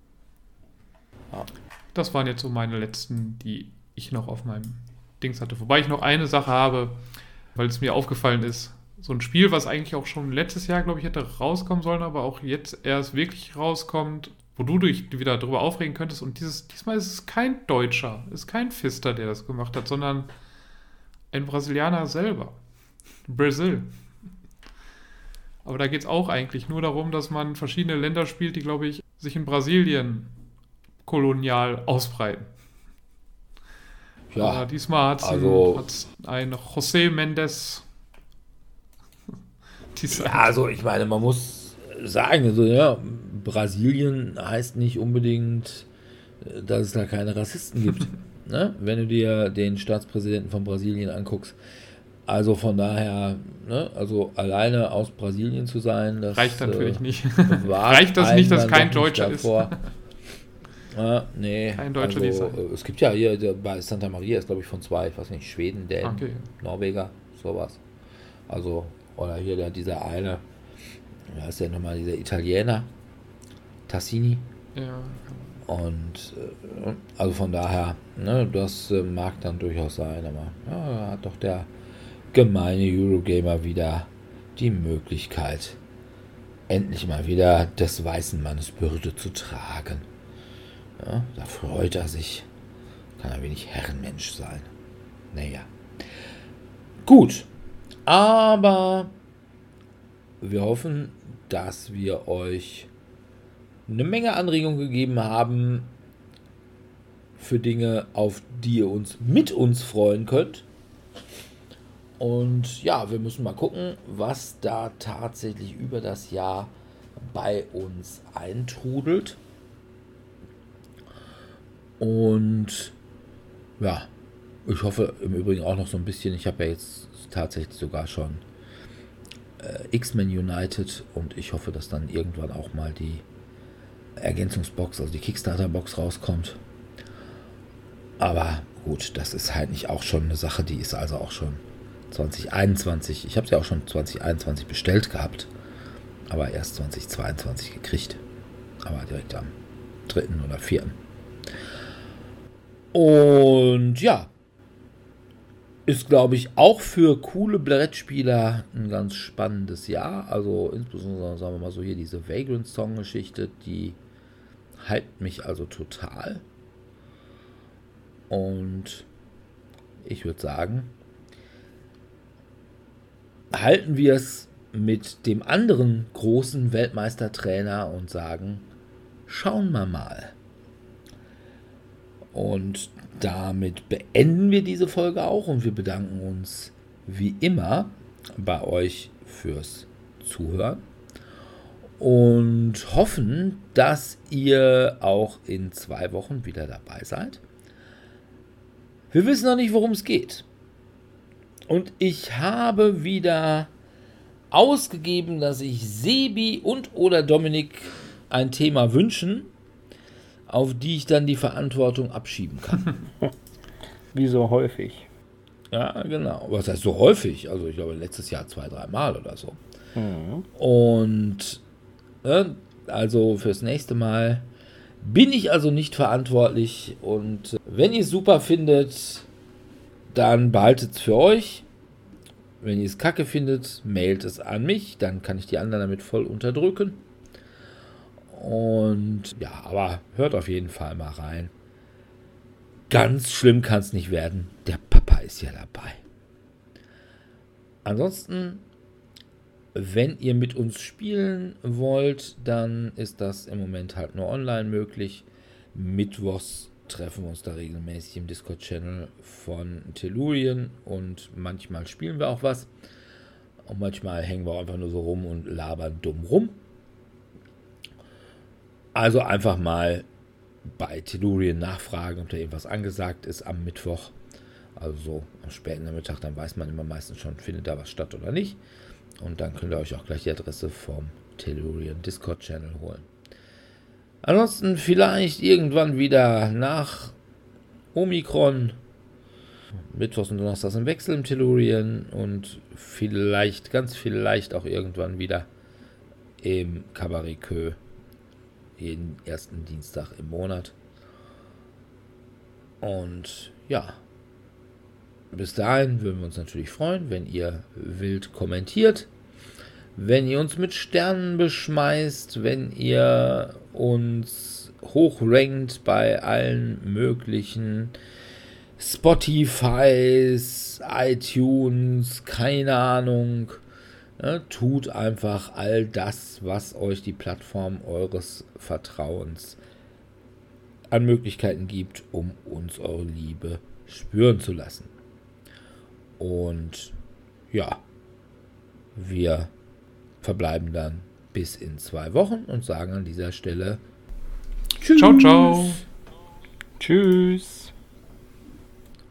Das waren jetzt so meine letzten, die ich noch auf meinem Dings hatte. Wobei ich noch eine Sache habe, weil es mir aufgefallen ist. So ein Spiel, was eigentlich auch schon letztes Jahr, glaube ich, hätte rauskommen sollen, aber auch jetzt erst wirklich rauskommt, wo du dich wieder drüber aufregen könntest. Und dieses, diesmal ist es kein Deutscher, ist kein Pfister, der das gemacht hat, sondern ein Brasilianer selber. Brazil. Aber da geht es auch eigentlich nur darum, dass man verschiedene Länder spielt, die, glaube ich, sich in Brasilien kolonial ausbreiten. Ja, diesmal hat es also, ein José Mendes. Ja, also ich meine, man muss sagen, also, ja, Brasilien heißt nicht unbedingt, dass es da keine Rassisten gibt. Ne? Wenn du dir den Staatspräsidenten von Brasilien anguckst. Also von daher, ne, also alleine aus Brasilien zu sein, das reicht natürlich äh, nicht. Reicht das nicht, dass kein Deutscher ist? Ah, nee, kein Deutscher also, Design. Es gibt ja hier der, bei Santa Maria ist glaube ich von zwei, ich weiß nicht, Schweden, Dänen, okay. Norweger, sowas. Also, oder hier der, dieser eine, wie heißt der nochmal, dieser Italiener, Tassini. Ja. Und äh, also von daher, ne, das äh, mag dann durchaus sein, aber ja, hat doch der gemeine Eurogamer wieder die Möglichkeit, endlich mal wieder des weißen Mannes Bürde zu tragen. Ja, da freut er sich. Kann ein wenig Herrenmensch sein. Naja. Gut. Aber wir hoffen, dass wir euch eine Menge Anregungen gegeben haben für Dinge, auf die ihr uns mit uns freuen könnt. Und ja, wir müssen mal gucken, was da tatsächlich über das Jahr bei uns eintrudelt. Und ja, ich hoffe im Übrigen auch noch so ein bisschen, ich habe ja jetzt tatsächlich sogar schon äh, X-Men United und ich hoffe, dass dann irgendwann auch mal die Ergänzungsbox, also die Kickstarter-Box rauskommt. Aber gut, das ist halt nicht auch schon eine Sache, die ist also auch schon zwanzig einundzwanzig, ich habe sie ja auch schon zwanzig einundzwanzig bestellt gehabt, aber erst zwanzig zweiundzwanzig gekriegt. Aber direkt am dritten oder vierten Und ja, ist glaube ich auch für coole Brettspieler ein ganz spannendes Jahr. Also insbesondere, sagen wir mal so, hier diese Vagrant Song Geschichte, die hypt mich also total. Und ich würde sagen, halten wir es mit dem anderen großen Weltmeistertrainer und sagen, schauen wir mal. Und damit beenden wir diese Folge auch und wir bedanken uns wie immer bei euch fürs Zuhören und hoffen, dass ihr auch in zwei Wochen wieder dabei seid. Wir wissen noch nicht, worum es geht. Und ich habe wieder ausgegeben, dass ich Sebi und oder Dominik ein Thema wünschen, auf die ich dann die Verantwortung abschieben kann. Wie so häufig. Ja, genau. Was heißt so häufig? Also ich glaube letztes Jahr zwei, drei Mal oder so. Mhm. Und ne, also fürs nächste Mal bin ich also nicht verantwortlich. Und wenn ihr es super findet, dann behaltet es für euch. Wenn ihr es kacke findet, mailt es an mich. Dann kann ich die anderen damit voll unterdrücken. Und ja, aber hört auf jeden Fall mal rein. Ganz schlimm kann es nicht werden. Der Papa ist ja dabei. Ansonsten, wenn ihr mit uns spielen wollt, dann ist das im Moment halt nur online möglich. Mittwochs treffen wir uns da regelmäßig im Discord-Channel von Tellurien und manchmal spielen wir auch was. Und manchmal hängen wir einfach nur so rum und labern dumm rum. Also einfach mal bei Tellurien nachfragen, ob da irgendwas angesagt ist am Mittwoch. Also so am späten Nachmittag, dann weiß man immer meistens schon, findet da was statt oder nicht. Und dann könnt ihr euch auch gleich die Adresse vom Tellurien Discord-Channel holen. Ansonsten vielleicht irgendwann wieder nach Omikron. Mittwochs und Donnerstags im Wechsel im Tellurien und vielleicht, ganz vielleicht auch irgendwann wieder im Cabaret Queue. Jeden ersten Dienstag im Monat. Und ja, bis dahin würden wir uns natürlich freuen, wenn ihr wild kommentiert, wenn ihr uns mit Sternen beschmeißt, wenn ihr uns hochrankt bei allen möglichen Spotifys, iTunes, keine Ahnung. Ja, tut einfach all das, was euch die Plattform eures Vertrauens an Möglichkeiten gibt, um uns eure Liebe spüren zu lassen. Und ja, wir verbleiben dann bis in zwei Wochen und sagen an dieser Stelle Tschüss. Ciao, ciao. Tschüss.